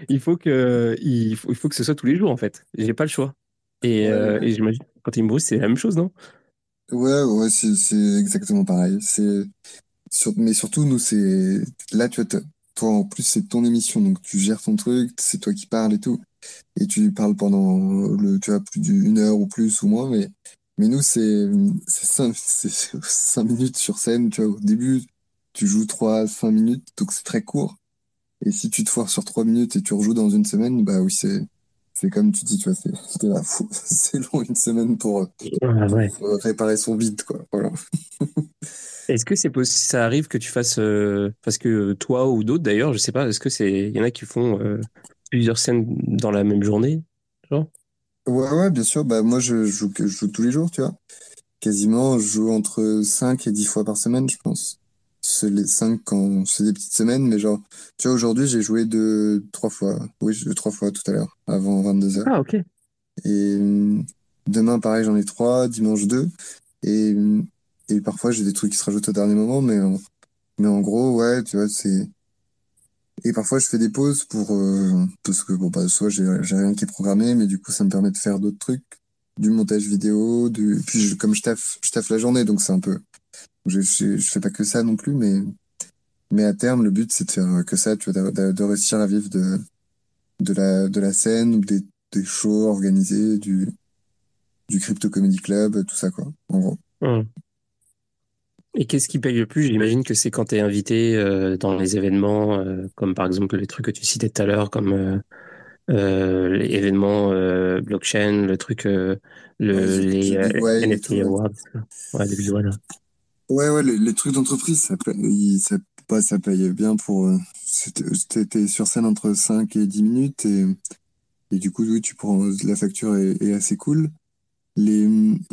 il faut que ce soit tous les jours en fait. J'ai pas le choix. Ouais, Et j'imagine, quand il me brouille, c'est la même chose, non? ouais, c'est exactement pareil. Mais surtout, nous, là, tu vois, toi, en plus, c'est ton émission, donc tu gères ton truc, c'est toi qui parles et tout. Et tu parles pendant tu vois, plus d'une heure ou plus ou moins, mais nous, c'est 5 minutes sur scène, tu vois. Au début, tu joues 3, 5 minutes, donc c'est très court. Et si tu te foires sur 3 minutes et tu rejoues dans une semaine, bah oui, c'est comme tu dis, tu vois, c'est là, c'est long une semaine Ah, ouais. pour réparer son vide, quoi. Voilà. Est-ce que ça arrive que tu fasses, parce que toi ou d'autres d'ailleurs, je sais pas, est-ce que il y en a qui font plusieurs scènes dans la même journée, genre? Ouais, bien sûr. Bah, moi, je joue tous les jours, tu vois. Quasiment, je joue entre 5 et 10 fois par semaine, je pense. C'est les 5 quand c'est des petites semaines, mais genre, tu vois, aujourd'hui, j'ai joué 3 fois. Oui, 3 fois tout à l'heure, avant 22 heures. Ah, ok. Et demain, pareil, j'en ai 3, dimanche 2. Et, et parfois, j'ai des trucs qui se rajoutent au dernier moment, mais en gros, ouais, tu vois, Et parfois, je fais des pauses parce que, bon, bah, soit j'ai rien qui est programmé, mais du coup, ça me permet de faire d'autres trucs, du montage vidéo, puis comme je taffe la journée, donc c'est un peu, je fais pas que ça non plus, mais à terme, le but, c'est de faire que ça, tu vois, de réussir à vivre de la scène, ou des shows organisés, du Crypto Comedy Club, tout ça, quoi, en gros. Hum. Et qu'est-ce qui paye le plus? J'imagine que c'est quand tu es invité dans les événements, comme par exemple les trucs que tu citais tout à l'heure, comme les événements blockchain, le truc, Ouais, les The Big Whale et NFT tout, ouais. Awards. Ouais, des big one. Ouais, les trucs d'entreprise, ça paye bien t'es sur scène entre 5 et 10 minutes et du coup, oui, la facture est assez cool. Les,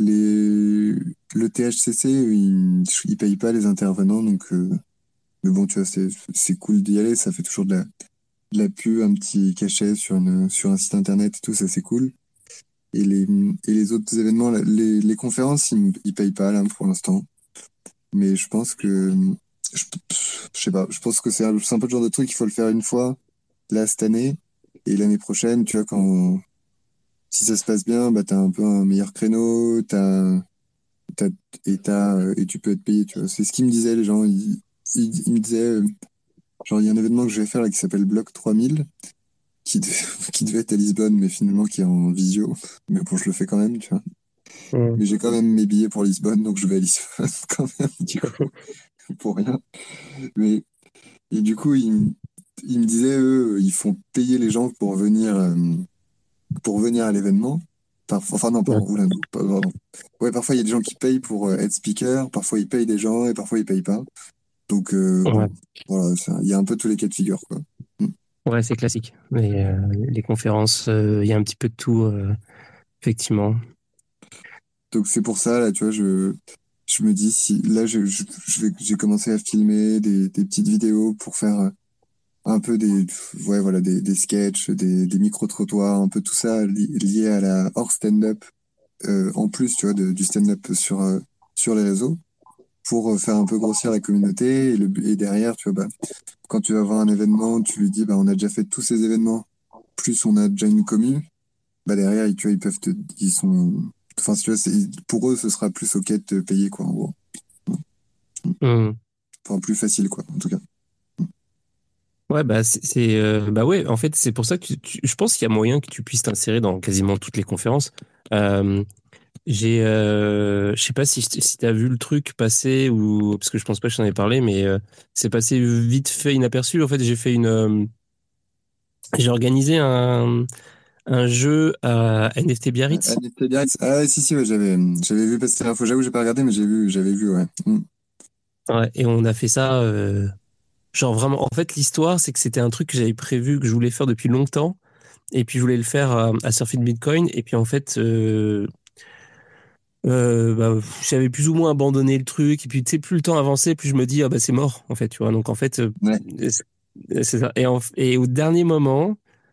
le THCC, ils payent pas les intervenants, donc, mais bon, tu vois, c'est cool d'y aller, ça fait toujours de la pub, un petit cachet sur un site internet et tout, ça c'est cool. Et les autres événements, là, les conférences, ils payent pas là pour l'instant. Mais je pense que, je, je sais pas, je pense que c'est un peu le genre de truc qu'il faut le faire une fois, là, cette année. Et l'année prochaine, tu vois, si ça se passe bien, bah, t'as un peu un meilleur créneau, t'as, et tu peux être payé, tu vois. C'est ce qu'ils me disaient, les gens. Ils me disaient, genre, il y a un événement que je vais faire là qui s'appelle Bloc 3000, qui devait être à Lisbonne, mais finalement qui est en visio. Mais bon, je le fais quand même, tu vois. Mm. Mais j'ai quand même mes billets pour Lisbonne, donc je vais à Lisbonne quand même, du coup, pour rien. Mais, et du coup, ils me disaient, eux, ils font payer les gens pour venir à l'événement. Enfin, non, Ouais. pardon, oula, non, pardon. Ouais, parfois, il y a des gens qui payent pour être speaker, parfois, ils payent des gens, et parfois, ils payent pas. Donc, Ouais. bon, voilà, il y a un peu tous les cas de figure, quoi. Mm. Ouais, c'est classique. Mais les conférences, il y a un petit peu de tout, effectivement. Donc, c'est pour ça, là, tu vois, je me dis, si, là, j'ai commencé à filmer des petites vidéos pour faire un peu ouais, voilà, des sketchs, des micro-trottoirs, un peu tout ça lié à la hors stand-up, en plus, tu vois, du stand-up sur les réseaux, pour faire un peu grossir la communauté. Et derrière, tu vois, bah, quand tu vas voir un événement, tu lui dis, bah, on a déjà fait tous ces événements, plus on a déjà une commu, bah, derrière, tu vois, ils sont, enfin, tu vois, pour eux, ce sera plus OK de te payer, quoi, en gros. Mm. Enfin, plus facile, quoi, en tout cas. Ouais, bah bah ouais. En fait, c'est pour ça que je pense qu'il y a moyen que tu puisses t'insérer dans quasiment toutes les conférences. Euh, je sais pas si t'as vu le truc passer ou parce que je pense pas que je t'en ai parlé, mais c'est passé vite fait inaperçu. En fait, j'ai organisé un jeu à NFT Biarritz. Anita Biarritz. Ah, ouais, si, si, ouais, j'avais vu passer l'info. J'avoue, j'ai pas regardé, mais j'avais vu, ouais. Mm. Ouais, et on a fait ça. Genre vraiment, en fait, l'histoire, c'est que c'était un truc que j'avais prévu, que je voulais faire depuis longtemps. Et puis, je voulais le faire à Surfing Bitcoin. Et puis, en fait, bah, j'avais plus ou moins abandonné le truc. Et puis, tu sais, plus le temps avançait, plus je me dis, ah bah, c'est mort, en fait, tu vois. Donc, en fait, Ouais. c'est ça. Et au dernier moment,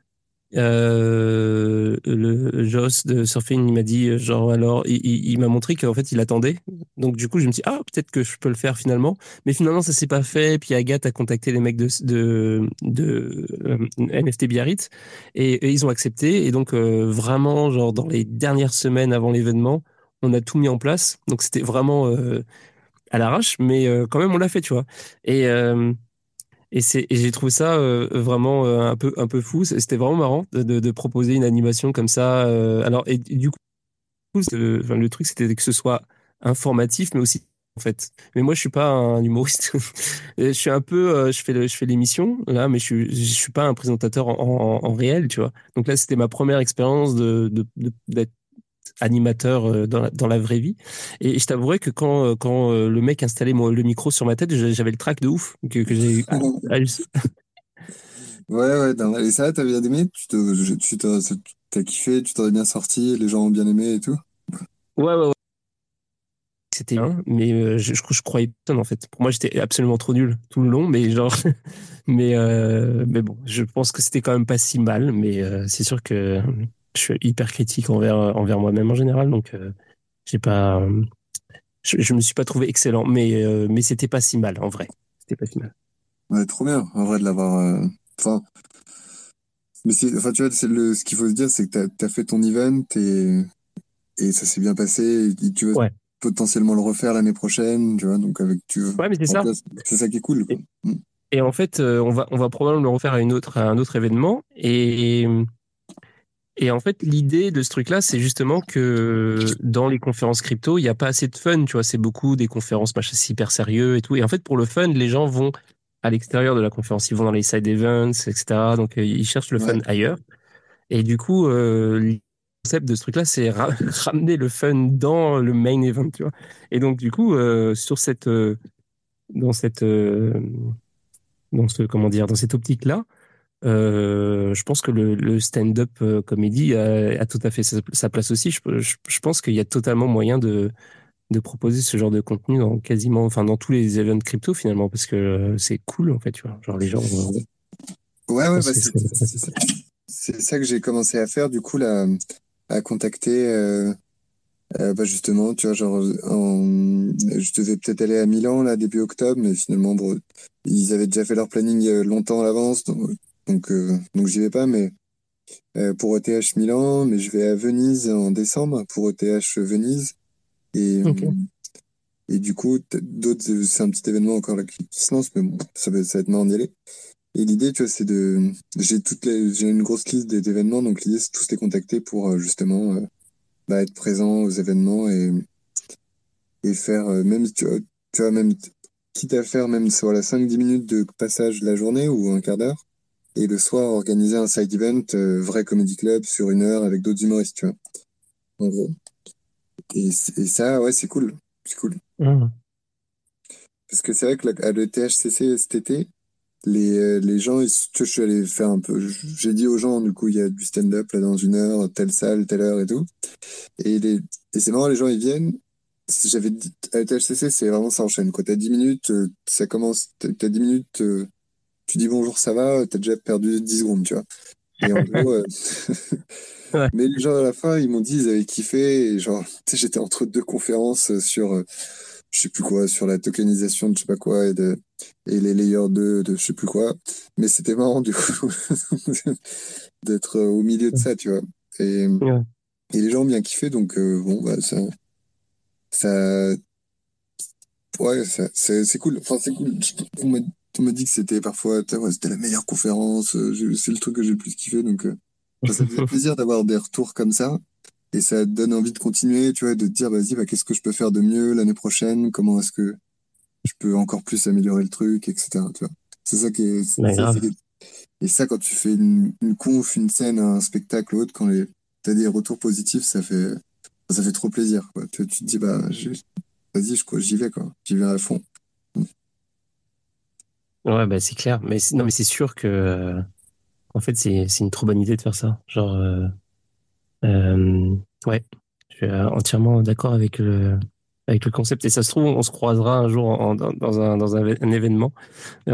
le Joss de Surfing, il m'a dit, genre, alors, il m'a montré qu'en fait, il attendait. Donc, du coup, je me suis dit, ah, peut-être que je peux le faire finalement. Mais finalement, ça s'est pas fait. Puis Agathe a contacté les mecs de NFT Biarritz et ils ont accepté. Et donc, vraiment, genre, dans les dernières semaines avant l'événement, on a tout mis en place. Donc, c'était vraiment à l'arrache, mais quand même, on l'a fait, tu vois. Et, euh, et j'ai trouvé ça vraiment un peu fou. C'était vraiment marrant de proposer une animation comme ça. Alors, et du coup, enfin, le truc, c'était que ce soit informatif, mais aussi, en fait. Mais moi, je suis pas un humoriste. Je suis un peu, je fais l'émission, là, mais je suis pas un présentateur en réel, tu vois. Donc là, c'était ma première expérience d'être animateur dans la vraie vie. Et je t'avouerais que quand le mec installait le micro sur ma tête, j'avais le trac de ouf que j'ai eu. Ouais, ouais, et ça, t'as bien aimé? T'as kiffé, tu t'en es bien sorti, les gens ont bien aimé et tout? Ouais, ouais, ouais. C'était un, mais je croyais personne en fait. Pour moi, j'étais absolument trop nul tout le long, mais genre, mais bon, je pense que c'était quand même pas si mal, mais c'est sûr que je suis hyper critique envers moi-même en général, donc j'ai pas, je me suis pas trouvé excellent, mais c'était pas si mal en vrai. C'était pas si mal. Ouais, trop bien, en vrai, de l'avoir. Enfin, mais enfin, tu vois, ce qu'il faut se dire, c'est que t'as fait ton event et ça s'est bien passé. Et tu veux Ouais, potentiellement le refaire l'année prochaine, tu vois, donc ouais, mais c'est en ça. place, c'est ça qui est cool, quoi. Et, Mm. et en fait, on va probablement le refaire à un autre événement et en fait, l'idée de ce truc-là, c'est justement que dans les conférences crypto, il n'y a pas assez de fun, tu vois. C'est beaucoup des conférences machin, c'est hyper sérieux et tout. Et en fait, pour le fun, les gens vont à l'extérieur de la conférence. Ils vont dans les side events, etc. Donc, ils cherchent le Ouais, fun ailleurs. Et du coup, le concept de ce truc-là, c'est ramener le fun dans le main event, tu vois. Et donc, du coup, dans cette, comment dire, dans cette optique-là, je pense que le stand-up comédie a tout à fait sa place aussi. Je pense qu'il y a totalement moyen de proposer ce genre de contenu dans quasiment, enfin, dans tous les events crypto finalement, parce que c'est cool en fait, tu vois. Genre les gens. Ouais, Je ouais, pense bah que c'est ça que j'ai commencé à faire, du coup, là, à contacter, bah justement, tu vois, je devais peut-être aller à Milan, là, début octobre, mais finalement, bon, ils avaient déjà fait leur planning longtemps à l'avance, donc j'y vais pas, mais pour ETH Milan, mais je vais à Venise en décembre pour ETH Venise, et, Ok. et du coup, d'autres, c'est un petit événement encore là qui se lance, mais bon, ça va être marrant d'y aller. Et l'idée, tu vois, j'ai une grosse liste d'événements, donc l'idée, c'est tous les contacter pour justement bah, être présent aux événements et faire, même, tu vois, même, quitte à faire même, voilà, 5-10 minutes de passage la journée ou un quart d'heure, et le soir, organiser un side event, vrai comedy club sur 1 heure avec d'autres humoristes, tu vois, en gros. Et ça, ouais, c'est cool. C'est cool. Mhm. Parce que c'est vrai que à l'ETHCC cet été, les gens, tu vois, je suis allé faire un peu. J'ai dit aux gens, du coup, il y a du stand-up là dans 1 heure, telle salle, telle heure et tout. Et, et c'est marrant, les gens, ils viennent. J'avais dit, à l'ETHCC, c'est vraiment ça enchaîne. Quand t'as 10 minutes, ça commence, t'as 10 minutes, tu dis bonjour, ça va, t'as déjà perdu 10 secondes, tu vois. Et en gros, Ouais. mais les gens à la fin, ils m'ont dit, ils avaient kiffé. Et genre, tu sais, j'étais entre deux conférences sur, je sais plus quoi, sur la tokenisation de je sais pas quoi et les layers de je sais plus quoi. Mais c'était marrant, du coup, d'être au milieu de ça, tu vois. Et, Ouais. et les gens ont bien kiffé, donc bon, bah, ça, ouais, c'est cool. Enfin, c'est cool. On m'a dit que c'était parfois, ouais, c'était la meilleure conférence. C'est le truc que j'ai le plus kiffé, donc bah, ça faisait plaisir d'avoir des retours comme ça. Et ça donne envie de continuer, tu vois, de te dire, vas-y, bah, qu'est-ce que je peux faire de mieux l'année prochaine? Comment est-ce que je peux encore plus améliorer le truc, etc. Tu vois. C'est ça qui est, Bah, grave. et ça, quand tu fais une conf, une scène, un spectacle ou autre, quand t'as des retours positifs, ça fait trop plaisir, quoi. Tu te dis, bah, vas-y, j'y vais, quoi. J'y vais à fond. Ouais, bah, c'est clair. Non, mais c'est sûr que, en fait, c'est une trop bonne idée de faire ça. Genre, ouais, je suis entièrement d'accord avec le concept. Et ça se trouve, on se croisera un jour dans un événement et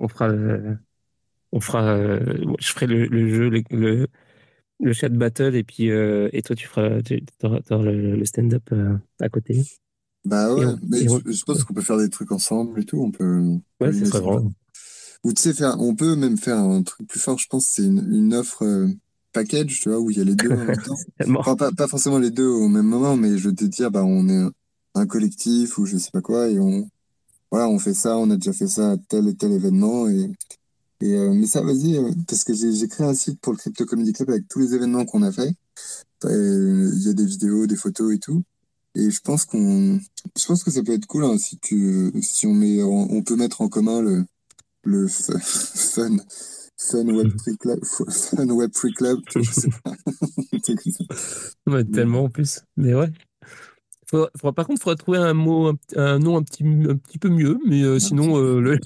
je ferai le jeu, le chat battle et toi, t'auras le stand-up à côté. Bah Et ouais, on, mais et on- je pense qu'on peut faire des trucs ensemble et tout, on peut ouais, ce serait l'imaginer. vraiment. Ou tu sais, on peut même faire un truc plus fort, je pense, c'est une offre package, tu vois, où il y a les deux en même temps. Tellement. Enfin, pas forcément les deux au même moment, mais je veux te dire, bah, on est un collectif ou je sais pas quoi, et voilà, on fait ça, on a déjà fait ça à tel et tel événement, mais ça, vas-y, parce que j'ai créé un site pour le Crypto Comedy Club avec tous les événements qu'on a fait. Il y a des vidéos, des photos et tout. Et je pense que ça peut être cool, hein, si on peut mettre en commun le fun, fun web free club, fun web free club, tu vois, je sais pas. Un truc comme ça. Ouais, Mais, tellement en plus. Mais ouais. Par contre, il faudra trouver un nom un petit peu mieux, mais un petit sinon, peu, le.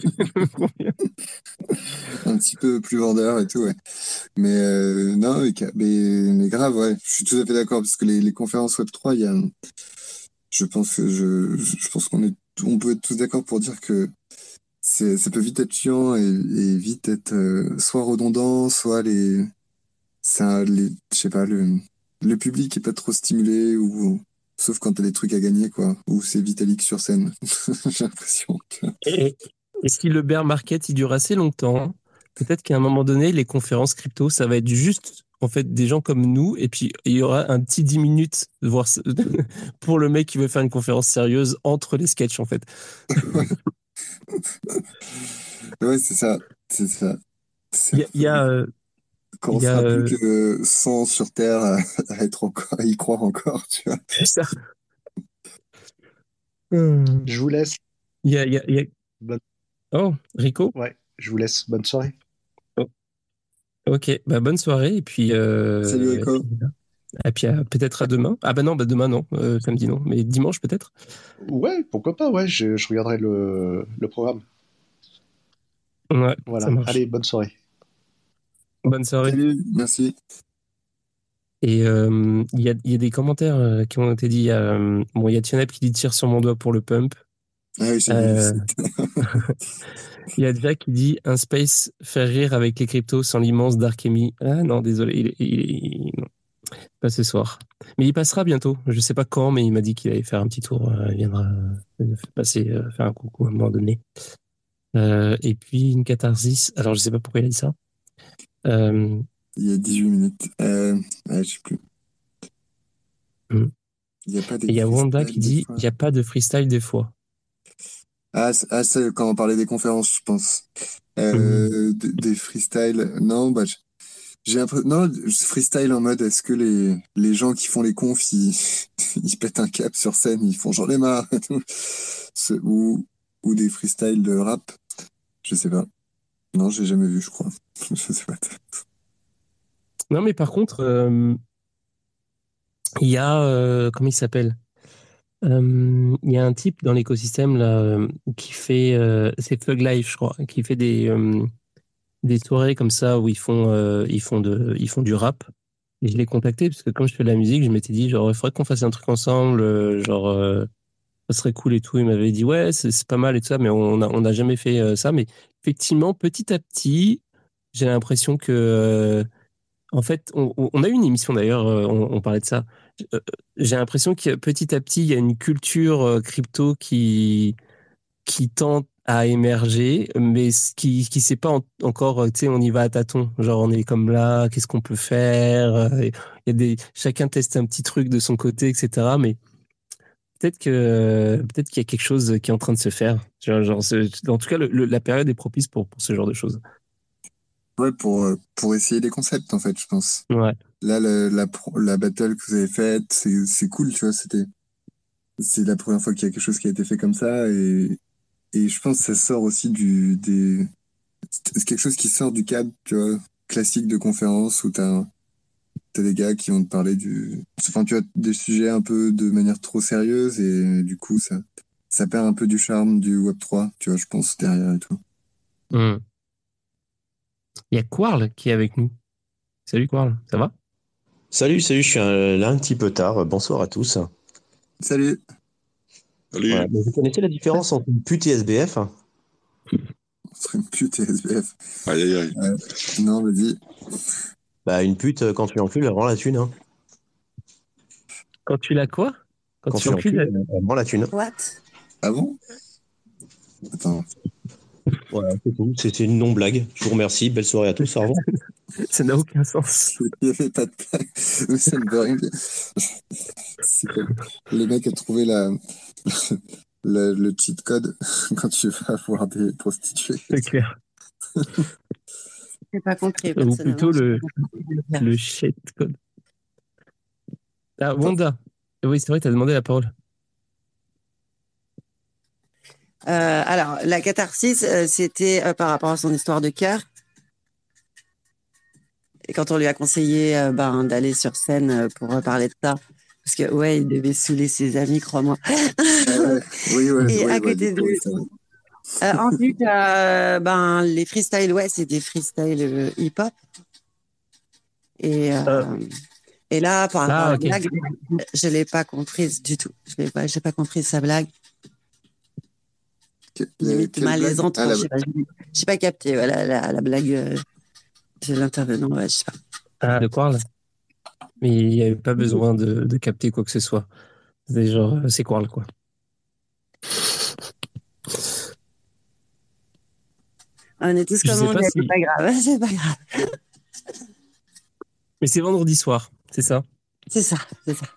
un petit peu plus vendeur et tout, ouais. Mais non, mais grave, ouais. Je suis tout à fait d'accord parce que les conférences Web3, je pense on peut être tous d'accord pour dire que ça peut vite être chiant et vite être soit redondant, soit je sais pas, le public est pas trop stimulé sauf quand t'as des trucs à gagner, quoi, ou c'est Vitalik sur scène. J'ai l'impression que, Et si le bear market il dure assez longtemps, peut-être qu'à un moment donné, les conférences crypto, ça va être juste en fait des gens comme nous, et puis il y aura un petit 10 minutes pour le mec qui veut faire une conférence sérieuse entre les sketchs en fait. ouais, c'est ça, c'est ça. C'est Il un y a, il peu, y a, quand il on y a sera plus que 100 sur Terre à y croire encore, tu vois. ça. Hmm. Je vous laisse. Il y a. Bonne- Oh, Rico? Ouais, je vous laisse. Bonne soirée. Oh, ok, bah bonne soirée, Salut Rico. et puis peut-être à demain. Ah bah non, bah demain non, samedi non, mais dimanche peut-être. Ouais, pourquoi pas, ouais, je regarderai le programme. Ouais, ça Voilà. marche. Allez, bonne soirée. Bonne soirée. Salut, merci. Et il y a des commentaires qui ont été dit. Bon, il y a Tionep qui dit tire sur mon doigt pour le pump. Ah oui, j'ai vu Euh, ça. il y a Jack qui dit un space faire rire avec les cryptos sans l'immense Dark Amy. Ah non, désolé, non, pas ce soir. Mais il passera bientôt. Je sais pas quand, mais il m'a dit qu'il allait faire un petit tour. Il viendra passer, faire un coucou à un moment donné. Et puis une catharsis. Alors je sais pas pourquoi il a dit ça. Euh, Il y a 18 minutes. Je sais plus. hmm. Il n'y a pas des Et il y a Wanda freestyles qui des dit fois. il n'y a pas de freestyle des fois. C'est quand on parlait des conférences, je pense. Mhm. Des freestyles. Non, j'ai l'impression. Non, freestyle en mode est-ce que les gens qui font les confs, ils pètent un cap sur scène, ils font j'en ai marre et tout. Ou des freestyles de rap. Je sais pas. Non, j'ai jamais vu, je crois. Je sais pas. Non, mais par contre, il y a comment il s'appelle? Il y a un type dans l'écosystème là qui fait c'est Thug Life, je crois, qui fait des soirées comme ça où ils font du rap. Et je l'ai contacté parce que quand je fais de la musique, je m'étais dit genre il faudrait qu'on fasse un truc ensemble, ça serait cool et tout. Il m'avait dit ouais c'est pas mal et tout ça, mais on a jamais fait ça. Mais effectivement petit à petit, j'ai l'impression que en fait on a eu une émission d'ailleurs, on parlait de ça. Euh, J'ai l'impression que petit à petit il y a une culture crypto qui tente à émerger, mais qui sait pas encore, tu sais, on y va à tâtons. Genre, on est comme là, qu'est-ce qu'on peut faire? Il y a chacun teste un petit truc de son côté, etc. Mais peut-être qu'il y a quelque chose qui est en train de se faire. En tout cas, la période est propice pour ce genre de choses. Ouais, pour essayer des concepts, en fait, je pense. Ouais. Là, la battle que vous avez faite, c'est cool, tu vois, c'est la première fois qu'il y a quelque chose qui a été fait comme ça, et je pense que ça sort aussi c'est quelque chose qui sort du cadre, tu vois, classique de conférence où t'as des gars qui vont te parler enfin, tu vois, des sujets un peu de manière trop sérieuse, et du coup, ça perd un peu du charme du Web3, tu vois, je pense, derrière et tout. Hmm. Il y a Quarl qui est avec nous. Salut Quarl, ça va? Salut, je suis là un petit peu tard. Bonsoir à tous. Salut! Voilà. Salut. Mais vous connaissez la différence entre une pute et SBF? On serait une pute et SBF. Aïe, aïe, aïe. Non, vas-y. Bah, une pute, quand tu l'encules, elle rend la thune. Hein. Quand tu l'as quoi? Quand Quand tu tu l'encules, l'encules? elle rend la thune. What? Ah bon? Attends. Voilà, c'est tout. C'était une non-blague. Je vous remercie. Belle soirée à tous. Au revoir. Ça n'a aucun sens. Il n'y avait pas de blague. Mais ça ne veut rien dire. C'est comme le mec a trouvé le cheat code quand tu vas voir des prostituées. C'est clair. J'ai pas compris, Ou personnellement. plutôt j'ai pas compris. le shit code. Ah, Wanda. Oui, c'est vrai, tu as demandé la parole. Alors, la catharsis, c'était par rapport à son histoire de cœur. Et quand on lui a conseillé d'aller sur scène pour parler de ça, parce que ouais, il devait saouler ses amis, crois-moi. Oui, Et à ouais, côté de lui. Ensuite, les freestyles, ouais, c'est des freestyles hip-hop. Et là, par rapport à la ok. blague, je l'ai pas comprise du tout. J'ai pas compris sa blague. Limite Quelle malaisante. blague? J'ai pas capté voilà, la blague de l'intervenant. Ouais, je sais pas. Ah, de quoi là? Mais il n'y avait pas besoin de capter quoi que ce soit. C'est genre, c'est quoi quoi. On est tous Je comme sais on pas est, si- c'est pas grave, c'est pas grave. Mais c'est vendredi soir, c'est ça? C'est ça, c'est ça.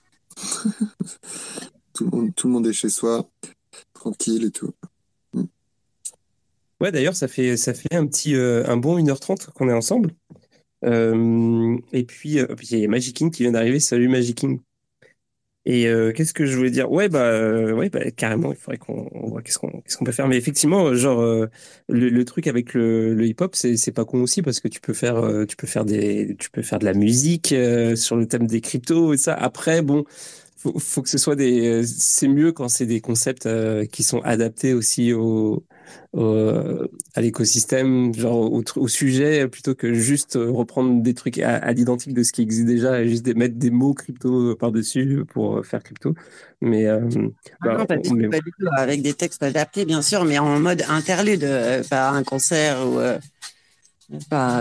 Tout le monde est chez soi, tranquille et tout. Ouais, d'ailleurs, ça fait un bon 1h30 qu'on est ensemble. Et puis, il y a Magic King qui vient d'arriver. Salut Magic King. Et qu'est-ce que je voulais dire? Ouais, carrément, il faudrait qu'on voit qu'est-ce qu'on peut faire. Mais effectivement, le truc avec le hip-hop, c'est pas con aussi parce que tu peux faire de la musique sur le thème des cryptos et ça. Après, bon, faut que ce soit c'est mieux quand c'est des concepts qui sont adaptés aussi à l'écosystème, genre au sujet, plutôt que juste reprendre des trucs à l'identique de ce qui existe déjà et juste mettre des mots crypto par-dessus pour faire crypto. Mais, Ah non, pas du tout, avec des textes adaptés, bien sûr, mais en mode interlude, pas un concert ou pas,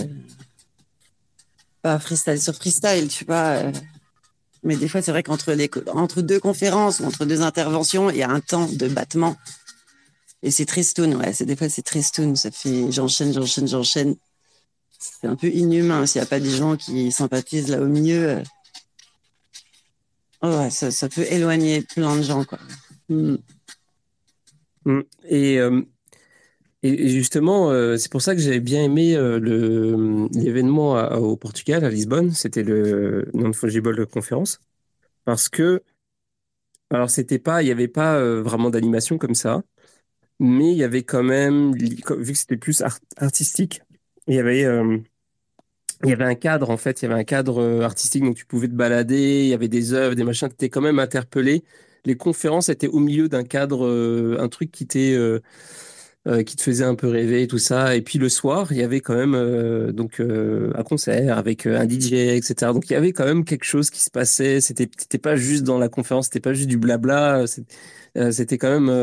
pas freestyle sur freestyle, tu sais pas. Mais des fois, c'est vrai entre deux conférences ou entre deux interventions, il y a un temps de battement. Et c'est tristoun, ouais. Des fois, c'est tristoun. Ça fait j'enchaîne. C'est un peu inhumain s'il n'y a pas des gens qui sympathisent là au milieu. Oh, ouais, ça peut éloigner plein de gens, quoi. Et, et justement, c'est pour ça que j'avais bien aimé l'événement au Portugal, à Lisbonne. C'était le Non-Fungible Conference. Parce que, alors, il n'y avait pas vraiment d'animation comme ça, mais il y avait quand même, vu que c'était plus artistique, il y avait, euh, il y avait un cadre, en fait, il y avait un cadre artistique, donc tu pouvais te balader, il y avait des œuvres, des machins, tu étais quand même interpellé. Les conférences étaient au milieu d'un cadre, un truc qui te faisait un peu rêver et tout ça. Et puis le soir, il y avait quand même un concert avec un DJ, etc. Donc il y avait quand même quelque chose qui se passait. C'était pas juste dans la conférence, c'était pas juste du blabla. C'était quand même,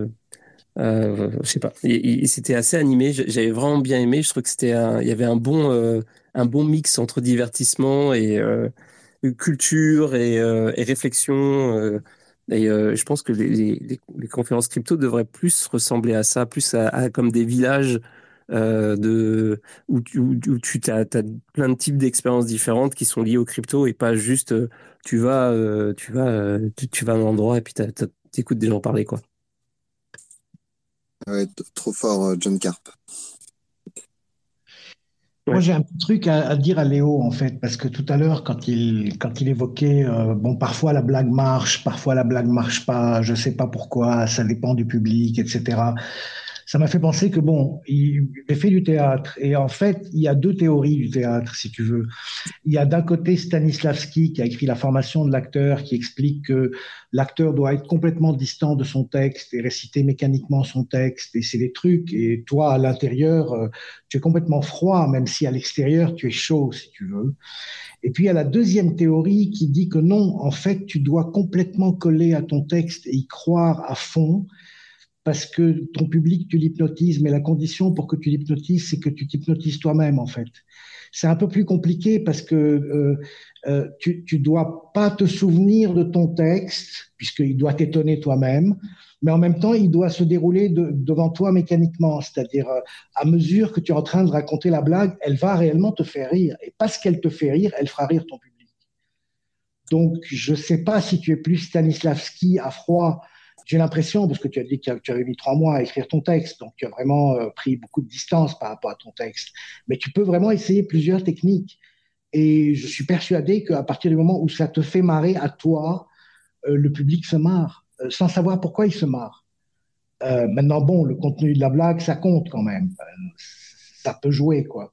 je sais pas. C'était assez animé. J'avais vraiment bien aimé. Je trouve que il y avait un bon mix entre divertissement et culture et réflexion. Je pense que les conférences crypto devraient plus ressembler à ça, plus à comme des villages où tu as plein de types d'expériences différentes qui sont liées au crypto et pas juste tu vas à un endroit et puis t'écoutes des gens parler, quoi. Ouais, trop fort, John Carp. Moi, j'ai un petit truc à dire à Léo, en fait, parce que tout à l'heure, quand il évoquait, bon, parfois la blague marche, parfois la blague marche pas, je sais pas pourquoi, ça dépend du public, etc. Ça m'a fait penser que, bon, il fait du théâtre, et en fait, il y a deux théories du théâtre, si tu veux. Il y a d'un côté Stanislavski qui a écrit La formation de l'acteur, qui explique que l'acteur doit être complètement distant de son texte et réciter mécaniquement son texte. Et c'est des trucs. Et toi, à l'intérieur, tu es complètement froid, même si à l'extérieur, tu es chaud, si tu veux. Et puis, il y a la deuxième théorie qui dit que non, en fait, tu dois complètement coller à ton texte et y croire à fond parce que ton public, tu l'hypnotises, mais la condition pour que tu l'hypnotises, c'est que tu t'hypnotises toi-même, en fait. C'est un peu plus compliqué parce que tu dois pas te souvenir de ton texte, puisqu'il doit t'étonner toi-même, mais en même temps, il doit se dérouler devant toi mécaniquement, c'est-à-dire à mesure que tu es en train de raconter la blague, elle va réellement te faire rire, et parce qu'elle te fait rire, elle fera rire ton public. Donc, je ne sais pas si tu es plus Stanislavski à froid. J'ai l'impression, parce que tu as dit que tu avais mis 3 mois à écrire ton texte, donc tu as vraiment pris beaucoup de distance par rapport à ton texte. Mais tu peux vraiment essayer plusieurs techniques. Et je suis persuadé qu'à partir du moment où ça te fait marrer à toi, le public se marre, sans savoir pourquoi il se marre. Maintenant, bon, le contenu de la blague, ça compte quand même. Ça peut jouer, quoi.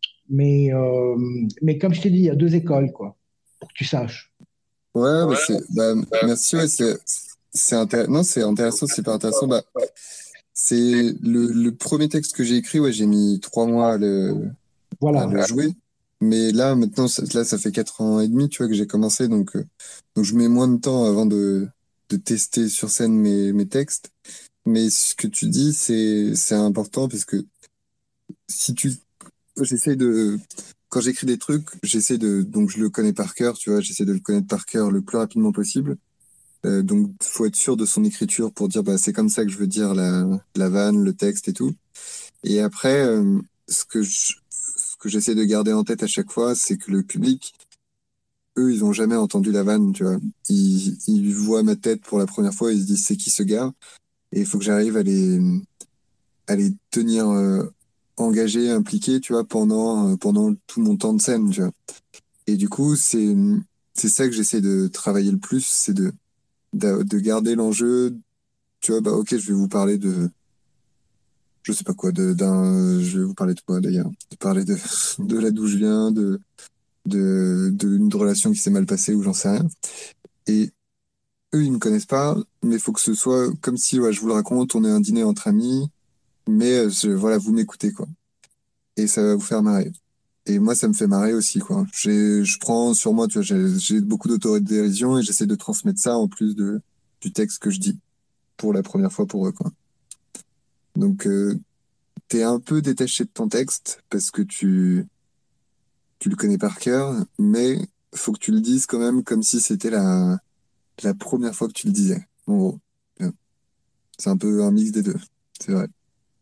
Mais comme je t'ai dit, il y a deux écoles, quoi, pour que tu saches. Ouais, merci, ouais, non, c'est intéressant, c'est super intéressant. C'est le premier texte que j'ai écrit, ouais, j'ai mis 3 mois à le jouer. Mais là, maintenant, ça fait 4 ans et demi, tu vois, que j'ai commencé, donc je mets moins de temps avant de tester sur scène mes textes. Mais ce que tu dis, c'est important parce que si tu, j'essaie quand j'écris des trucs, donc je le connais par cœur, tu vois, j'essaie de le connaître par cœur le plus rapidement possible. Donc, faut être sûr de son écriture pour dire, c'est comme ça que je veux dire la vanne, le texte et tout. Et après, ce que j'essaie de garder en tête à chaque fois, c'est que le public, eux, ils ont jamais entendu la vanne, tu vois. Ils voient ma tête pour la première fois, ils se disent, c'est qui ce gars? Et il faut que j'arrive à les tenir engagés, impliqués, tu vois, pendant tout mon temps de scène, tu vois. Et du coup, c'est ça que j'essaie de travailler le plus, c'est de garder l'enjeu, tu vois, ok, je vais vous parler je sais pas quoi, je vais vous parler de quoi d'ailleurs? De parler de là d'où je viens, d'une relation qui s'est mal passée ou j'en sais rien. Et eux, ils me connaissent pas, mais il faut que ce soit comme si, ouais, je vous le raconte, on est à un dîner entre amis, mais voilà, vous m'écoutez, quoi. Et ça va vous faire marrer. Et moi, ça me fait marrer aussi, quoi. Je prends sur moi, tu vois, j'ai beaucoup d'autodérision et j'essaie de transmettre ça en plus du texte que je dis pour la première fois pour eux, quoi. Donc, t'es un peu détaché de ton texte parce que tu le connais par cœur, mais faut que tu le dises quand même comme si c'était la première fois que tu le disais. En gros. C'est un peu un mix des deux. C'est vrai.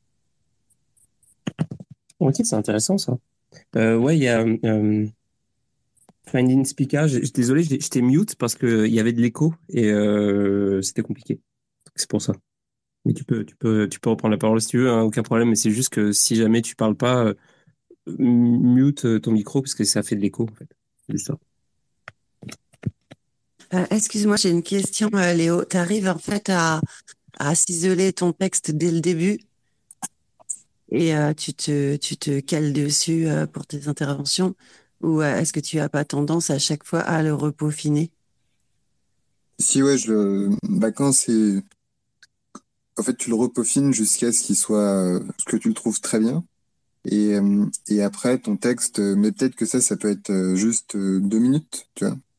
Ok, c'est intéressant ça. Ouais, il y a Finding Speaker. Désolé, je t'ai mute parce qu'il y avait de l'écho et c'était compliqué. Donc, c'est pour ça. Mais tu peux reprendre la parole si tu veux, hein, aucun problème. Mais c'est juste que si jamais tu parles pas, mute ton micro parce que ça fait de l'écho en fait. C'est ça. Excuse-moi, j'ai une question, Léo. Tu arrives en fait à ciseler ton texte dès le début et tu te cales dessus pour tes interventions ou est-ce que tu as pas tendance à chaque fois à le repeaufiner? Si, ouais, bah, quand c'est, en fait, tu le repeaufines jusqu'à ce qu'il soit, ce que tu le trouves très bien. Et après, ton texte, mais peut-être que ça peut être juste 2 minutes, tu vois.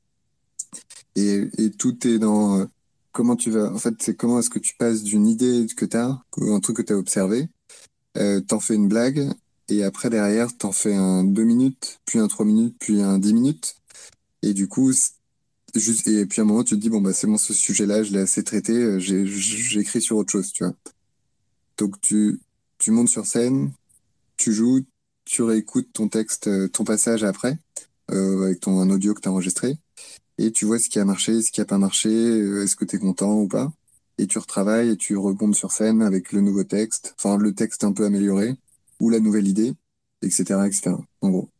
Et tout est dans comment tu vas. En fait, c'est comment est-ce que tu passes d'une idée que tu as, un truc que tu as observé, t'en fais une blague, et après, derrière, t'en fais un 2 minutes, puis un 3 minutes, puis un 10 minutes. Et du coup, et puis à un moment, tu te dis, bon, bah, c'est bon, ce sujet-là, je l'ai assez traité, j'ai écrit sur autre chose, tu vois. Donc, tu montes sur scène, tu joues, tu réécoutes ton texte, ton passage après, avec un audio que tu as enregistré, et tu vois ce qui a marché, ce qui a pas marché, est-ce que tu es content ou pas. Et tu retravailles et tu rebondes sur scène avec le nouveau texte, enfin le texte un peu amélioré, ou la nouvelle idée, etc., etc. En gros.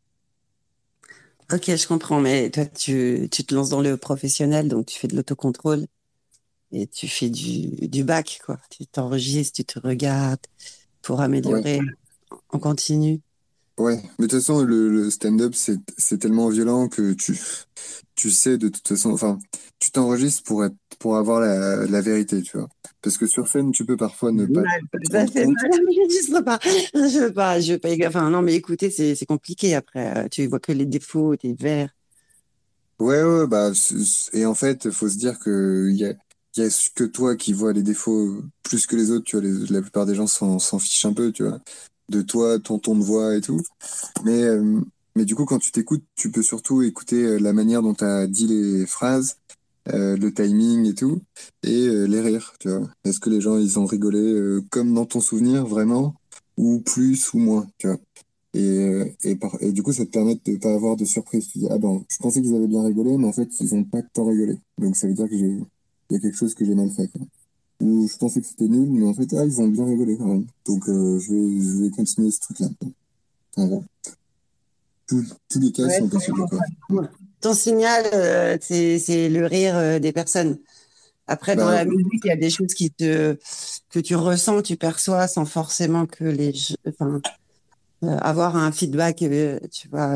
Ok, je comprends, mais toi, tu te lances dans le professionnel, donc tu fais de l'autocontrôle et tu fais du bac, quoi. Tu t'enregistres, tu te regardes pour Ouais, améliorer en continu. ouais. Mais de toute façon, le stand-up, c'est tellement violent que tu sais de toute façon, enfin, tu t'enregistres pour avoir la vérité, tu vois. Parce que sur scène, tu peux parfois ne pas Mal, te ça rendre fait compte. mal, j'enregistre pas. Je veux pas, enfin, non, mais écoutez, c'est compliqué après. Tu vois que les défauts, tes verres. Ouais, ouais, bah, et en fait, faut se dire que il y a que toi qui vois les défauts plus que les autres, tu vois, la plupart des gens s'en fichent un peu, tu vois, de toi, ton ton de voix et tout. Mais, euh, mais du coup, quand tu t'écoutes, tu peux surtout écouter la manière dont tu as dit les phrases, le timing et tout, et les rires, tu vois. Est-ce que les gens, ils ont rigolé comme dans ton souvenir, vraiment, ou plus ou moins, tu vois. Et du coup, ça te permet de pas avoir de surprise. Tu dis, ah ben, je pensais qu'ils avaient bien rigolé, mais en fait, ils ont pas tant rigolé. Donc, ça veut dire il y a quelque chose que j'ai mal fait, quoi. Ou je pensais que c'était nul, mais en fait, ah, ils ont bien rigolé quand même. Donc, je vais continuer ce truc-là, quoi. En gros, tous les cas Ouais, sont je possibles, quoi. comprends. Ton signal, c'est le rire des personnes. Après, dans Bah, la musique, il y a des choses que tu ressens, que tu perçois sans forcément que enfin, avoir un feedback, tu vois,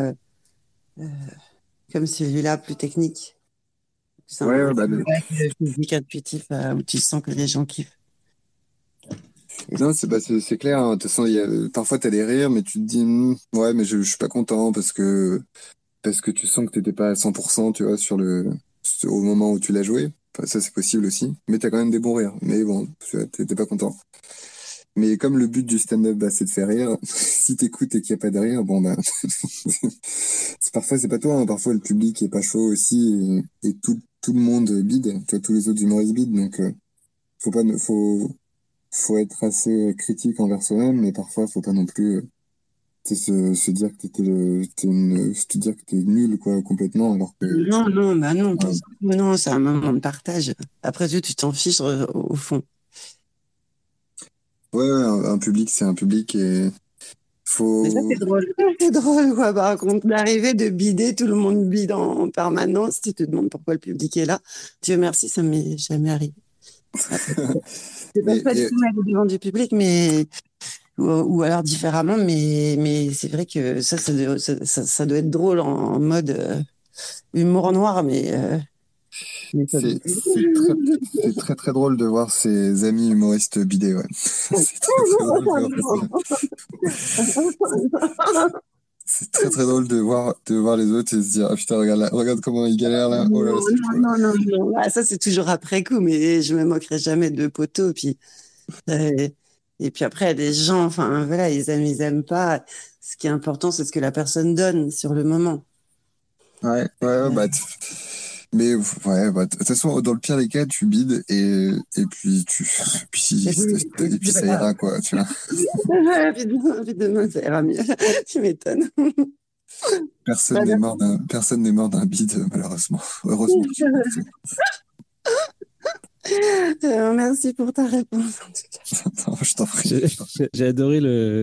comme celui-là, plus technique. C'est ouais, un ouais, bah, feedback physique intuitif où tu sens que les gens kiffent. non, c'est clair, hein. De toute façon, parfois, t'as des rires, mais tu te dis, ouais, mais je suis pas content parce que tu sens que t'étais pas à 100%, tu vois, au moment où tu l'as joué. Enfin, ça, c'est possible aussi. Mais t'as quand même des bons rires. Mais bon, tu vois, t'étais pas content. Mais comme le but du stand-up, bah, c'est de faire rire, si t'écoutes et qu'il n'y a pas de rire, bon, bah, parfois, c'est pas toi, hein. Parfois, le public est pas chaud aussi et tout le monde bide. Tu vois, tous les autres humoristes bident. Donc, faut pas, faut être assez critique envers soi-même, mais parfois, faut pas non plus, tu sais, se dire que te dire que t'es nul, quoi, complètement, alors que, Non, non, bah non, ouais. non, c'est un moment de partage. Après tout, tu t'en fiches au fond. Ouais, ouais, un public, c'est un public et Mais ça, faut. c'est drôle. C'est drôle, quoi. Par contre, d'arriver, de bider, tout le monde bide en permanence. Tu te demandes pourquoi le public est là. Dieu merci, ça m'est jamais arrivé. Après, je Mais passe pas du tout mal devant du public, mais ou alors différemment, mais c'est vrai que ça doit être drôle en mode humour noir, mais C'est très très drôle de voir ses amis humoristes bider, ouais. C'est très très drôle de voir. C'est très très drôle de voir les autres et se dire, ah putain, regarde là, regarde comment ils galèrent là. Oh là là, c'est chaud. Non. Ah, ça, c'est toujours après coup, mais je me moquerai jamais de poteaux. Et puis après, il y a des gens, enfin, voilà, ils aiment pas. Ce qui est important, c'est ce que la personne donne sur le moment. Ouais, bah, mais ouais, bah, de toute façon, dans le pire des cas, tu bides et puis et puis ça ira, quoi, tu vois. Puis demain, ça ira mieux. Tu m'étonnes. Personne n'est mort d'un bide, malheureusement. Heureusement. Merci pour ta réponse, en tout cas. Non, je t'en prie. J'ai adoré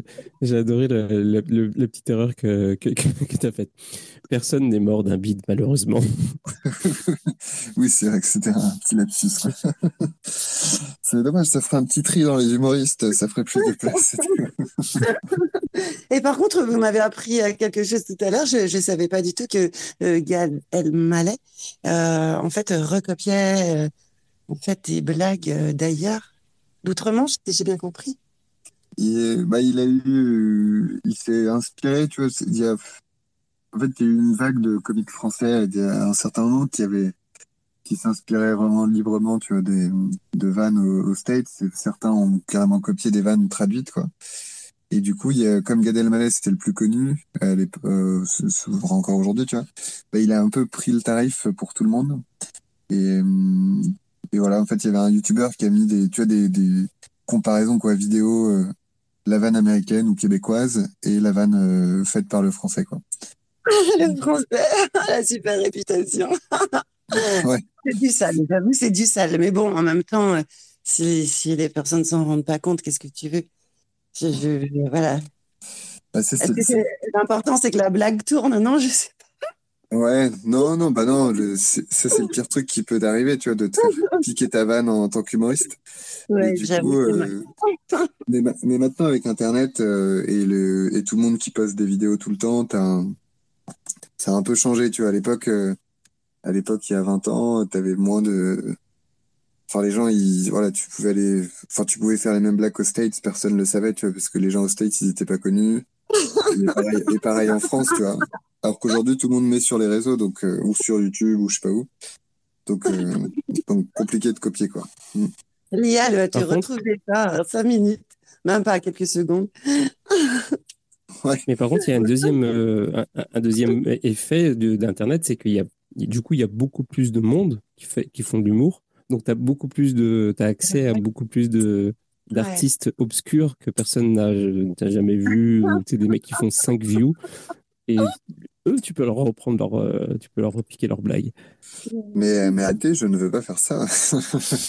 la petite erreur que tu as faite. Personne n'est mort d'un bide, malheureusement. Oui, c'est vrai que c'était un petit lapsus, quoi. C'est dommage, ça ferait un petit tri dans les humoristes, ça ferait plus de place. Et par contre, vous m'avez appris quelque chose tout à l'heure. Je ne savais pas du tout que Gad Elmaleh, en fait, recopiait en fait, des blagues d'ailleurs, d'outre-Manche, si j'ai bien compris. Il s'est inspiré, tu vois, en fait, il y a eu une vague de comiques français il y a un certain moment qui s'inspiraient vraiment librement, tu vois, de vannes aux States. Et certains ont carrément copié des vannes traduites, quoi. Et du coup, comme Gad Elmaleh, c'était le plus connu, souvent encore aujourd'hui, tu vois, bah, il a un peu pris le tarif pour tout le monde. Et voilà, en fait, il y avait un YouTuber qui a mis des comparaisons, quoi, vidéo, la vanne américaine ou québécoise et la vanne faite par le français, quoi. Le français, la super réputation. Ouais. C'est du sale, j'avoue, c'est du sale. Mais bon, en même temps, si les personnes s'en rendent pas compte, qu'est-ce que tu veux? Voilà. Bah, L'important, c'est que la blague tourne, non? Je sais Ouais, non, bah non, ça c'est le pire truc qui peut t'arriver, tu vois, de te faire piquer ta vanne en tant qu'humoriste. pas. Ouais, Et du j'avoue, coup, c'est vrai. mais maintenant avec Internet et tout le monde qui poste des vidéos tout le temps, ça a un peu changé, tu vois. À l'époque, il y a 20 ans, t'avais moins de. Enfin, les gens, voilà, tu pouvais faire les mêmes blagues aux States, personne le savait, tu vois, parce que les gens aux States, ils étaient pas connus. Et pareil en France, tu vois. Alors qu'aujourd'hui, tout le monde met sur les réseaux, donc, ou sur YouTube, ou je sais pas où. Donc compliqué de copier, quoi. Lial, tu Par contre, retrouves ça 5 minutes, même pas quelques secondes. Ouais. Mais par contre, il y a un deuxième effet d'Internet, c'est qu'il y a beaucoup plus de monde qui font de l'humour. Donc, tu as accès à beaucoup plus d'artistes obscurs que personne n'a jamais vu, ou des mecs qui font 5 views. Et eux, tu peux leur repiquer leur blague. Mais arrêtez, je ne veux pas faire ça. Ça,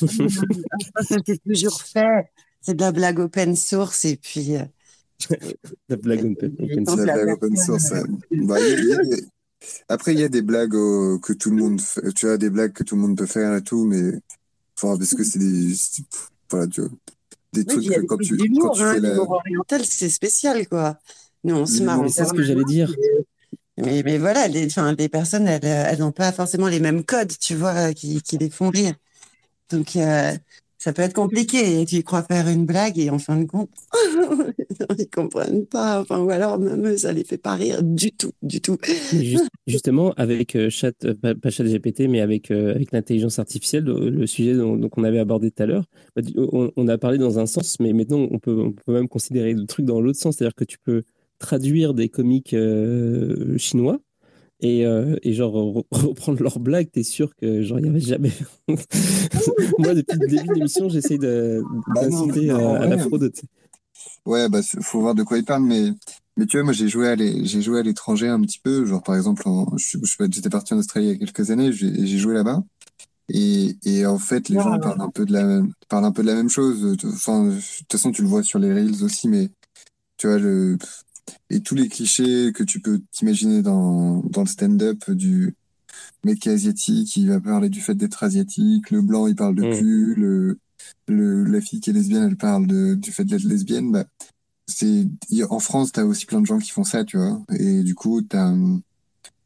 c'est toujours fait. C'est de la blague open source et puis. La blague open C'est la blague open source. Bah, après, il y a des blagues que tout le monde fait. Tu as des blagues que tout le monde peut faire et tout, mais enfin, parce que voilà, tu vois, des trucs que quand tu fais l'humour oriental, c'est spécial, quoi. Nous, on se marre. C'est ce que j'allais dire. Mais voilà, les personnes, elles n'ont pas forcément les mêmes codes, tu vois, qui les font rire. Donc, ça peut être compliqué. Tu crois faire une blague et en fin de compte, ils comprennent pas. Enfin, ou alors, même eux, ça les fait pas rire du tout, du tout. Mais justement, avec pas ChatGPT, mais avec l'intelligence artificielle, le sujet dont on avait abordé tout à l'heure, on a parlé dans un sens, mais maintenant, on peut même considérer le truc dans l'autre sens. C'est-à-dire que tu peux traduire des comiques chinois et genre reprendre leurs blagues. T'es sûr que genre il n'y avait jamais. Moi, depuis le début de l'émission, j'essaye d'inciter à la fraude. Ouais, bah faut voir de quoi il parle, mais tu vois, moi j'ai joué à l'étranger un petit peu, genre par exemple, j'étais parti en Australie il y a quelques années, j'ai joué là-bas, et en fait les gens parlent un peu de la même chose. Enfin, de toute façon tu le vois sur les reels aussi, mais tu vois et tous les clichés que tu peux t'imaginer dans le stand-up du mec qui est asiatique, il va parler du fait d'être asiatique, le blanc il parle de cul, la fille qui est lesbienne, elle parle du fait d'être lesbienne. Bah, en France, t'as aussi plein de gens qui font ça, tu vois. Et du coup,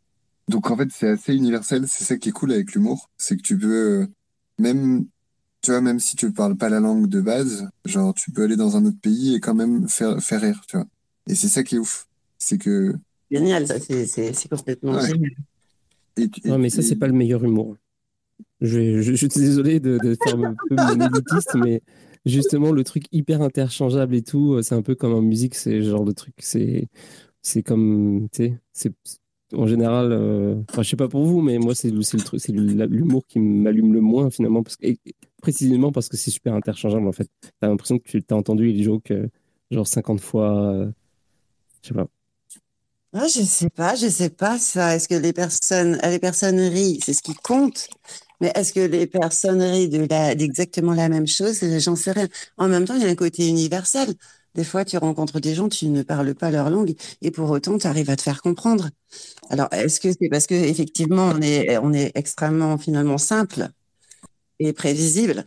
Donc en fait, c'est assez universel. C'est ça qui est cool avec l'humour. C'est que tu peux, même, tu vois, même si tu parles pas la langue de base, genre, tu peux aller dans un autre pays et quand même faire rire, tu vois. Et c'est ça qui est ouf. C'est que, Génial, ça, c'est complètement ouais. génial. Non, mais ça, c'est pas le meilleur humour. Je suis désolé de faire un peu mon élitiste, mais justement, le truc hyper interchangeable et tout, c'est un peu comme en musique, c'est ce genre de truc. C'est comme, tu sais, en général, enfin, je sais pas pour vous, mais moi, c'est le truc, l'humour qui m'allume le moins finalement, et précisément parce que c'est super interchangeable en fait. T'as l'impression que tu t'as entendu les jokes genre 50 fois, je sais pas. Ah, je sais pas ça. Est-ce que les personnes rient, c'est ce qui compte? Mais est-ce que les personnes rient d'exactement la même chose? J'en sais rien. En même temps, il y a un côté universel. Des fois, tu rencontres des gens, tu ne parles pas leur langue, et pour autant, tu arrives à te faire comprendre. Alors, est-ce que c'est parce que effectivement, on est extrêmement finalement simple et prévisible,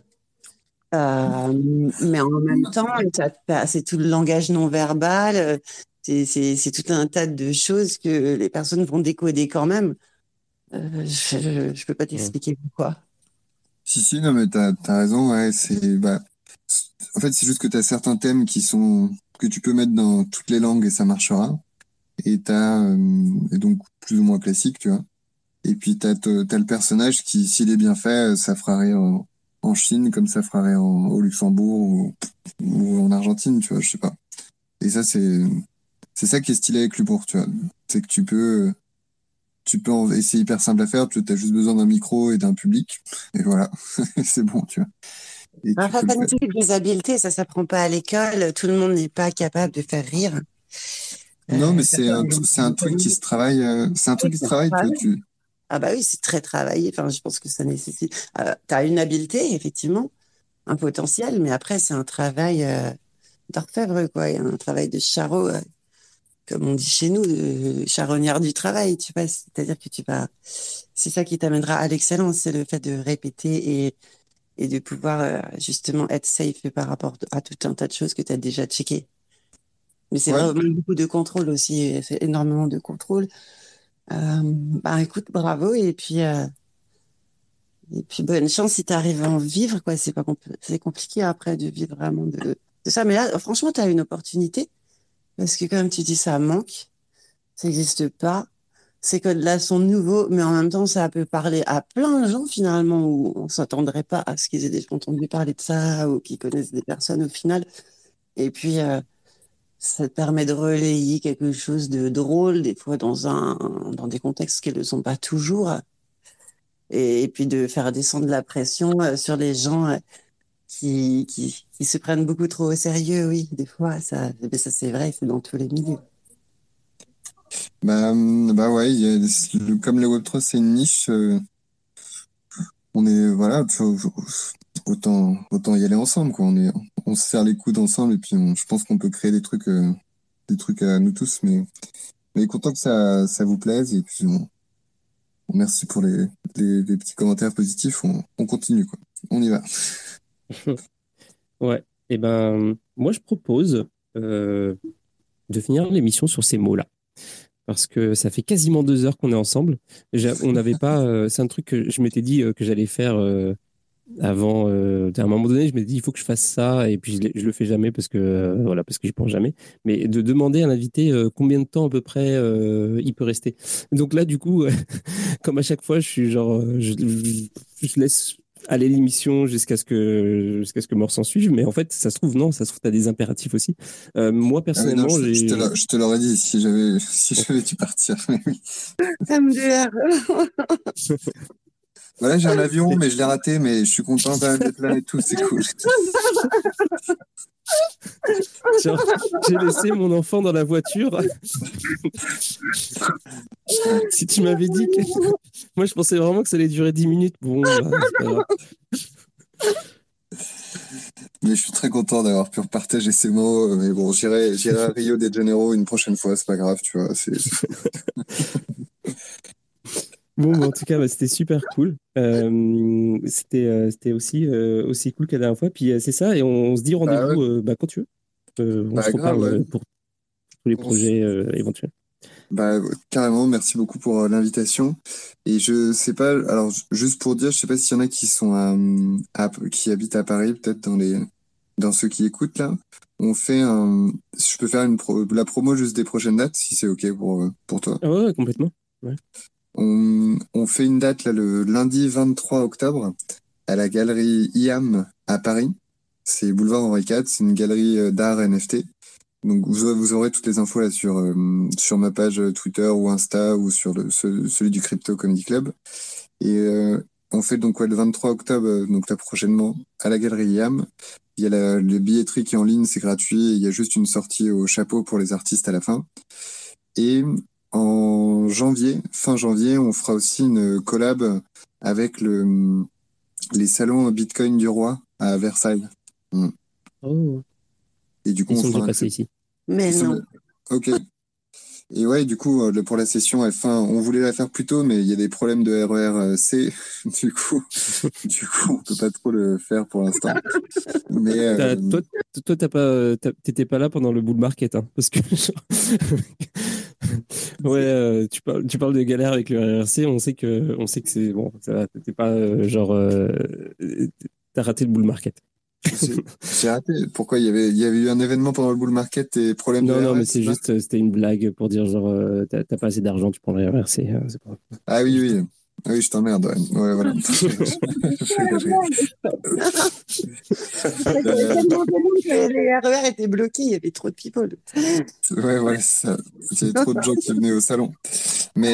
mais en même temps, c'est tout le langage non verbal, c'est tout un tas de choses que les personnes vont décoder quand même. Je peux pas Ouais. t'expliquer pourquoi. Si, non, mais t'as raison, ouais, en fait, c'est juste que t'as certains thèmes que tu peux mettre dans toutes les langues et ça marchera. Et donc, plus ou moins classique, tu vois. Et puis, t'as le personnage qui, s'il est bien fait, ça fera rire en Chine, comme ça fera rire au Luxembourg ou en Argentine, tu vois, je sais pas. Et ça, c'est ça qui est stylé avec l'humour, tu vois. C'est que et c'est hyper simple à faire, tu as juste besoin d'un micro et d'un public. Et voilà. C'est bon, tu vois. Et tu Enfin, peux le ça faire. nécessite des habiletés, ça s'apprend pas à l'école. Tout le monde n'est pas capable de faire rire. Non, mais Certains, c'est un truc qui se travaille, c'est un truc qui se travaille, tu vois, ah bah oui, c'est très travaillé. Enfin, je pense que ça nécessite. Tu as une habileté, effectivement, un potentiel, mais après, c'est un travail d'orfèvre, quoi. Il y a un travail de charreau, comme on dit chez nous, de charognard du travail, tu vois. C'est-à-dire que c'est ça qui t'amènera à l'excellence, c'est le fait de répéter et de pouvoir justement être safe par rapport à tout un tas de choses que tu as déjà checkées. Mais c'est ouais. vraiment beaucoup de contrôle aussi, c'est énormément de contrôle. Bah écoute, bravo et puis bonne chance si tu arrives à en vivre quoi. C'est compliqué après de vivre vraiment de ça. Mais là, franchement, tu as une opportunité parce que comme tu dis, ça manque, ça n'existe pas. Ces codes-là sont nouveaux, mais en même temps, ça peut parler à plein de gens finalement où on s'attendrait pas à ce qu'ils aient déjà entendu parler de ça ou qu'ils connaissent des personnes au final. Et puis, ça te permet de relayer quelque chose de drôle, des fois dans des contextes qui ne le sont pas toujours, et puis de faire descendre la pression sur les gens qui se prennent beaucoup trop au sérieux, oui, des fois, mais ça c'est vrai, c'est dans tous les milieux. Bah ouais, comme les Web3, c'est une niche, voilà, autant y aller ensemble, quoi. On se serre les coudes ensemble et puis je pense qu'on peut créer des trucs à nous tous, mais content que ça vous plaise et puis merci pour les petits commentaires positifs. On continue, quoi. On y va. Ouais. Et ben, moi, je propose de finir l'émission sur ces mots-là. Parce que ça fait quasiment 2 heures qu'on est ensemble. On n'avait pas. C'est un truc que je m'étais dit que j'allais faire avant. À un moment donné, je m'étais dit il faut que je fasse ça, et puis je le fais jamais parce que voilà, parce que j'y pense jamais. Mais de demander à l'invité combien de temps à peu près il peut rester. Donc là, du coup, comme à chaque fois, je suis genre, je laisse aller l'émission jusqu'à ce que mort s'en suive. Mais en fait, ça se trouve non, ça se trouve t'as des impératifs aussi. Moi Ah oui, non, personnellement, je te l'aurais dit si j'avais dû partir. Mais oui. MDR. Voilà, j'ai un avion, mais je l'ai raté, mais je suis content quand même d'être là et tout, c'est cool. Genre, j'ai laissé mon enfant dans la voiture. Si tu m'avais dit que. Moi, je pensais vraiment que ça allait durer 10 minutes. Bon, bah, c'est pas grave. Mais je suis très content d'avoir pu partager ces mots. Mais bon, j'irai à Rio de Janeiro une prochaine fois, c'est pas grave, tu vois. Bon, bah, en tout cas, bah, c'était super cool. C'était aussi cool que la dernière fois. Puis c'est ça, et on se dit Bah ouais, rendez-vous bah, quand tu veux. On se bah grave, reparle ouais. pour tous les On s- projets éventuels. Bah, carrément, merci beaucoup pour l'invitation. Et je sais pas, alors juste pour dire, je sais pas s'il y en a qui sont qui habitent à Paris, peut-être dans ceux qui écoutent là. Je peux faire la promo juste des prochaines dates, si c'est OK pour toi. Ah ouais, complètement. Ouais. On fait une date là le lundi 23 octobre à la galerie IAM à Paris. C'est boulevard Henri IV, c'est une galerie d'art NFT. Donc vous aurez toutes les infos là sur ma page Twitter ou Insta ou sur celui du Crypto Comedy Club. Et on fait donc le 23 octobre, donc là prochainement, à la galerie IAM. Il y a la billetterie qui est en ligne, c'est gratuit. Il y a juste une sortie au chapeau pour les artistes à la fin. Et en fin janvier, on fera aussi une collab avec les salons Bitcoin du Roi à Versailles. Oh. Et du coup, Ils sont déjà passés ici. Mais non. Ok. Et ouais, du coup, pour la session F1, on voulait la faire plus tôt, mais il y a des problèmes de RER-C. Du coup, on peut pas trop le faire pour l'instant. Mais toi, t'étais pas là pendant le bull market, hein, parce que ouais, tu parles de galère avec le RER-C. On sait que c'est bon. Ça va, t'es pas t'as raté le bull market. J'ai raté. Pourquoi il y avait eu un événement pendant le bull market et problème de RER? Non, mais c'était une blague pour dire genre t'as pas assez d'argent, tu prends le RER-C. C'est pas... Ah oui. Ah oui, je t'emmerde. Ouais, voilà. Les RER étaient bloqués, il y avait trop de people. Ouais, voilà, c'est ça. Il y avait trop de gens qui venaient au salon. Mais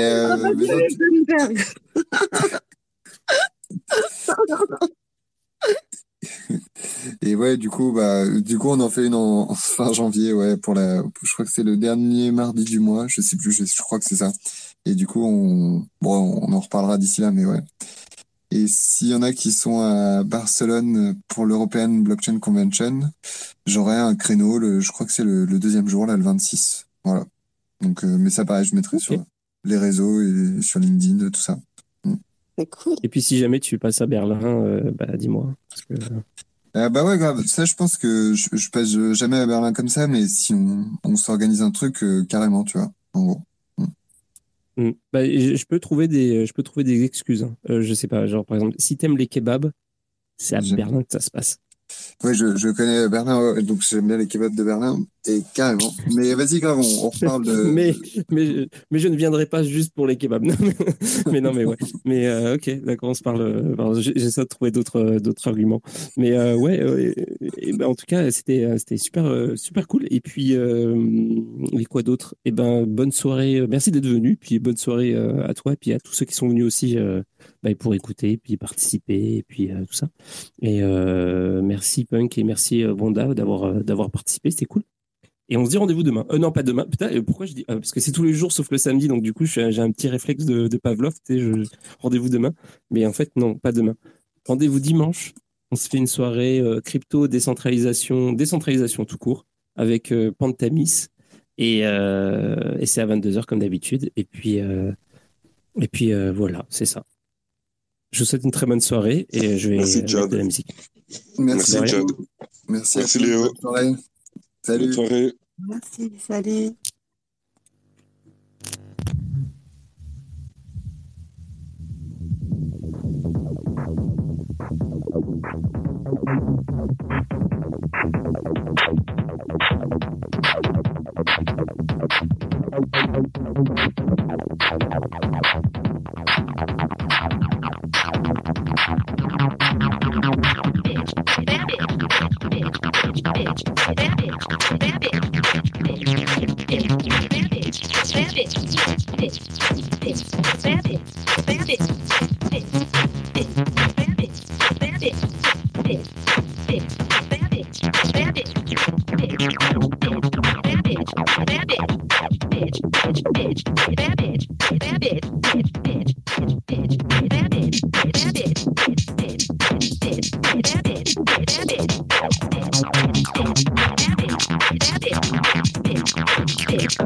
et ouais, du coup, on en fait une en fin janvier, ouais, je crois que c'est le dernier mardi du mois, je sais plus, je crois que c'est ça. Et du coup, on en reparlera d'ici là, mais ouais. Et s'il y en a qui sont à Barcelone pour l'European Blockchain Convention, j'aurai un créneau, je crois que c'est le deuxième jour, là, le 26. Voilà. Donc, mais ça, pareil, je mettrai sur les réseaux et sur LinkedIn, tout ça. C'est cool. Et puis, si jamais tu passes à Berlin, dis-moi. Parce que... bah ouais, grave. Ça, je pense que je passe jamais à Berlin comme ça, mais si on s'organise un truc, carrément, tu vois, en gros. Bah, je peux trouver des excuses. Hein. Je sais pas, genre par exemple, si t'aimes les kebabs, c'est à Berlin que ça se passe. Ouais, je connais Berlin, donc j'aime bien les kebabs de Berlin, et carrément. Mais vas-y, grave, on reparle de... mais je ne viendrai pas juste pour les kebabs. mais ouais. Mais ok, d'accord, on se parle. J'essaie de trouver d'autres arguments. Mais ben, en tout cas, c'était super cool. Et puis, et quoi d'autre? Et ben, bonne soirée. Merci d'être venu. Puis bonne soirée à toi, et puis à tous ceux qui sont venus aussi pour écouter, puis participer, et puis tout ça. Et merci Punk et merci Wanda d'avoir participé, c'était cool. Et on se dit rendez-vous demain. Non, pas demain. Putain, pourquoi je dis parce que c'est tous les jours sauf le samedi, donc du coup j'ai un petit réflexe de Pavlov. Rendez-vous demain, mais en fait non, pas demain. Rendez-vous dimanche. On se fait une soirée crypto, décentralisation tout court avec Pantamis et c'est à 22h comme d'habitude. Et puis voilà, c'est ça. Je vous souhaite une très bonne soirée et je vais mettre de la musique. Merci Chad. Merci Léo. Bonne soirée. Salut. Bonne soirée. Merci, salut. Bitch.